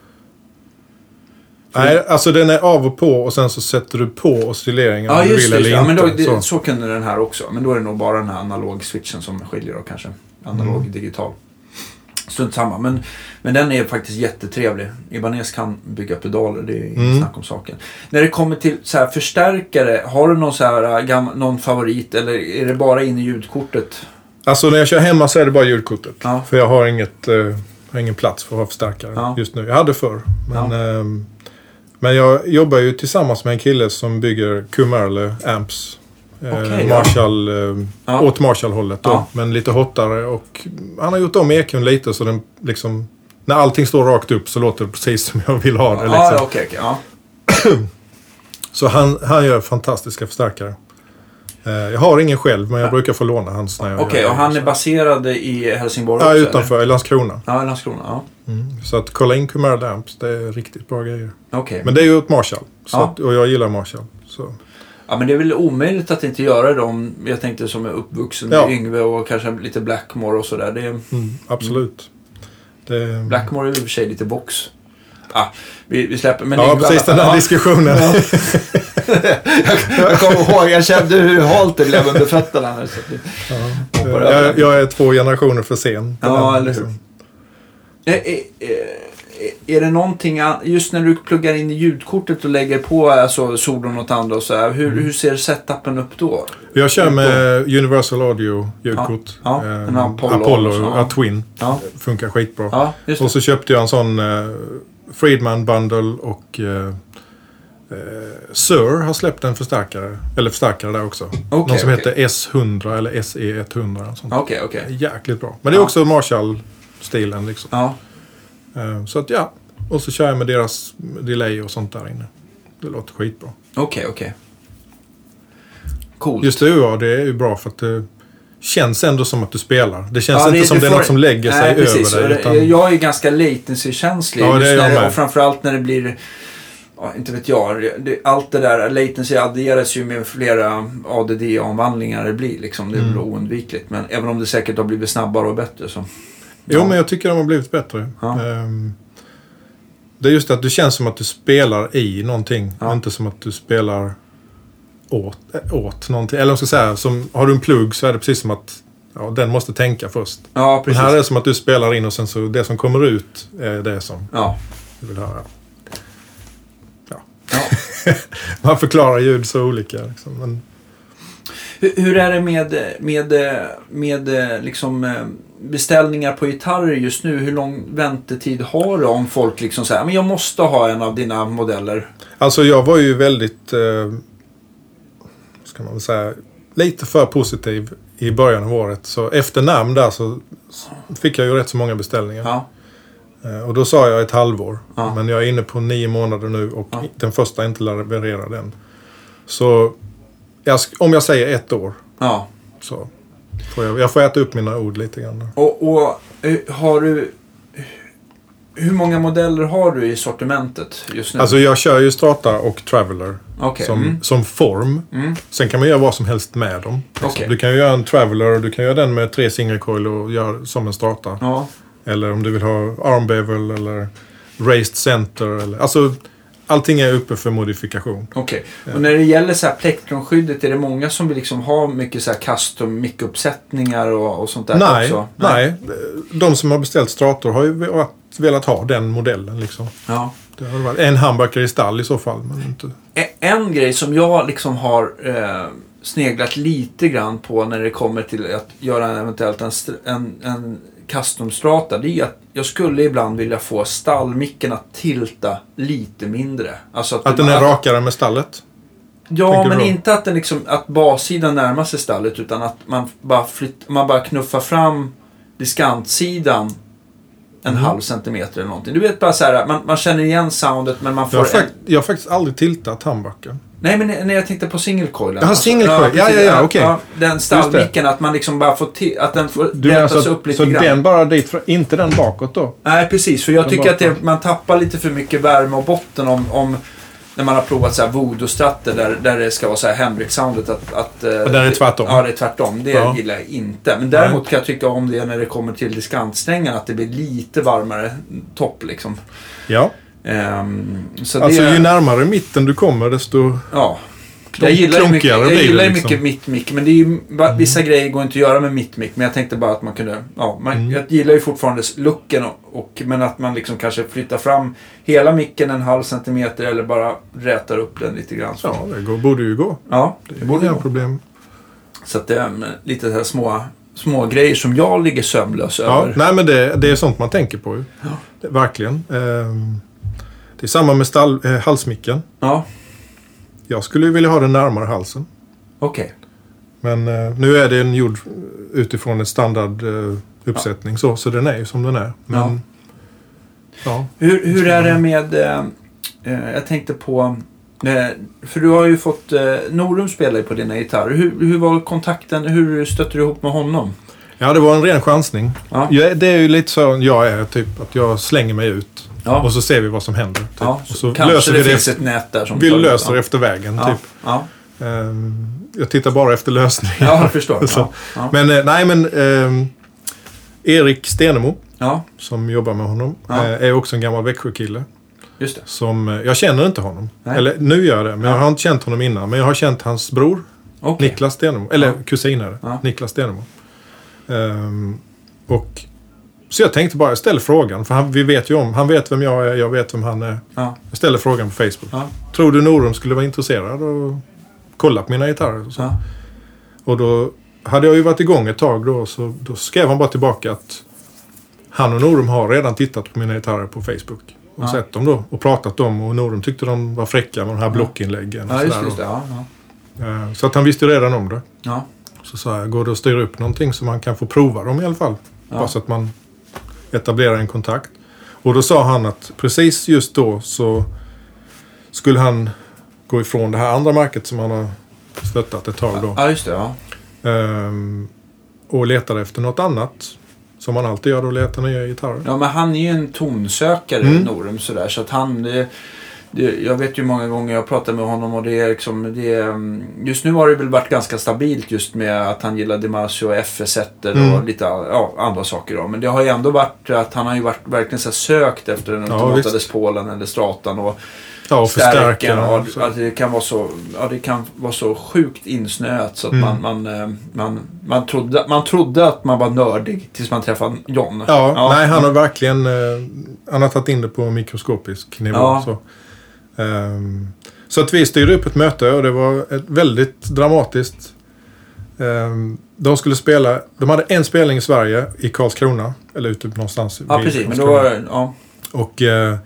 Nej, alltså den är av och på och sen så sätter du på oscilleringen ja, om du vill det, eller ja, inte. Men då, det, så. så kunde den här också. Men då är det nog bara den här analog-switchen som skiljer då kanske. Analog, mm. digital. Strunt samma. Men, men den är faktiskt jättetrevlig. Ibanez kan bygga pedaler, det är inget mm. snack om saken. När det kommer till så här förstärkare, har du någon, så här, gam, någon favorit eller är det bara in i ljudkortet? Alltså när jag kör hemma så är det bara ljudkortet. Ja. För jag har inget, uh, har ingen plats för att ha förstärkare ja. just nu. Jag hade förr. Men, ja. um, men jag jobbar ju tillsammans med en kille som bygger Kumerle amps. Okay, Marshall, ja. Ja. Åt Marshall-hållet då, ja. men lite hottare och han har gjort om E Q:n lite så den liksom, när allting står rakt upp så låter det precis som jag vill ha det. Liksom. Ja, okay, okay, ja. Så han, han gör fantastiska förstärkare. Jag har ingen själv, men jag ja. brukar få låna hans när jag Okej, okay, och han är baserad i Helsingborg ja, också? Ja, utanför, i Landskrona. Ja, i Landskrona, ja. Mm. Så att kolla in Kumerle amps, det är riktigt bra grejer. Okay. Men det är ju ett Marshall, så ja. att, och jag gillar Marshall, så... Ja, men det är väl omöjligt att inte göra det om jag tänkte som är uppvuxen med ja. Yngve och kanske lite Blackmore och sådär. Det är, mm, absolut. Det... Blackmore är i och för sig lite box. Ah, vi, vi släpper. Men ja, precis den här ja. diskussionen. Ja. jag, jag kommer ihåg, jag kände hur halt det blev under fötterna. Nu, så det, ja. jag, jag är två generationer för sen. Ja, eller hur. Är, är, är det någonting, just när du pluggar in i ljudkortet och lägger på alltså, solon och andra och så här, hur, mm. hur ser setupen upp då? Jag kör med Universal Audio ljudkort. Ja, ja, en Apollo, Apollo ja. Twin. Ja. Funkar skitbra. Ja, och så köpte jag en sån uh, Friedman Bundle och uh, uh, Sir har släppt en förstärkare, eller förstärkare där också. Okay, Någon som okay. heter S hundra eller S E hundra. Okej, okej. Okay, okay. Jäkligt bra. Men det är ja. också Marshall-stilen liksom. Ja. Så att ja, och så kör jag med deras delay och sånt där inne. Det låter skitbra. Okej, okay, okej. Okay. Coolt. Just det, ja, det är ju bra för att det känns ändå som att du spelar. Det känns ja, det, inte som det är får... något som lägger sig Nej, över dig. Utan... Jag är ganska latency-känslig. Ja, det är jag när med. Och framförallt när det blir ja, inte vet jag. Det, allt det där, latency adderas ju med flera A D D-omvandlingar det blir liksom. Det är mm. oundvikligt. Men även om det säkert har blivit snabbare och bättre så. Jo, ja. Men jag tycker de har blivit bättre. Ja. Um, det är just att det känns som att du spelar i någonting. Ja. Inte som att du spelar åt, åt någonting. Eller om jag ska säga, som, har du en plugg så är det precis som att ja, den måste tänka först. Ja, precis. Men här är det som att du spelar in och sen så det som kommer ut är det som ja. du vill höra. Ja. Ja. Man förklarar ljud så olika. Liksom. Men... Hur, hur är det med, med, med liksom, beställningar på gitarrer just nu? Hur lång väntetid har du om folk liksom säger men jag måste ha en av dina modeller? Alltså jag var ju väldigt eh, ska man väl säga lite för positiv i början av året. Så efter namn där så fick jag ju rätt så många beställningar. Ja. Och då sa jag ett halvår. Ja. Men jag är inne på nio månader nu och ja. den första är inte levererad än. Så jag, om jag säger ett år ja. så får jag, jag får äta upp mina ord lite grann. Och, och har du... Hur många modeller har du i sortimentet just nu? Alltså jag kör ju Strata och Traveller okay. som, mm. som form. Mm. Sen kan man göra vad som helst med dem. Alltså, okay. Du kan ju göra en Traveller och du kan göra den med tre single coil och göra som en Strata. Ja. Eller om du vill ha arm bevel eller raised center. Eller, alltså allting är uppe för modifikation. Okej. Okay. Ja. Och när det gäller så här plektrumskyddet, är det många som vill liksom ha mycket så här custom mic-uppsättningar och, och sånt där nej, också? Nej, nej. De som har beställt Strator har ju velat ha den modellen liksom. Ja. Det har varit en humbucker i stall i så fall. Men inte... En, en grej som jag liksom har eh, sneglat lite grann på när det kommer till att göra en, eventuellt en, en, en custom Strata, det är att jag skulle ibland vilja få stallmicken att tilta lite mindre. Alltså att, att den är rakare med stallet? Ja, men inte att, den liksom, att bassidan närmar sig stallet utan att man bara, flytt, man bara knuffar fram diskantsidan en mm. halv centimeter eller någonting. Du vet bara så här, man, man känner igen soundet men man får... Jag har, en... fakt- jag har faktiskt aldrig tiltat handbacken. Nej, men när jag tänkte på single coilen. Ja, single coil. Ja, ja, ja, okej. Okay. Ja, den stallmicken, att man liksom bara får till, att den får dämpas upp lite så grann. Så den bara dit, för, inte den bakåt då? Nej, precis. För jag den tycker bakåt. att det, man tappar lite för mycket värme och botten om, om när man har provat så här voodoo-stratter där, där det ska vara så här Hendrix-soundet att... att och där är det tvärtom. Ja, det är tvärtom. Det ja. gillar jag inte. Men däremot Nej. kan jag tycka om det när det kommer till diskantsträngen att det blir lite varmare topp liksom. Ja. Um, så alltså det, ju närmare mitten du kommer desto... Ja. Jag gillar ju mycket, jag gillar det, liksom. mycket mitt-mick, men det är ju, mm. vissa grejer går inte att göra med mitt-mick, men jag tänkte bara att man kunde, ja, man, mm. jag gillar ju fortfarande looken och, och, men att man liksom kanske flyttar fram hela micken en halv centimeter eller bara rätar upp den lite grann. Så. Ja, det går, borde ju gå. Ja, det, det borde inga problem. Så att det är lite så här små, små grejer som jag ligger sömnlös ja, över. Nej, men det, det är sånt man tänker på ju. Ja. Det, verkligen. Ehm, det är samma med stall, eh, halsmicken. Ja. Jag skulle ju vilja ha den närmare halsen. Okej. Okay. Men eh, nu är det en gjord utifrån en standard eh, uppsättning. Ja. Så, så den är ju som den är. Men, ja. Ja. Hur, hur är det med... Eh, jag tänkte på... Eh, för du har ju fått... Eh, Norum spelar ju på dina gitarrer. Hur, hur var kontakten? Hur stötte du ihop med honom? Ja, det var en ren chansning. Ja. Jag, det är ju lite så jag är. Typ att jag slänger mig ut. Ja. Och så ser vi vad som händer. Typ. Ja, och så kanske löser det vi finns det ett nät där som... Vi löser ja. efter vägen, ja. typ. Ja. Um, jag tittar bara efter lösningar. Ja, jag förstår. så. Ja. Ja. Men, eh, nej men... Um, Erik Stenemo, ja. som jobbar med honom, ja. eh, är också en gammal Växjö-kille. Just det. Som, eh, jag känner inte honom. Nej. Eller nu gör jag det, men ja. jag har inte känt honom innan. Men jag har känt hans bror, okay. Niklas Stenemo. Eller ja. kusinare, ja. Niklas Stenemo. Um, och... Så jag tänkte bara, jag ställer frågan. För han, vi vet ju om, han vet vem jag är, jag vet vem han är. Ja. Jag ställer frågan på Facebook. Ja. Tror du Norum skulle vara intresserad och kolla på mina gitarrer? Och, så. Ja. Och då hade jag ju varit igång ett tag då. Så då skrev han bara tillbaka att han och Norum har redan tittat på mina gitarrer på Facebook. Och ja. sett dem då. Och pratat om. Och Norum tyckte de var fräcka med de här blockinläggen. Ja, och just, sådär just det. Ja, ja. Så att han visste redan om det. Ja. Så sa jag, går det att styra upp någonting så man kan få prova dem i alla fall. Ja. Bara så att man etablerar en kontakt. Och då sa han att precis just då så skulle han gå ifrån det här andra märket som han har stöttat ett tag då. Ja, just det. Ja. Um, och letade efter något annat. Som man alltid gör då, letar nya gitarrer. Ja, men han är ju en tonsökare, mm. Norum, sådär. Så att han... Det, Det, jag vet ju många gånger jag pratar med honom och det är liksom, det är, just nu har det väl varit ganska stabilt just med att han gillar DiMarzio och F S ett mm. och lite ja, andra saker då. Men det har ju ändå varit att han har ju varit verkligen så här sökt efter den ultimata Polen eller Stratan och ja, och förstärken. Och, och, att det kan vara så, ja, det kan vara så sjukt insnöat så att mm. man, man, man, man, trodde, man trodde att man var nördig tills man träffade John. Ja, ja. Nej, han har verkligen han har tagit in det på mikroskopisk nivå. Ja. Så. Um, så att vi styrde upp ett möte och det var ett väldigt dramatiskt. Um, de skulle spela, de hade en spelning i Sverige i Karlskrona eller ute någonstans. Ja, precis, men då var det, ja. Och uh,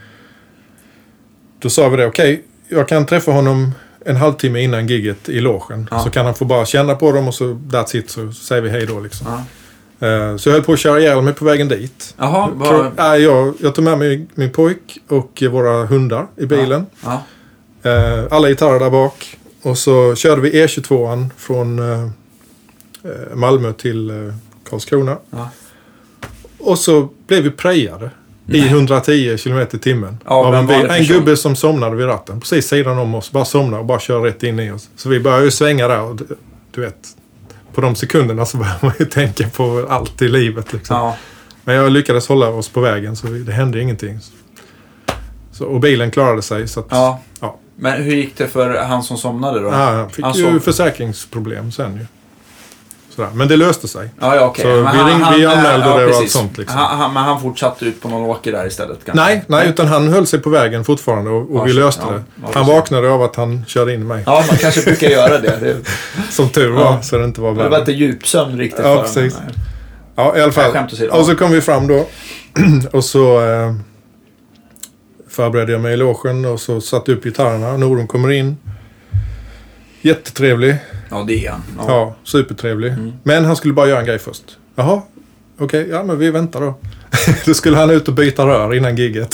då sa vi det, okej, okay, jag kan träffa honom en halvtimme innan gigget i logen. Ja. Så kan han få bara känna på dem och så that's it, så säger vi hej då liksom. Ja. Uh, så jag höll på att köra ihjäl mig på vägen dit. Jaha, var... uh, jag, jag tog med mig min pojk och våra hundar i bilen. Ja. Ja. Uh, alla gitarrer där bak. Och så körde vi E tjugotvåan från uh, Malmö till uh, Karlskrona. Ja. Och så blev vi prejade. Nej. I hundratio kilometer i timmen. Ja, av en, bil, en gubbe som somnade vid ratten. Precis sidan om oss. Bara somnade och bara kör rätt in i oss. Så vi började ju svänga där. Och du vet, på de sekunderna så börjar man ju tänka på allt i livet. Liksom. Ja. Men jag lyckades hålla oss på vägen. Så det hände ingenting. Så, och bilen klarade sig. Så att, ja. Ja. Men hur gick det för han som somnade då? Ja, han fick han ju som... försäkringsproblem sen ju. Sådär. Men det löste sig. Ja, ja, okay. Så vi, han, ring, han, vi anmälde ja, det och precis. allt sånt. Liksom. Han, han, men han fortsatte ut på någon åker där istället? Kanske. Nej, nej, utan han höll sig på vägen fortfarande och, och ja, vi löste ja, det. Ja, han vaknade av att han körde in mig. Ja, man kanske brukar göra det. det... Som tur var, ja. Så det inte var värre. Det var inte djupsömn riktigt ja, för precis. Honom. Ja, i alla fall. Och så kom vi fram då. Och så eh, förberedde jag mig i logen och så satte upp gitarrerna. Norum kommer in. Jättetrevlig. Ja, det är han. Ja, ja supertrevlig. Mm. Men han skulle bara göra en grej först. Jaha, okej, okay, ja men vi väntar då. Då skulle han ut och byta rör innan gigget.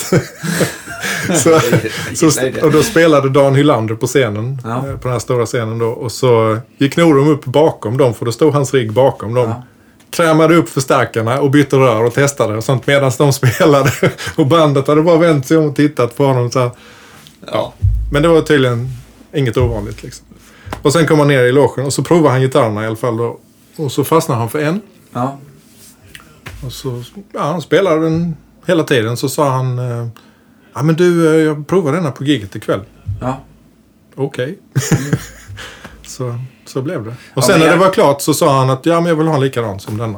så, så, och då spelade Dan Hylander på scenen. Ja. På den här stora scenen då. Och så gick Norum upp bakom dem, för då stod hans rigg bakom dem. Ja. Krämade upp förstärkarna och bytte rör och testade och sånt medan de spelade. Och bandet hade bara vänt sig om och tittat på honom så här. Ja. Men det var tydligen inget ovanligt liksom. Och sen kom han ner i logen och så provade han gitarrerna i alla fall då. Och så fastnade han för en. Ja. Och så, ja, han spelade den hela tiden. Så sa han, ja men du, jag provar denna på giget ikväll. Ja. Okej. Okay. Mm. så, så blev det. Och sen ja, när jag... det var klart så sa han att ja men jag vill ha en likadan som denna.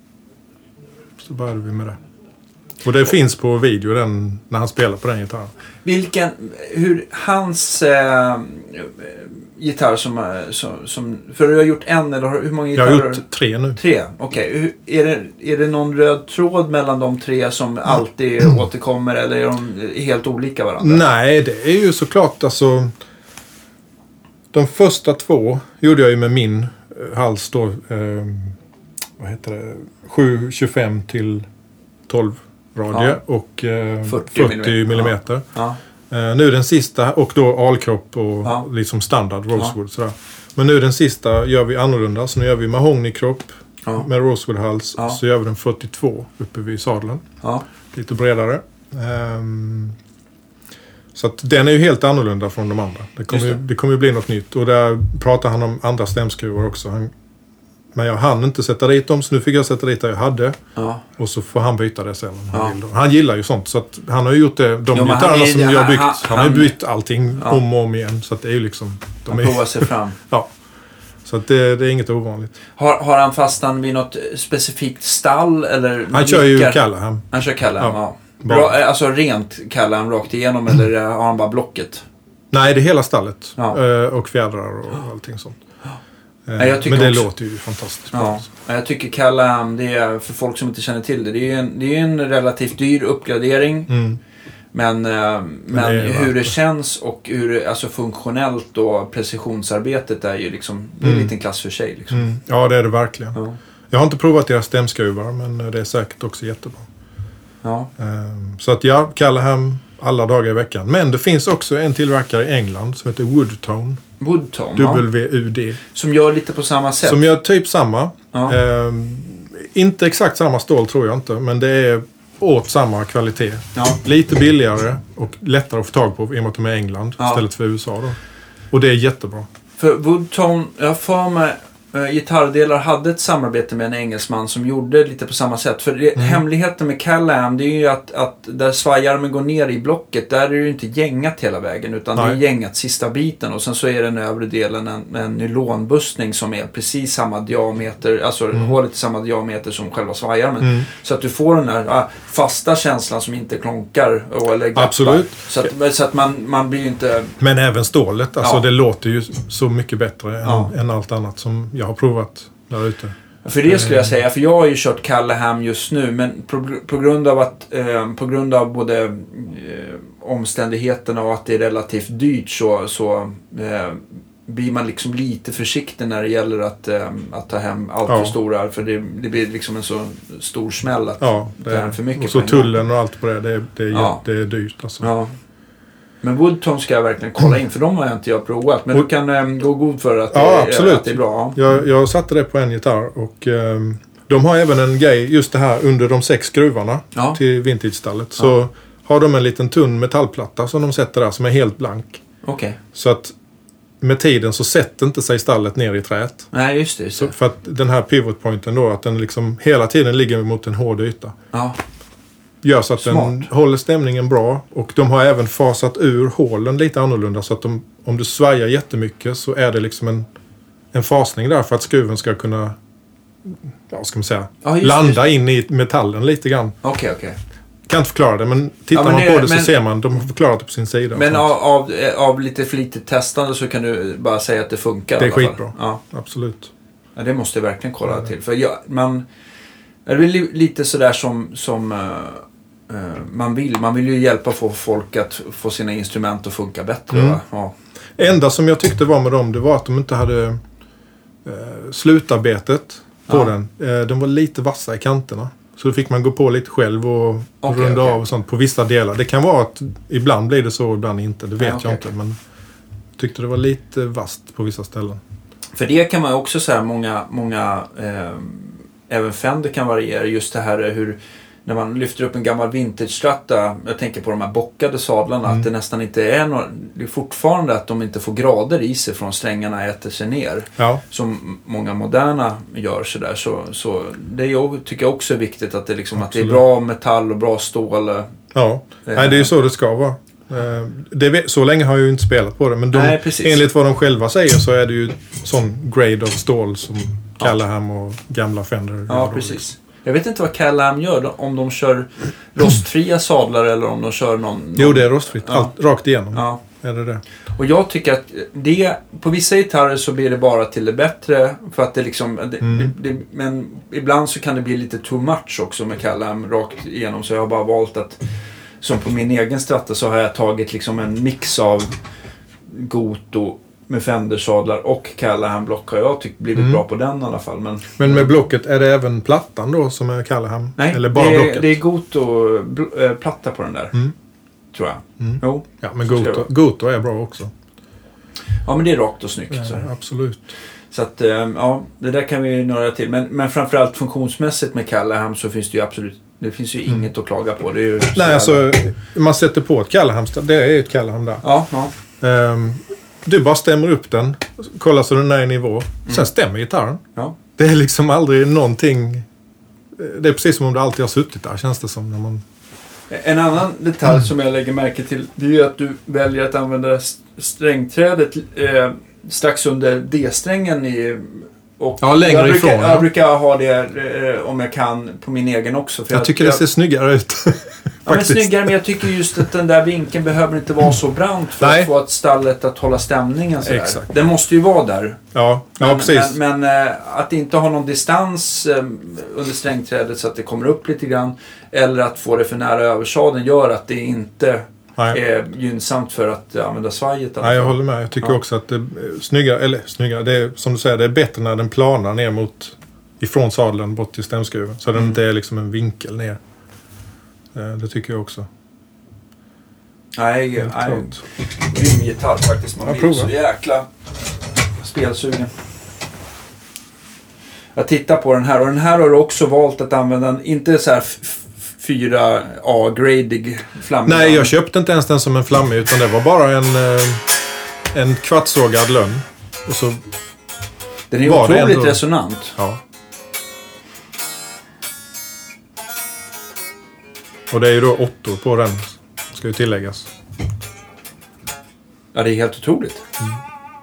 Så började vi med det. Och det finns på video den, när han spelar på den gitarren. Vilken, hur hans äh, gitarr som, som, som, för du har gjort en eller hur många gitarrer? Jag har gjort tre nu. Tre, okej. Okay. Är det, är det någon röd tråd mellan de tre som alltid mm. återkommer eller är de helt olika varandra? Nej, det är ju såklart alltså, de första två gjorde jag ju med min hals då, eh, vad heter det, sju tjugofem till tolv radie ja. Och eh, fyrtio millimeter. Ja. Eh, nu den sista, och då alkropp och ja. liksom standard rosewood. Ja. Sådär. Men nu den sista gör vi annorlunda. Så nu gör vi mahognykropp ja. med rosewood-hals. Ja. Så gör vi den fyrtiotvå uppe vid sadeln. Ja. Lite bredare. Um, så att den är ju helt annorlunda från de andra. Det kommer, ju, det kommer ju bli något nytt. Och där pratar han om andra stämskruvar också. Han, men jag hann inte sätta dit dem, så nu fick jag sätta dit det jag hade. Ja. Och så får han byta det sen. Ja. Han, vill. Han gillar ju sånt, så att han har ju gjort det. De gitarrerna som jag har byggt, han, han har ju bytt allting ja. om och om igen. Så att det är ju liksom... De han är, provar sig fram. Ja. Så att det, det är inget ovanligt. Har, har han fastan vid något specifikt stall? Eller han kör ju Callahan. Han kör Callahan, ja. ja. Bra, alltså rent Callahan rakt igenom, mm. eller har han bara blocket? Nej, det är hela stallet. Ja. Och fjädrar och allting sånt. Ja, jag men det också, låter ju fantastiskt ja, bra. Jag tycker Callahan, det är för folk som inte känner till det, det är en, det är en relativt dyr uppgradering. Mm. Men, men, men det hur det känns och hur alltså funktionellt och precisionsarbetet är ju liksom, det är en mm. liten klass för sig. Liksom. Mm. Ja, det är det verkligen. Ja. Jag har inte provat deras stämskruvar, men det är säkert också jättebra. Ja. Så att ja, Callahan alla dagar i veckan. Men det finns också en tillverkare i England som heter Woodtone. Woodtone, W U D. Ja. Som gör lite på samma sätt. Som gör typ samma. Ja. Eh, inte exakt samma stål tror jag inte. Men det är åt samma kvalitet. Ja. Lite billigare och lättare att få tag på i och med att de är i England ja. istället för U S A då. Och det är jättebra. För Woodtone, jag får med äh, gitarrdelar hade ett samarbete med en engelsman som gjorde lite på samma sätt. För det, mm. hemligheten med Callahan, det är ju att, att där svajarmen går ner i blocket, där är det ju inte gängat hela vägen, utan Nej. det är gängat sista biten. Och sen så är den övre delen en, en nylonbustning som är precis samma diameter, alltså mm. hålet i samma diameter som själva svajarmen. Mm. Så att du får den där äh, fasta känslan som inte klonkar och, eller glappar. Absolut. Så att, så att man, man blir ju inte... Men även stålet, alltså ja. det låter ju så mycket bättre ja. än, än allt annat som jag har provat där ute. För det skulle jag säga, för jag har ju kört Callahan just nu, men på, på grund av att eh, på grund av både eh, omständigheterna och att det är relativt dyrt så, så eh, blir man liksom lite försiktig när det gäller att, eh, att ta hem allt för ja. stora, för det, det blir liksom en så stor smäll att ja, det är för mycket. Och så tullen och allt på det, det, det, är, ja. det är dyrt alltså. Ja. Men Woodtone ska jag verkligen kolla in, för de har jag inte jag provat. Men och, du kan äm, gå god för att, ja, det, absolut. att det är bra. Jag, jag satte det på en gitarr och äm, de har även en grej, just det här under de sex skruvarna ja. till vintage-stallet. Så ja. har de en liten tunn metallplatta som de sätter där som är helt blank. Okej. Okay. Så att med tiden så sätter inte sig stallet ner i träet. Nej, just det. Just det. Så för att den här pivotpointen då, att den liksom hela tiden ligger mot en hård yta. Ja. Gör så att Smart. den håller stämningen bra. Och de har även fasat ur hålen lite annorlunda. Så att de, om du svajar jättemycket så är det liksom en, en fasning där för att skruven ska kunna, ja, ska man säga, ja, landa in i metallen lite grann. Okej, okay, okej. Okay. Kan inte förklara det, men tittar ja, men man på det, det så men, ser man, de har förklarat det på sin sida. Men av, av, av lite flitigt testande så kan du bara säga att det funkar. Det är skitbra, ja. Absolut. Ja, det måste jag verkligen kolla mm. till. För jag, man, det är väl lite sådär som... som uh, Man vill, man vill ju hjälpa få folk att få sina instrument att funka bättre. Mm. Ja. Enda som jag tyckte var med dem, det var att de inte hade eh, slutarbetet på ja. den. Eh, de var lite vassa i kanterna. Så då fick man gå på lite själv och, och okay, runda okay. av och sånt på vissa delar. Det kan vara att ibland blir det så, ibland inte. Det vet ja, okay, jag inte. Okay. Men jag tyckte det var lite vasst på vissa ställen. För det kan man också säga, många, många eh, även Fender kan variera. Just det här hur när man lyfter upp en gammal vintage-stratta, jag tänker på de här bockade sadlarna, mm. att det nästan inte är något, det är fortfarande att de inte får grader i sig från strängarna äter sig ner. Ja. Som många moderna gör sådär. Så, så det är, tycker jag också är viktigt att det, liksom, att det är bra metall och bra stål. Ja, eh. Nej, det är ju så det ska vara. Det, så länge har jag ju inte spelat på det, men de, Nej, enligt vad de själva säger så är det ju sån grade av stål som Callahan ja. och gamla Fender. Ja, precis. Jag vet inte vad Callahan gör, om de kör rostfria sadlar eller om de kör någon... någon... Jo, det är rostfritt. Ja. Allt, rakt igenom. Ja. Är det det? Och jag tycker att det, på vissa gitarrer så blir det bara till det bättre. För att det liksom... Det, mm. det, det, men ibland så kan det bli lite too much också med Callahan rakt igenom. Så jag har bara valt att... Som på min egen stratta så har jag tagit liksom en mix av Goto med Fender-sadlar och Callahan-block har jag tyckt blivit mm. bra på den i alla fall. Men, men med blocket, är det även plattan då som är Callahan? Nej, eller bara det, är, blocket? det är Goto-platta på den där. Mm. Tror jag. Mm. Jo. Ja, men Goto, Goto är bra också. Ja, men det är rakt och snyggt. Ja, så. Absolut. Så att, ja, det där kan vi några till. Men, men framförallt funktionsmässigt med Callahan så finns det ju absolut, det finns ju mm. inget att klaga på. Det är ju Nej, alltså, man sätter på ett Callahan, det är ju ett Callahan där. Ja, ja. Um, du bara stämmer upp den, kollar så den är i nivå. Mm. Sen stämmer gitarren. Ja. Det är liksom aldrig någonting... Det är precis som om det alltid har suttit där, känns det som. När man... En annan detalj mm. som jag lägger märke till, det är ju att du väljer att använda strängträdet eh, strax under D-strängen i... Och ja, längre jag brukar, ifrån. Jag brukar ha det eh, om jag kan på min egen också. För jag, jag tycker jag, det ser snyggare ut. Ja, men snyggare, men jag tycker just att den där vinkeln behöver inte vara så brant för Nej. att få ett stallet att hålla stämningen sådär. Exakt. Den måste ju vara där. Ja, men, ja precis. Men, men äh, att inte ha någon distans äh, under strängträdet så att det kommer upp lite grann. Eller att få det för nära översaden gör att det inte Nej. är gynnsamt för att äh, använda svajet. Nej, jag håller med. Jag tycker ja. också att det är snyggare, eller snyggare, det är som du säger, det är bättre när den planar ner mot ifrån sadeln bort till stämskruven. Så mm. den inte är liksom en vinkel ner. Det tycker jag också. Nej, nej. Grym gitarr faktiskt. Man blir så jäkla spelsugen. Jag tittar på den här och den här har du också valt att använda, inte så här f- fyra A-gradig flammig. Nej, jag köpte inte ens den som en flammig, utan det var bara en, en kvartssågad lönn. Och så den är var otroligt ändå resonant. Ja. Och det är ju då åttor på den, ska ju tilläggas. Ja, det är helt otroligt. Mm.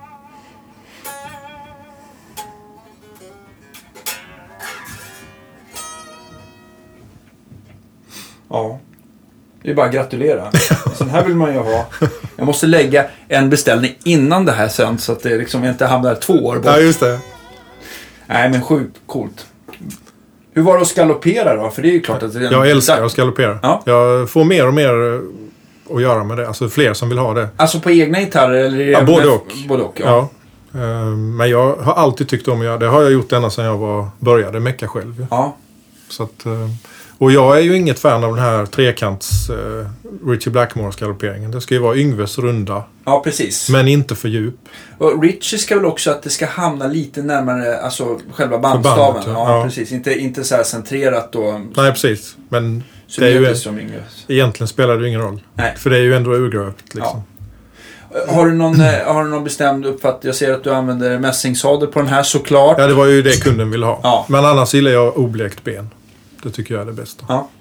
Ja. Det är bara att gratulera. Sån här vill man ju ha. Jag måste lägga en beställning innan det här sen, så att det liksom inte hamnar två år bort. Ja, just det. Nej, men sjukt coolt. Hur var det att skaloppera då? För det är ju klart att det är en... Jag älskar att skaloppera. Ja. Jag får mer och mer att göra med det. Alltså fler som vill ha det. Alltså på egna gitarrer? Eller ja, både och. Både och, ja. ja. Men jag har alltid tyckt om att göra det. Det har jag gjort ända sedan jag var, började mecka själv. Ja. Så att, och jag är ju inget fan av den här trekants uh, Richie Blackmore-skalopperingen. Det ska ju vara Yngves runda. Ja, precis. Men inte för djup. Och Richie ska väl också att det ska hamna lite närmare, alltså själva bandstaven. Bandet, ja. Ja, precis. Inte, inte så här centrerat då. Nej, precis. Men det är ju som Yngves. Egentligen spelar det ju ingen roll. Nej. För det är ju ändå urgröpt liksom. Ja. Har du någon, har du någon bestämd uppfattning? Jag ser att du använder mässingsadel på den här, såklart. Ja, det var ju det kunden ville ha. Ja. Men annars gillar jag oblekt ben. Det tycker jag är det bästa. Ja.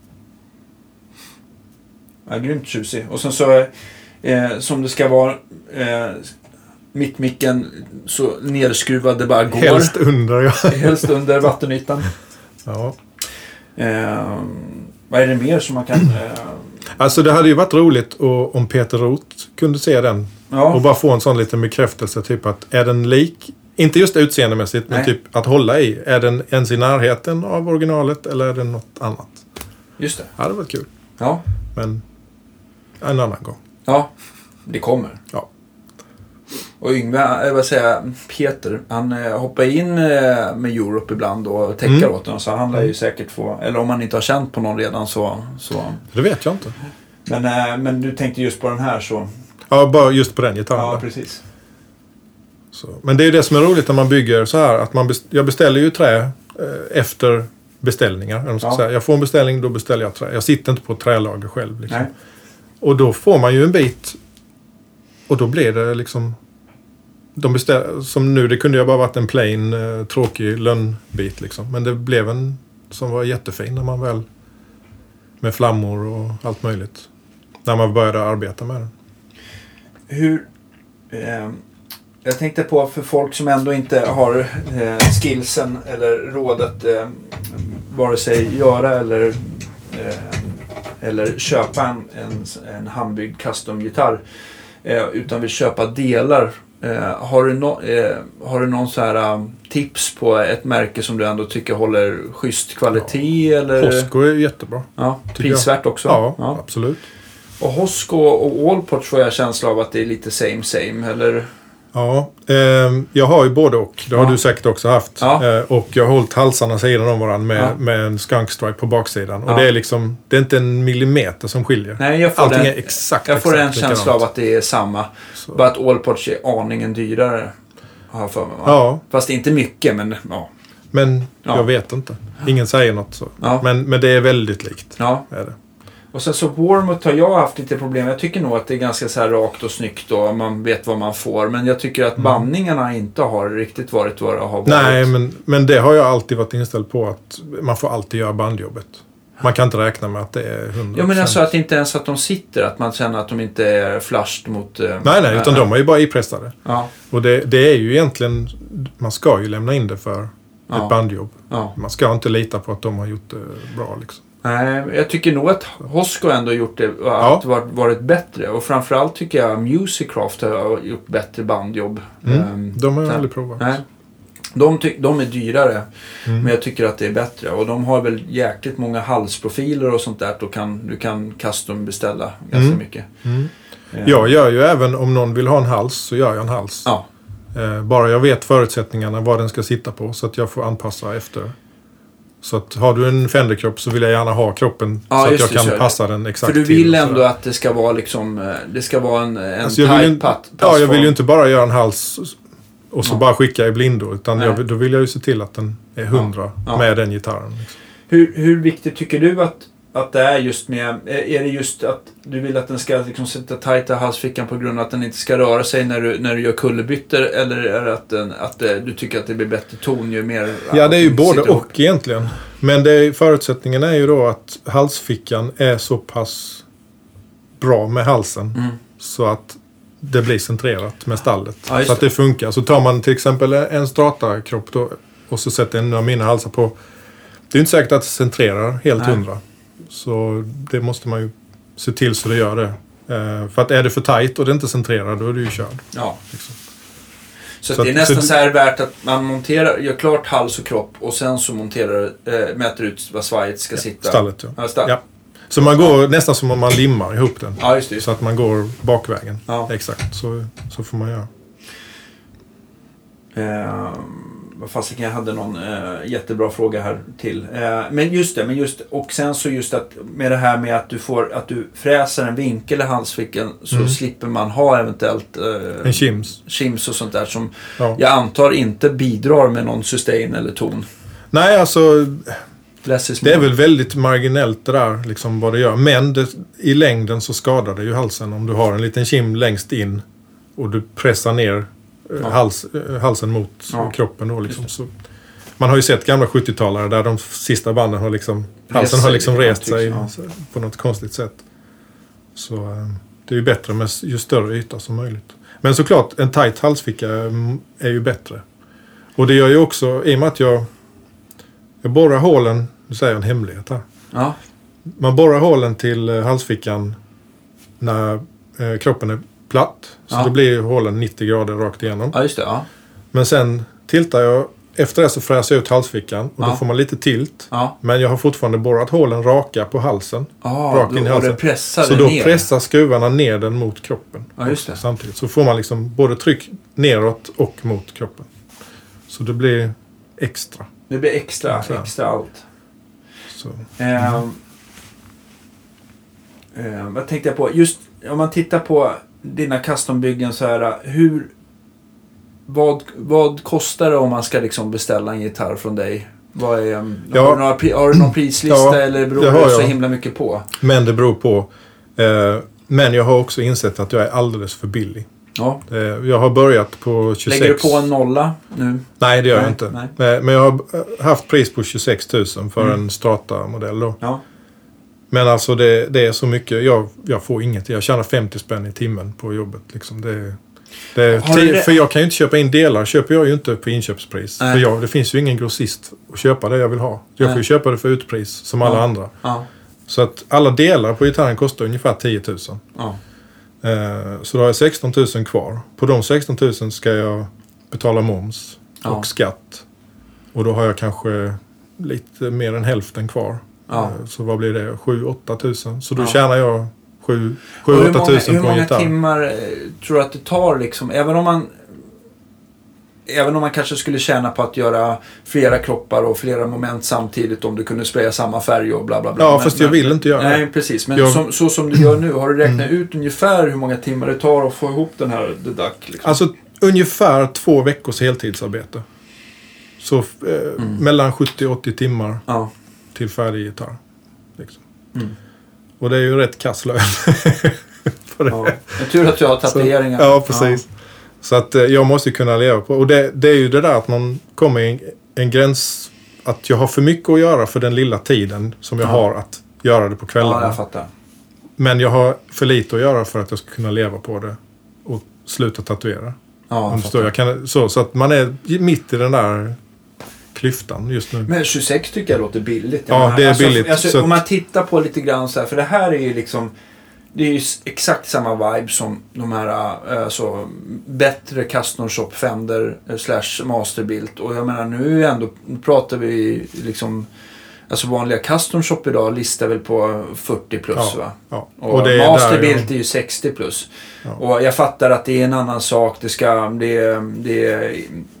Ja, grymt tjusig. Och sen så, eh, som det ska vara, eh, mittmicken så nerskruvad det bara går. Helst under, ja. Helst under vattenytan. Ja. Eh, vad är det mer som man kan... Eh... Alltså det hade ju varit roligt och, om Peter Roth kunde se den. Ja. Och bara få en sån liten bekräftelse. Typ att är den lik... Inte just utseendemässigt, men typ att hålla i. Är den ens i närheten av originalet eller är det något annat? Just det. Ja, det var kul. Ja. Men en annan gång. Ja, det kommer. Ja. Och Yngve, vad säger jag, Peter, han eh, hoppar in eh, med Europe ibland och täcker mm. åt den. Så han lär ju säkert få, eller om man inte har känt på någon redan så... så. Det vet jag inte. Men, eh, men du tänkte just på den här så... Ja, bara just på den gitarren. Ja, precis. Så. Men det är ju det som är roligt när man bygger så här. Att man best- jag beställer ju trä eh, efter beställningar. Jag, ska ja. säga. jag får en beställning, då beställer jag trä. Jag sitter inte på ett trälager själv. Liksom. Nej. Och då får man ju en bit. Och då blir det liksom... De beställ- som nu, det kunde ju bara varit en plain, eh, tråkig lönnbit. Liksom. Men det blev en som var jättefin när man väl... Med flammor och allt möjligt. När man började arbeta med den. Hur... Eh... Jag tänkte på för folk som ändå inte har eh, skillsen eller rådet eh, vare sig göra eller, eh, eller köpa en, en, en handbyggd custom-gitarr eh, utan vill köpa delar. Eh, har, du no, eh, har du någon så här um, tips på ett märke som du ändå tycker håller schysst kvalitet? Ja. Eller? Hosco är jättebra. Ja, prisvärt också. Ja, ja, absolut. Och Hosco och Allport får jag känsla av att det är lite same same, eller... Ja, eh, jag har ju både och. Det har ja. du säkert också haft. Ja. Eh, och jag har hållit halsarna sidan om varandra med, ja. med en skunk stripe på baksidan. Ja. Och det är liksom, det är inte en millimeter som skiljer. Nej, jag får Allting den, är exakt Jag får exakt en känsla likadant. av att det är samma. Så. Bara att Allports är aningen dyrare. Har jag för mig, va? Ja. Fast inte mycket, men ja. Men ja. jag vet inte. Ingen säger något så. Ja. Men, men det är väldigt likt. Ja. Är det. Och sen så Warmouth har jag haft lite problem. Jag tycker nog att det är ganska så här rakt och snyggt och man vet vad man får. Men jag tycker att mm. bandningarna inte har riktigt varit vad det har varit. Nej, men, men det har jag alltid varit inställd på att man får alltid göra bandjobbet. Man kan inte räkna med att det är hundra procent. Ja, men alltså att inte ens att de sitter, att man känner att de inte är flashed mot... Uh, nej, nej, utan äh, de är ju bara ipressade. Ja. Och det, det är ju egentligen, man ska ju lämna in det för ja. ett bandjobb. Ja. Man ska inte lita på att de har gjort det bra liksom. Nej, jag tycker nog att Hosco ändå har gjort det ja. att varit, varit bättre. Och framförallt tycker jag Musicraft har gjort bättre bandjobb. Mm. Um, de har jag aldrig provat. Nej. De, ty- de är dyrare, mm. men jag tycker att det är bättre. Och de har väl jäkligt många halsprofiler och sånt där. Då kan, du kan custom beställa ganska mm. mycket. Mm. Um. Jag gör ju även, om någon vill ha en hals så gör jag en hals. Ja. Uh, bara jag vet förutsättningarna, vad den ska sitta på. Så att jag får anpassa efter. Så att har du en Fender-kropp så vill jag gärna ha kroppen ja, så att jag det, kan så passa den exakt. För du vill ändå att det ska vara liksom, det ska vara en, en alltså tight patt. Ja, jag vill ju inte bara göra en hals och så ja. bara skicka i blindo. Utan jag, då vill jag ju se till att den är hundra ja. Ja. med den gitarren. Liksom. Hur, hur viktigt tycker du att att det är just med, är det just att du vill att den ska liksom sitta tajt i halsfickan på grund av att den inte ska röra sig när du, när du gör kullerbytter, eller är det att, den, att det, du tycker att det blir bättre ton ju mer? Ja, det är ju både och upp. Egentligen. Men det är, förutsättningen är ju då att halsfickan är så pass bra med halsen mm. så att det blir centrerat med stallet. Ja, så att det funkar. Så tar man till exempel en strata-kropp då, och så sätter en av mina halsar på. Det är inte säkert att det centrerar helt Nej. hundra. Så det måste man ju se till så det gör det. Eh, för att är det för tajt och det inte centrerar, då är det ju körd. Ja. Liksom. Så, så det är att, nästan så, så här värt att man monterar, gör klart hals och kropp och sen så monterar, äh, mäter ut vad svajet ska ja, sitta. Stallet, ja. ja, stall. ja. Så man går ja. nästan som om man limmar ihop den. Ja, just det. Så att man går bakvägen. Ja. Exakt, så, så får man göra. Eh, vad fasiken, jag hade någon eh, jättebra fråga här till. Eh, men just det, men just, och sen så just att med det här med att du får, att du fräser en vinkel i halsfickan så mm. slipper man ha eventuellt eh, en chims. chims och sånt där som ja. jag antar inte bidrar med någon sustain eller ton. Nej, alltså det är väl väldigt marginellt det där liksom vad det gör. Men det, i längden så skadar det ju halsen om du har en liten kim längst in och du pressar ner ja. hals, halsen mot ja. kroppen då liksom. Så man har ju sett gamla sjuttiotalare där de sista banden har liksom halsen har liksom rest sig ja. på något konstigt sätt. Så det är ju bättre med ju större yta som möjligt. Men såklart en tight halsficka är ju bättre. Och det gör ju också, i och med att jag jag borrar hålen, nu säger jag en hemlighet här. Ja. Man borrar hålen till halsfickan när eh, kroppen är platt. Så ja. då blir hålen nittio grader rakt igenom. Ja, just det. Ja. Men sen tiltar jag, efter det så fräser jag ut halsfickan. Och ja. då får man lite tilt. Ja. Men jag har fortfarande borrat hålen raka på halsen. Ja, rakt in i halsen. Pressar så då ner. pressar skruvarna ner den mot kroppen. Ja, just det. Samtidigt. Så får man liksom både tryck neråt och mot kroppen. Så det blir extra. Det blir extra, extra, extra allt. Så. Eh, eh, vad tänkte jag på? Just om man tittar på dina custombyggen så här, hur vad, vad kostar det om man ska liksom beställa en gitarr från dig? Vad är, ja. har, du några, har du någon prislista ja, eller beror det, det så himla mycket på? Men det beror på. Eh, men jag har också insett att jag är alldeles för billig. Ja. Jag har börjat på tjugosex. Lägger du på en nolla nu? Nej, det gör nej, jag inte. Nej. Men jag har haft pris på tjugosex tusen för mm. en Strata-modell då. Ja. Men alltså det, det är så mycket. Jag, jag får inget. Jag tjänar femtio spänn i timmen på jobbet. Liksom. Det, det, det? För jag kan ju inte köpa in delar. Köper jag ju inte på inköpspris. Nej. För jag, det finns ju ingen grossist att köpa det jag vill ha. Jag Nej. får ju köpa det för utpris som alla ja. andra. Ja. Så att alla delar på gitarren kostar ungefär tio tusen. Ja. Så då har jag sexton tusen kvar. På de sexton tusen ska jag betala moms ja. och skatt. Och då har jag kanske lite mer än hälften kvar. Ja. Så vad blir det? sju åtta tusen. Så då ja. tjänar jag sju åtta tusen på en gitarr. Hur många timmar tror du att det tar liksom? Även om man Även om man kanske skulle tjäna på att göra flera kroppar och flera moment samtidigt om du kunde spraya samma färg och bla bla bla. Ja, men, fast jag vill inte göra det. Nej, precis. Men jag... som, så som du gör nu, har du räknat mm. ut ungefär hur många timmar det tar att få ihop den här The Duck? Liksom? Alltså ungefär två veckors heltidsarbete. Så eh, mm. mellan sjuttio åttio timmar ja. till färdig gitarr. Liksom. Mm. Och det är ju rätt kasslön. Ja. Jag tur att du har tatueringar. Så, ja, precis. Ja. Så att eh, jag måste kunna leva på. Och det, det är ju det där att man kommer i en, en gräns att jag har för mycket att göra för den lilla tiden som jag ja. har att göra det på kvällarna. Ja, jag fattar. Men jag har för lite att göra för att jag ska kunna leva på det och sluta tatuera. Ja, jag jag kan, så, så att man är mitt i den där klyftan just nu. Men tjugosex tycker jag låter billigt. Jag ja, menar, det är alltså, billigt. Alltså, så om man tittar på lite grann så här, för det här är ju liksom det är ju exakt samma vibe som de här alltså, bättre custom shop Fender slash Masterbuilt. Och jag menar nu ändå pratar vi liksom alltså vanliga custom shop idag listar väl på fyrtio plus ja, va? Ja. Och, och det Masterbuilt är, där, är ju sextio plus. Ja. Och jag fattar att det är en annan sak. Det ska det är, det är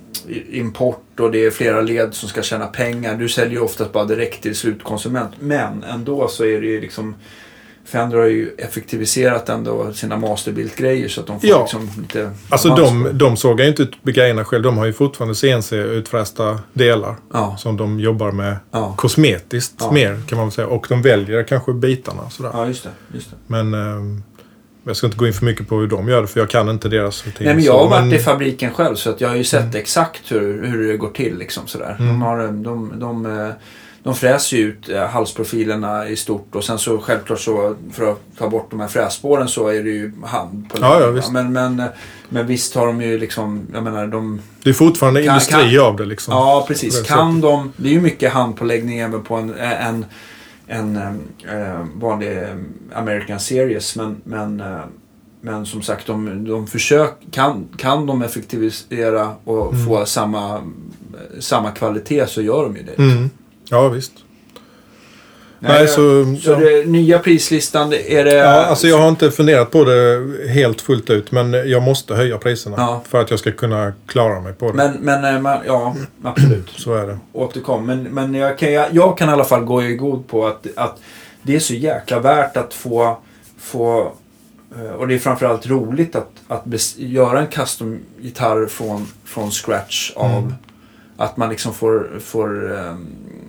import och det är flera led som ska tjäna pengar. Du säljer ju oftast bara direkt till slutkonsument. Men ändå så är det ju liksom Fender har ju effektiviserat ändå sina masterbuilt-grejer så att de får ja. liksom lite... Alltså de, de sågar ju inte ut grejerna själv. De har ju fortfarande C N C-utfrästa delar ja. Som de jobbar med ja. Kosmetiskt ja. Mer kan man säga. Och de väljer kanske bitarna. Sådär. Ja, just det. Just det. Men eh, jag ska inte gå in för mycket på hur de gör det för jag kan inte deras rutin. Nej, men jag har varit men... i fabriken själv så att jag har ju sett mm. exakt hur, hur det går till liksom sådär. Mm. De har... De, de, de, De fräser ju ut eh, halsprofilerna i stort och sen så självklart så för att ta bort de här frässpåren så är det ju hand på ja, ja, visst. Men, men, men visst har de ju liksom, jag menar de... Det är fortfarande kan, industri kan, av det liksom. Ja, precis. Kan de, det är ju mycket handpåläggning även på en, en, en, en vanlig American Series men, men, men som sagt de, de försöker, kan, kan de effektivisera och mm. få samma, samma kvalitet så gör de ju det. Mm. Ja, visst. Nej, Nej, så så ja. Det nya prislistan, är det... Ja, alltså jag har inte funderat på det helt fullt ut, men jag måste höja priserna ja. För att jag ska kunna klara mig på det. Men, men ja, absolut. Så är det. Återkom. Men, men jag, kan, jag, jag kan i alla fall gå i god på att, att det är så jäkla värt att få... få och det är framförallt roligt att, att bes, göra en custom-gitarr från, från scratch av... Mm. Att man liksom får... får um,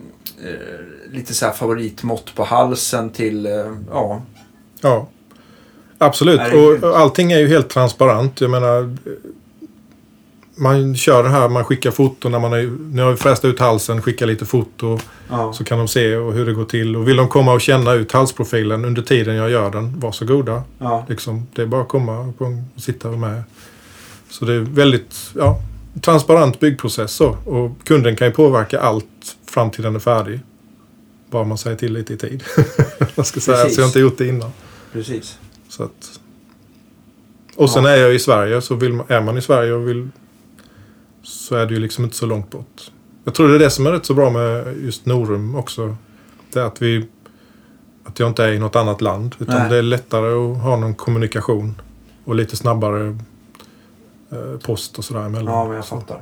lite så här favoritmått på halsen till ja. Ja. Absolut. Och allting är ju helt transparent. Jag menar man kör det här, man skickar foto när man är, när jag har fräst ut halsen, skickar lite foto ja. Så kan de se och hur det går till. Och vill de komma och känna ut halsprofilen under tiden jag gör den, varsågoda. Ja. Liksom, det är bara att komma och sitta med. Så det är väldigt ja, transparent byggprocess så. Och kunden kan ju påverka allt fram till den är färdig. Bara man säger till lite i tid. Jag ska säga så jag inte gjort det innan. Precis. Så att... Och sen ja. Är jag i Sverige så vill man, är man i Sverige och vill så är det ju liksom inte så långt bort. Jag tror det är det som är rätt så bra med just Norum också. Det är att vi att jag inte är i något annat land utan Nej. Det är lättare att ha någon kommunikation och lite snabbare eh, post och sådär emellan. Ja, men jag fattar.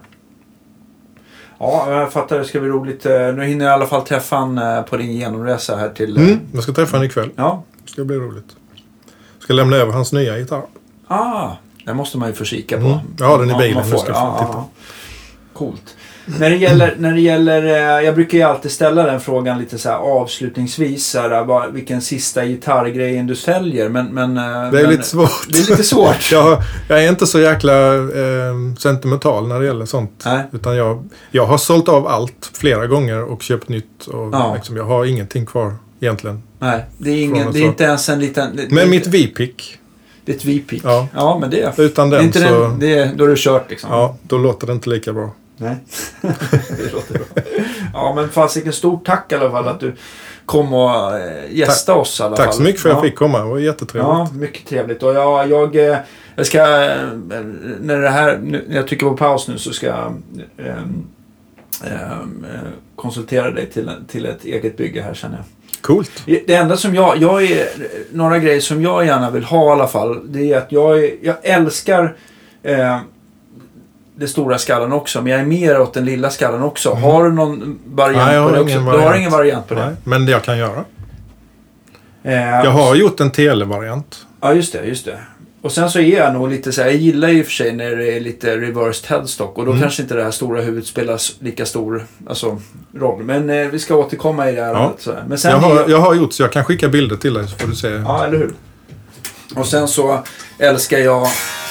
Ja, jag fattar. Det ska bli roligt. Nu hinner jag i alla fall träffa han på din genomresa här till... Mm, jag ska träffa han ikväll. Ja. Det ska bli roligt. Jag ska lämna över hans nya gitarr. Ah, det måste man ju få kika på. Mm. Ja, den är i bilen. Ja, ska ja, titta. Ja. Coolt. När det gäller, när det gäller, jag brukar ju alltid ställa den frågan lite så här avslutningsvis så här, bara, vilken sista gitarrgrejen du säljer, men, men det är men, lite svårt. Det är lite svårt. jag, jag är inte så jäkla eh, sentimental när det gäller sånt. Nej. Utan jag, jag har sålt av allt flera gånger och köpt nytt och ja. liksom, jag har ingenting kvar egentligen. Nej, det är, ingen, det är inte ens en liten... Det, men det, mitt V-pick. Det är ett V-pick. Ja. ja, men det är... Utan den, det är inte så... Den, det är, då är det kört liksom. Ja, då låter det inte lika bra. Nej, det låter bra. Ja, men fasiken, stort tack i alla fall att du kom och gästa oss i alla tack fall. Tack så mycket för att ja. jag fick komma, det var jättetrevligt. Ja, mycket trevligt. Och jag, jag, jag ska, när det här, när jag trycker på paus nu så ska jag ähm, ähm, konsultera dig till, till ett eget bygge här känner jag. Coolt. Det enda som jag, jag är, några grejer som jag gärna vill ha i alla fall, det är att jag, är, jag älskar eh, det stora skallen också, men jag är mer åt den lilla skallen också. Mm. Har du någon variant Nej, på det också? Variant. Du har ingen variant på det? Nej, men det jag kan göra. Eh, jag har gjort en televariant. Ja, just det, just det. Och sen så är jag nog lite så här, jag gillar ju för sig när det är lite reversed headstock och då mm. kanske inte det här stora huvudet spelar lika stor alltså, roll. Men eh, vi ska återkomma i det här. Ja. Så här. Men sen jag, har, jag... jag har gjort så jag kan skicka bilder till dig så får du se. Ja, eller hur? Och sen så älskar jag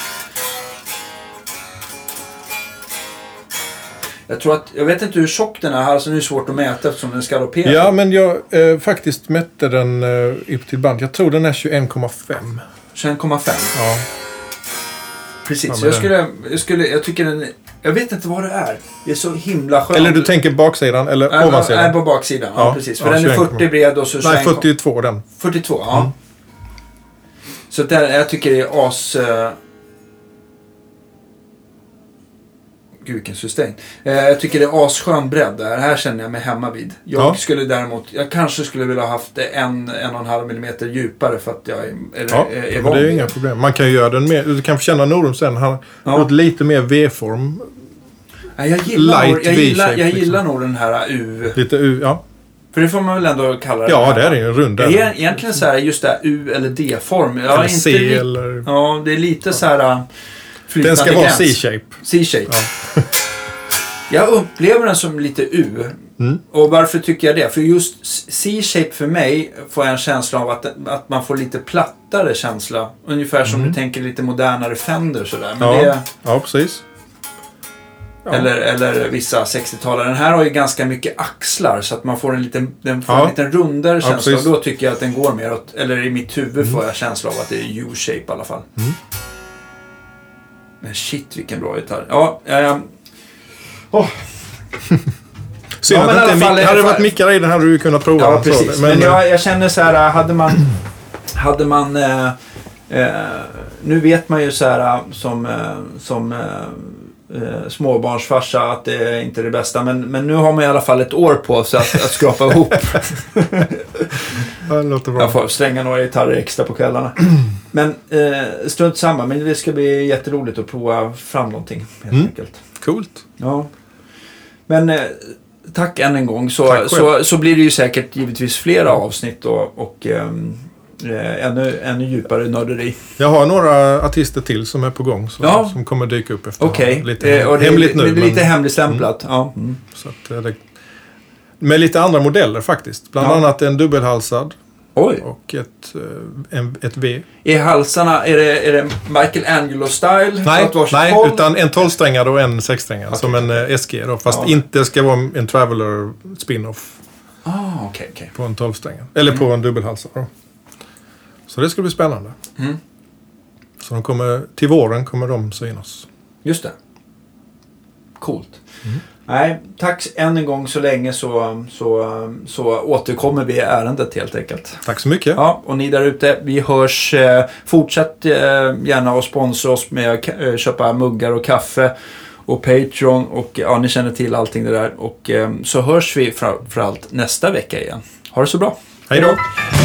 Jag tror att, jag vet inte hur tjock den är, alltså nu är det svårt att mäta eftersom den ska galopera. Ja, men jag eh, faktiskt mätte den eh, upp till band. Jag tror den är tjugoen komma fem. tjugoen komma fem? Ja. Precis, ja, jag, skulle, jag skulle, jag tycker den, jag vet inte vad det är. Det är så himla skönt. Eller du tänker baksidan, eller nej, ovansidan? Nej, på baksidan, ja, ja precis. För ja, den är fyrtio bred och så tjugoen. Nej, fyrtiotvå den. fyrtiotvå, ja. Mm. Så där, jag tycker det är as... Uh, Gud, vilken sustain. Eh, jag tycker det är asskön bredd där. Här känner jag mig hemma vid. Jag ja. skulle däremot, jag kanske skulle vilja ha haft en, en och en halv millimeter djupare för att jag är, är, ja, är, är van. Det är inga problem. Man kan ju göra den mer, du kan få känna Norum sen. Han har ja. lite mer V-form. Ja, jag gillar, nog, jag gillar, jag gillar liksom. nog den här U. Lite U, ja. För det får man väl ändå kalla det. Ja, det är en rund. Det är egentligen så här just där U- eller D-form. Eller ja, C inte li- eller... Ja, det är lite ja. så här flytande den ska vara gräns. C-shape. C-shape. Ja. Jag upplever den som lite U. Mm. Och varför tycker jag det? För just C-shape för mig får jag en känsla av att, att man får lite plattare känsla. Ungefär som mm. du tänker lite modernare Fender sådär. Men ja. det, ja, precis. Ja. Eller, eller vissa sextiotalare. Den här har ju ganska mycket axlar så att man får en liten, den får ja. en liten rundare ja, känsla. precis. Och då tycker jag att den går mer åt, eller i mitt huvud mm. får jag känsla av att det är U-shape i alla fall. Mm. Men shit vilken bra gitarr. Ja, eh, oh. Synd ja, att inte fall, hade det varit mickar i den hade du kunnat prova. Ja, precis. Så, men men jag, jag känner så här, hade man hade man eh, eh, nu vet man ju så här som eh, som eh, småbarnsfarsa att det är inte det bästa, men men nu har man i alla fall ett år på sig att, att skrapa ihop. Det låter bra. Jag får stränga några gitarrer extra på kvällarna. Men eh, strunt samma, men det ska bli jätteroligt att prova fram någonting helt mm. enkelt. Coolt. Ja. Men eh, tack än en gång. Så, så, så blir det ju säkert givetvis flera avsnitt och, och eh, ännu, ännu djupare nörderi. Jag har några artister till som är på gång så, ja. som kommer dyka upp efter. Okej. Lite eh, och det, hemligt det, nu. Det är lite men, hemligstämplat. Mm. Ja. Mm. Så att, det, med lite andra modeller faktiskt. Bland ja. annat en dubbelhalsad. Oj. Och ett, en, ett V. Är halsarna, är det, är det Michelangelo-style? Nej, nej utan en tolvsträngad och en sexsträngad. Okay. Som en eh, S G då. Fast ja. inte ska vara en Traveler spin-off. Ah, okej, okay, okay. På en tolvsträngad. Eller mm. på en dubbelhalsad då. Så det ska bli spännande. Mm. Så de kommer, till våren kommer de synas. Just det. Coolt. Mm. Nej, tack än en gång så länge så, så, så återkommer vi i ärendet helt enkelt. Tack så mycket. Ja, och ni där ute, vi hörs. Eh, fortsätt eh, gärna att sponsra oss med att eh, köpa muggar och kaffe och Patreon och ja, ni känner till allting det där. Och eh, så hörs vi framförallt nästa vecka igen. Ha det så bra. Hej då.